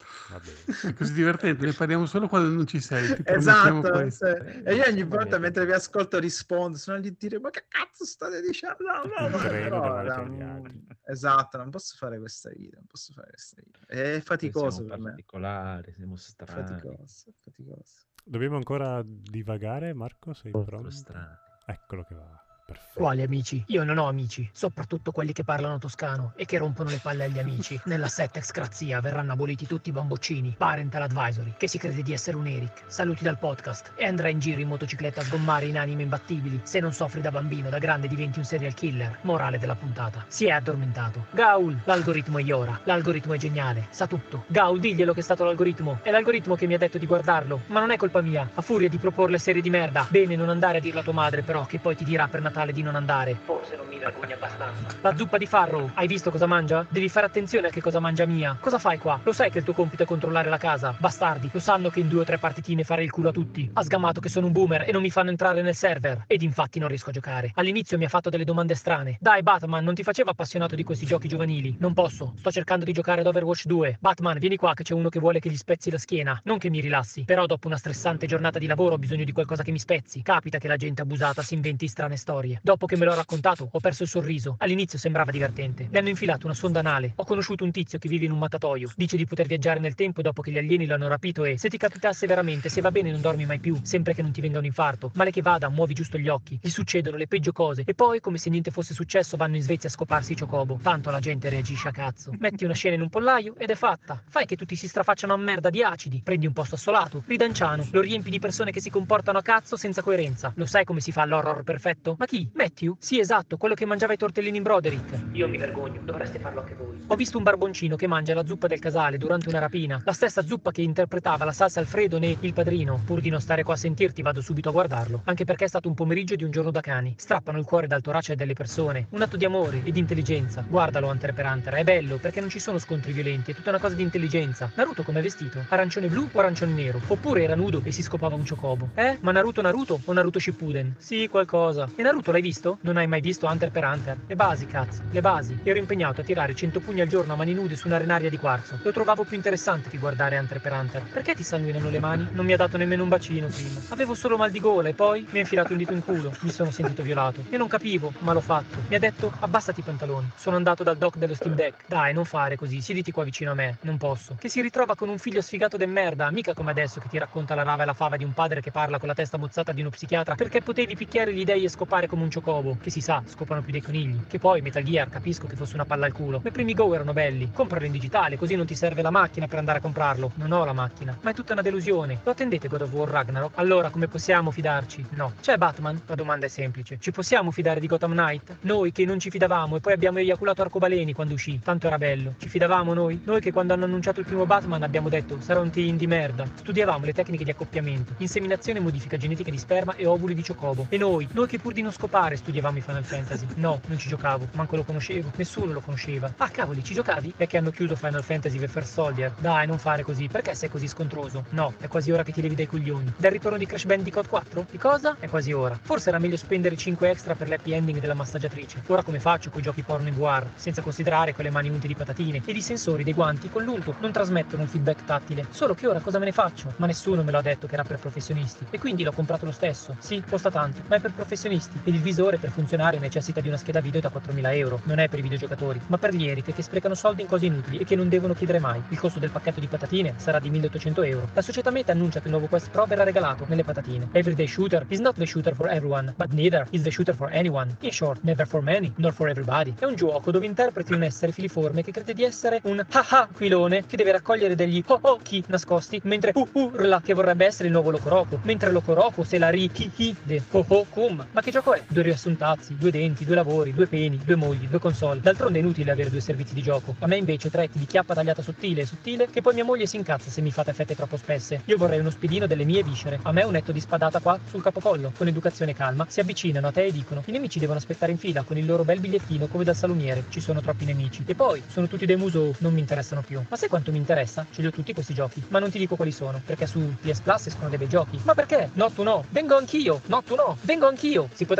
Va bene. È così divertente, ne parliamo solo quando non ci sei. Ti promettiamo Esatto, questo. e io ogni volta mentre vi ascolto rispondo, sono lì a dire ma che cazzo state dicendo? No, Il treno però, davanti agli altri. esatto, non posso fare questa vita, non posso fare questa vita. È faticoso Siamo per me, particolari, siamo strani. faticoso. Dobbiamo ancora divagare, Marco? Sei Molto pronto? strani. Eccolo che va. Perfetto. Quali amici? Io non ho amici, soprattutto quelli che parlano toscano e che rompono le palle agli amici. Nella Setexcrazia verranno aboliti tutti i bamboccini, parental advisory, che si crede di essere un Eric. Saluti dal podcast e andrai in giro in motocicletta a sgommare inanime imbattibili. Se non soffri da bambino, da grande diventi un serial killer. Morale della puntata. Si è addormentato. Gaul, l'algoritmo è Iora. L'algoritmo è geniale, sa tutto. Gaul, diglielo che è stato l'algoritmo. È l'algoritmo che mi ha detto di guardarlo, ma non è colpa mia. A furia di proporle serie di merda. Bene, non andare a dirlo a tua madre, però, che poi ti dirà per Natale di non andare. Forse non mi vergogno abbastanza. La zuppa di Farrow, hai visto cosa mangia? Devi fare attenzione a che cosa mangia Mia. Cosa fai qua? Lo sai che il tuo compito è controllare la casa? Bastardi, lo sanno che in 2 o 3 partitine fare il culo a tutti. Ha sgamato che sono un boomer e non mi fanno entrare nel server. Ed infatti non riesco a giocare. All'inizio mi ha fatto delle domande strane. Dai Batman, non ti faceva appassionato di questi giochi giovanili? Non posso, sto cercando di giocare ad Overwatch 2. Batman, vieni qua che c'è uno che vuole che gli spezzi la schiena. Non che mi rilassi, però dopo una stressante giornata di lavoro ho bisogno di qualcosa che mi spezzi. Capita che la gente abusata si inventi strane storie. Dopo che me l'ho raccontato, ho perso il sorriso. All'inizio sembrava divertente. Le hanno infilato una sonda anale. Ho conosciuto un tizio che vive in un mattatoio. Dice di poter viaggiare nel tempo dopo che gli alieni l'hanno rapito e, se ti capitasse veramente, se va bene non dormi mai più, sempre che non ti venga un infarto. Male che vada, muovi giusto gli occhi. Gli succedono le peggio cose. E poi, come se niente fosse successo, vanno in Svezia a scoparsi i Chocobo. Tanto la gente reagisce a cazzo. Metti una scena in un pollaio ed è fatta. Fai che tutti si strafacciano a merda di acidi. Prendi un posto assolato, ridanciano, lo riempi di persone che si comportano a cazzo senza coerenza. Lo sai come si fa l'horror perfetto? Ma chi? Matthew? Sì, esatto, quello che mangiava i tortellini in Broderick. Io mi vergogno, dovreste farlo anche voi. Ho visto un barboncino che mangia la zuppa del casale durante una rapina, la stessa zuppa che interpretava la salsa Alfredo ne Il Padrino. Pur di non stare qua a sentirti vado subito a guardarlo, anche perché è stato un pomeriggio di un giorno da cani. Strappano il cuore dal torace delle persone, un atto di amore e di intelligenza. Guardalo Hunter per Hunter, è bello perché non ci sono scontri violenti, è tutta una cosa di intelligenza. Naruto com'è vestito? Arancione blu o arancione nero? Oppure era nudo e si scopava un Chocobo? Ma Naruto o Naruto Shippuden? Sì, qualcosa. E Naruto l'hai visto? Non hai mai visto Hunter per Hunter? Le basi, cazzo, le basi. Ero impegnato a tirare 100 pugni al giorno a mani nude su un'arenaria di quarzo. Lo trovavo più interessante che guardare Hunter per Hunter. Perché ti sanguinano le mani? Non mi ha dato nemmeno un bacino prima. Avevo solo mal di gola e poi mi ha infilato un dito in culo. Mi sono sentito violato. Io non capivo, ma l'ho fatto. Mi ha detto abbassati i pantaloni. Sono andato dal doc dello Steam Deck. Dai, non fare così, siediti qua vicino a me. Non posso. Che si ritrova con un figlio sfigato de merda, mica come adesso che ti racconta la rava e la fava di un padre che parla con la testa mozzata di uno psichiatra perché potevi picchiare gli dei e scopare come un Chocobo. Che si sa, scopano più dei conigli. Che poi Metal Gear capisco che fosse una palla al culo. Ma i primi Go erano belli. Compralo in digitale, così non ti serve la macchina per andare a comprarlo. Non ho la macchina. Ma è tutta una delusione. Lo attendete God of War Ragnarok? Allora come possiamo fidarci? No. C'è Batman? La domanda è semplice. Ci possiamo fidare di Gotham Knight? Noi che non ci fidavamo e poi abbiamo eiaculato arcobaleni quando uscì. Tanto era bello. Ci fidavamo noi? Noi che quando hanno annunciato il primo Batman abbiamo detto sarà un teen di merda. Studiavamo le tecniche di accoppiamento, inseminazione e modifica genetica di sperma e ovuli di Chocobo. E noi che pur di non scopare studiavamo i Final Fantasy. No, non ci giocavo, manco lo conoscevo, nessuno lo conosceva. Ah cavoli, ci giocavi? È che hanno chiuso Final Fantasy The First Soldier. Dai, non fare così, perché sei così scontroso? No, è quasi ora che ti levi dai coglioni. Del ritorno di Crash Bandicoot 4? Di cosa? È quasi ora. Forse era meglio spendere 5 extra per l'happy ending della massaggiatrice. Ora come faccio coi giochi porno in VR? Senza considerare quelle mani unte di patatine. Ed i sensori dei guanti con l'unto non trasmettono un feedback tattile. Solo che ora cosa me ne faccio? Ma nessuno me l'ha detto che era per professionisti. E quindi l'ho comprato lo stesso. Sì, costa tanto, ma è per professionisti. Ed il visore per funzionare necessita di una scheda video da 4.000 euro. Non è per i videogiocatori, ma per gli Eric che sprecano soldi in cose inutili e che non devono chiedere mai. Il costo del pacchetto di patatine sarà di 1.800 euro. La società Meta annuncia che il nuovo Quest Pro verrà regalato nelle patatine. Everyday shooter is not the shooter for everyone, but neither is the shooter for anyone. In short, never for many, nor for everybody. È un gioco dove interpreti un essere filiforme che crede di essere un aquilone che deve raccogliere degli chi nascosti, mentre urla che vorrebbe essere il nuovo Locoroco, mentre Locoroco se la de cum. Ma che gioco è? 2 riassuntazzi, 2 denti, 2 lavori, 2 peni, 2 mogli, 2 console. D'altronde è inutile avere 2 servizi di gioco. A me invece 3 di chiappa tagliata sottile, che poi mia moglie si incazza se mi fate fette troppo spesse. Io vorrei uno spiedino delle mie viscere. A me un netto di spadata qua sul capocollo. Con educazione e calma si avvicinano a te e dicono: i nemici devono aspettare in fila con il loro bel bigliettino come dal salumiere. Ci sono troppi nemici. E poi sono tutti dei musou, non mi interessano più. Ma sai quanto mi interessa? Ce li ho tutti questi giochi. Ma non ti dico quali sono, perché su PS Plus escono dei bei giochi. Ma perché? No, tu no. Vengo anch'io. No, tu no. Vengo anch'io. Si potrebbe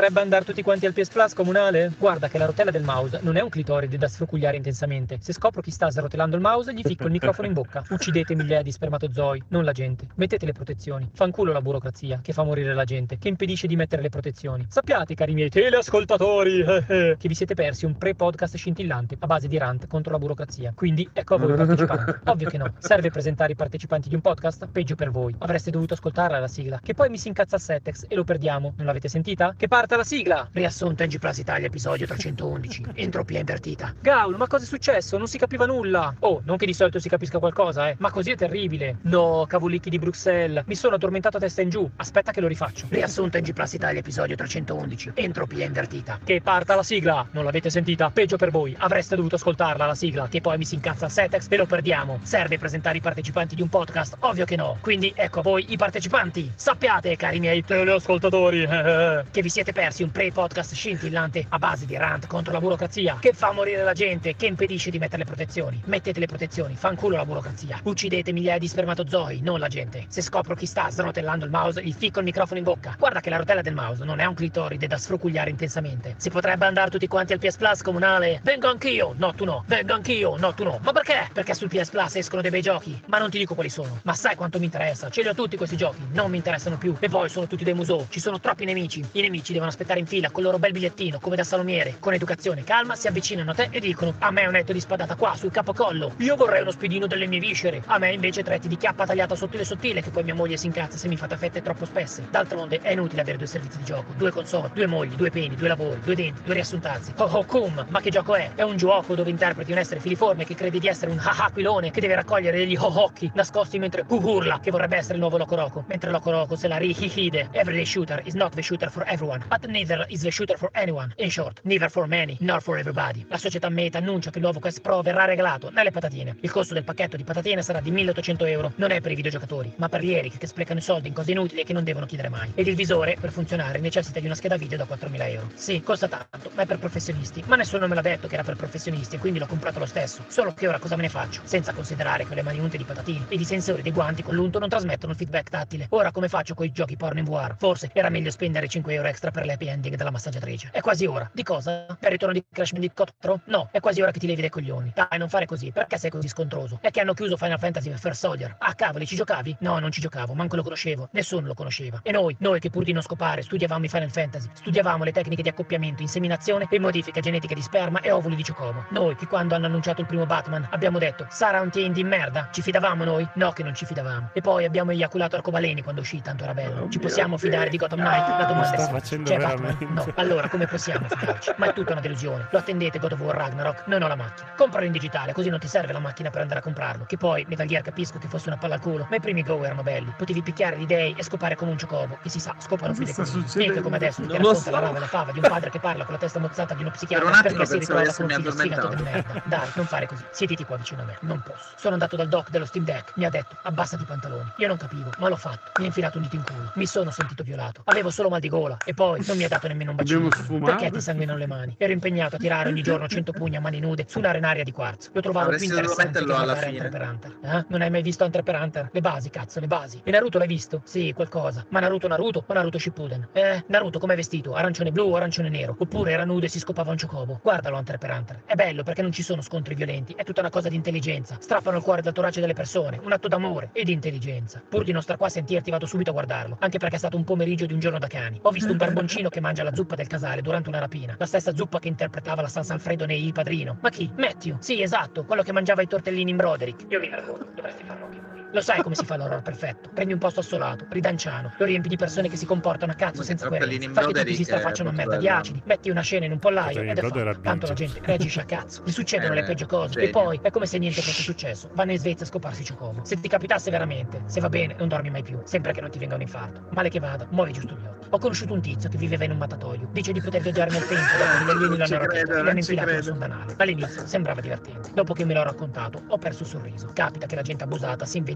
potrebbe andare tutti quanti al PS Plus comunale? Guarda che la rotella del mouse non è un clitoride da sfrucugliare intensamente. Se scopro chi sta srotellando il mouse, gli ficco il microfono in bocca. Uccidete migliaia di spermatozoi, non la gente. Mettete le protezioni. Fanculo la burocrazia, che fa morire la gente, che impedisce di mettere le protezioni. Sappiate, cari miei teleascoltatori, che vi siete persi un pre-podcast scintillante a base di rant contro la burocrazia. Quindi ecco a voi partecipanti. Ovvio che no. Serve presentare i partecipanti di un podcast? Peggio per voi. Avreste dovuto ascoltarla la sigla. Che poi mi si incazza Settex e lo perdiamo. Non l'avete sentita? Che parta la sigla! Riassunto in G Plus Italia, episodio 311. Entropia invertita. Gaul, ma cosa è successo? Non si capiva nulla. Oh, non che di solito si capisca qualcosa, ma così è terribile. No, cavulicchi di Bruxelles. Mi sono addormentato a testa in giù. Aspetta che lo rifaccio. Riassunto in G Plus Italia, episodio 311. Entropia invertita. Che parta la sigla! Non l'avete sentita? Peggio per voi. Avreste dovuto ascoltarla la sigla. Che poi mi si incazza Settex e lo perdiamo. Serve presentare i partecipanti di un podcast? Ovvio che no. Quindi ecco a voi i partecipanti. Sappiate, cari miei teleascoltatori, che vi siete persi un pre-podcast scintillante a base di rant contro la burocrazia, che fa morire la gente, che impedisce di mettere le protezioni. Mettete le protezioni, fanculo la burocrazia. Uccidete migliaia di spermatozoi, non la gente. Se scopro chi sta srotellando il mouse, gli ficco il microfono in bocca. Guarda che la rotella del mouse non è un clitoride da sfrucugliare intensamente. Si potrebbe andare tutti quanti al PS Plus comunale? Vengo anch'io! No, tu no. Vengo anch'io! No, tu no. Ma perché? Perché sul PS Plus escono dei bei giochi. Ma non ti dico quali sono. Ma sai quanto mi interessa? Ce li ho tutti questi giochi. Non mi interessano più. E poi sono tutti dei musou. Ci sono troppi nemici. I nemici devono aspettare in fila con il loro bel bigliettino, come da salumiere. Con educazione e calma si avvicinano a te e dicono: a me un etto di spadata qua, sul capocollo. Io vorrei uno spiedino delle mie viscere. A me invece tretti di chiappa tagliata sottile sottile, che poi mia moglie si incazza se mi fate fette troppo spesse. D'altronde è inutile avere due servizi di gioco, due console, due mogli, due peni, due lavori, due denti, due riassuntazzi. Oh oh cum, ma che gioco è? È un gioco dove interpreti un essere filiforme che crede di essere un aquilone che deve raccogliere degli occhi nascosti mentre urla, che vorrebbe essere il nuovo Loco Roco, mentre Loco Roco se la rihide. Everyday shooter is not the shooter for everyone, but neither is the shooter for anyone. In short, neither for many, nor for everybody. La società Meta annuncia che il nuovo Quest Pro verrà regalato nelle patatine. Il costo del pacchetto di patatine sarà di 1.800 euro. Non è per i videogiocatori, ma per gli Eric che sprecano i soldi in cose inutili e che non devono chiedere mai. Ed il visore, per funzionare, necessita di una scheda video da 4.000 euro. Sì, costa tanto, ma è per professionisti. Ma nessuno me l'ha detto che era per professionisti e quindi l'ho comprato lo stesso. Solo che ora cosa me ne faccio? Senza considerare che le mani unte di patatine ed i sensori dei guanti con l'unto non trasmettono il feedback tattile. Ora come faccio coi giochi porno in VR? Forse era meglio spendere 5 euro extra per l'happy ending della massaggiatrice. È quasi ora. Di cosa? Per il ritorno di Crash Bandicoot 4? No, è quasi ora che ti levi dai coglioni. Dai, non fare così. Perché sei così scontroso? È che hanno chiuso Final Fantasy First Soldier. Ah, cavoli, ci giocavi? No, non ci giocavo, manco lo conoscevo. Nessuno lo conosceva. E noi che pur di non scopare studiavamo i Final Fantasy, studiavamo le tecniche di accoppiamento, inseminazione e modifica genetica di sperma e ovuli di Chocobo. Noi che quando hanno annunciato il primo Batman abbiamo detto: sarà un TND di merda. Ci fidavamo noi? No, che non ci fidavamo. E poi abbiamo eiaculato arcobaleni quando uscì, tanto era bello. Ci possiamo fidare di Gotham Knight? La domanda è semplice. C'è Batman? No. Allora come possiamo fidarci? Ma è tutta una delusione. Lo attendete God of War Ragnarok? Non ho la macchina. Compralo in digitale, così non ti serve la macchina per andare a comprarlo. Che poi, Metal Gear capisco che fosse una palla al culo, ma i primi Go erano belli. Potevi picchiare gli dei e scopare come un Chocobo. Che si sa, scopano fui dei così. Niente come adesso che racconta la rava e la fava di un padre che parla con la testa mozzata di uno psichiatra perché si ritrova con un figlio sfigato di merda. Dai, non fare così. Siediti qua vicino a me. Non posso. Sono andato dal doc dello Steam Deck. Mi ha detto: abbassati i pantaloni. Io non capivo, ma l'ho fatto. Mi ha infilato un dito in culo. Mi sono sentito violato. Avevo solo mal di gola. E poi non mi ha dato nemmeno un bacino. Perché ti sanguinano le mani? Ero impegnato a tirare ogni giorno 100 pugni a mani nude su un'arenaria di quarzo. Lo trovavo più interessante che giocare Hunter per Hunter. Non hai mai visto Hunter per Hunter? Le basi, cazzo, le basi. E Naruto l'hai visto? Sì, qualcosa. Ma Naruto o Naruto Shippuden? Naruto com'è vestito? Arancione blu o arancione nero? Oppure era nudo e si scopava un Chocobo? Guardalo Hunter per Hunter. È bello perché non ci sono scontri violenti. È tutta una cosa di intelligenza. Strappano il cuore dal torace delle persone. Un atto d'amore e di intelligenza. Pur di non star qua a sentirti vado subito a guardarlo. Anche perché è stato un pomeriggio di un giorno da cani. Ho visto un barboncino che mangia la zuppa del casale durante una rapina. La stessa zuppa che interpretava la San Alfredo nei Il Padrino. Ma chi? Matthew. Sì, esatto. Quello che mangiava i tortellini in Broderick. Io mi vergogno. Dovresti farlo anche voi. Lo sai come si fa l'horror perfetto? Prendi un posto assolato, ridanciano, lo riempi di persone che si comportano a cazzo senza coerenza. Fai che tutti si strafacciano a merda di acidi, metti una scena in un pollaio ed è fatto. Tanto la gente reagisce a cazzo. Gli succedono le peggio cose e poi è come se niente fosse successo. Vanno in Svezia a scoparsi Chocobo. Se ti capitasse veramente, se va bene, non dormi mai più, sempre che non ti venga un infarto. Male che vada, muovi giusto gli occhi. Ho conosciuto un tizio che viveva in un mattatoio. Dice di poter viaggiare nel tempo dopo che gli alieni l'hanno rapito e l'hanno infilato nel sondanale. All'inizio sembrava divertente. Dopo che me l'ho raccontato, ho perso il sorriso. Capita che la gente abusata si inventi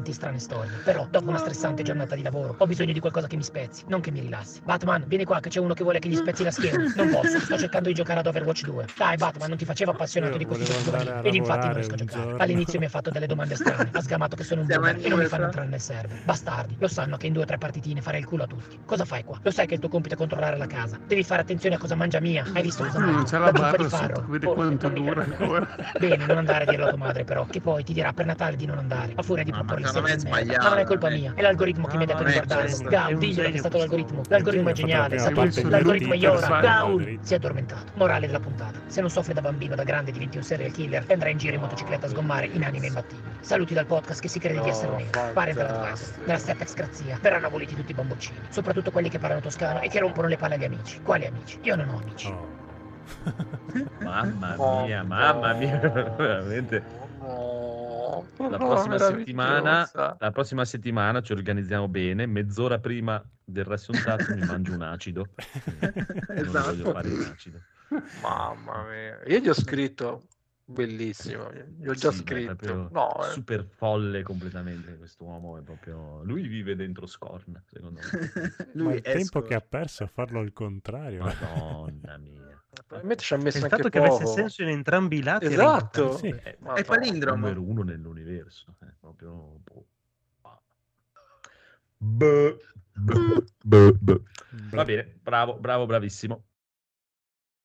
racconti strane storie. Però, dopo una stressante giornata di lavoro, ho bisogno di qualcosa che mi spezzi, non che mi rilassi. Batman, vieni qua che c'è uno che vuole che gli spezzi la schiena. Non posso, sto cercando di giocare ad Overwatch 2. Dai, Batman, non ti facevo appassionato di questi Volevo giochi andare giovanili. a Ed infatti non lavorare riesco a un giocare. giorno. All'inizio mi ha fatto delle domande strane, ha sgamato che sono un Siamo boomer in e non mi due, fanno fra. entrare nel server. Bastardi, lo sanno che in 2 o 3 partitine farei il culo a tutti. Cosa fai qua? Lo sai che il tuo compito è controllare la casa. Devi fare attenzione a cosa mangia Mia. Hai visto cosa Non mangia? c'è la zuppa di barra farro. sotto che vede Forse quanto non mi dura piace. ancora. Bene, non andare a dirlo a tua madre però, che poi ti dirà per Natale di non andare, a furia di No, ma proporre secondo me è serie di merda. sbagliato, Ma non è colpa non è- mia, è l'algoritmo che mi ha detto no, di non è guardarlo. questo. Gau, È un diglielo che è genio stato questo- l'algoritmo. L'algoritmo è genio, ha fatto la geniale, prima sapete? parte L'algoritmo è divertita, Iora. sai, Gau, l'algoritmo. si è addormentato. Morale della puntata. Se non soffri da bambino, da grande diventi un serial killer e andrai in giro in motocicletta a sgommare in anime imbattibili. Saluti dal podcast che si crede di essere un eroe. Parental advisory. Nella Settex Grazia verranno aboliti tutti i bamboccini, soprattutto quelli che parlano toscano e che rompono le palle agli amici. Quali amici? Io non ho amici. Oh. Mamma Oh, mia, veramente. no. La No, prossima meravigliosa. settimana ci organizziamo bene. Mezz'ora prima del riassuntato mi mangio un acido. Non lo Esatto. voglio fare in acido. Mamma mia, io gli ho scritto bellissimo, gli ho già Sì, ma è scritto. proprio No, super folle completamente quest'uomo. È proprio... Lui vive dentro Scorn, secondo me. Ma Lui il è tempo Scorn. che ha perso a farlo al contrario. Madonna mia. probabilmente ci ha messo Il anche fatto che poco. avesse senso in entrambi i lati era Esatto. importante. Sì. Ma È palindromo. Numero uno nell'universo. È proprio... boh. Boh. Va bene, bravo, bravissimo.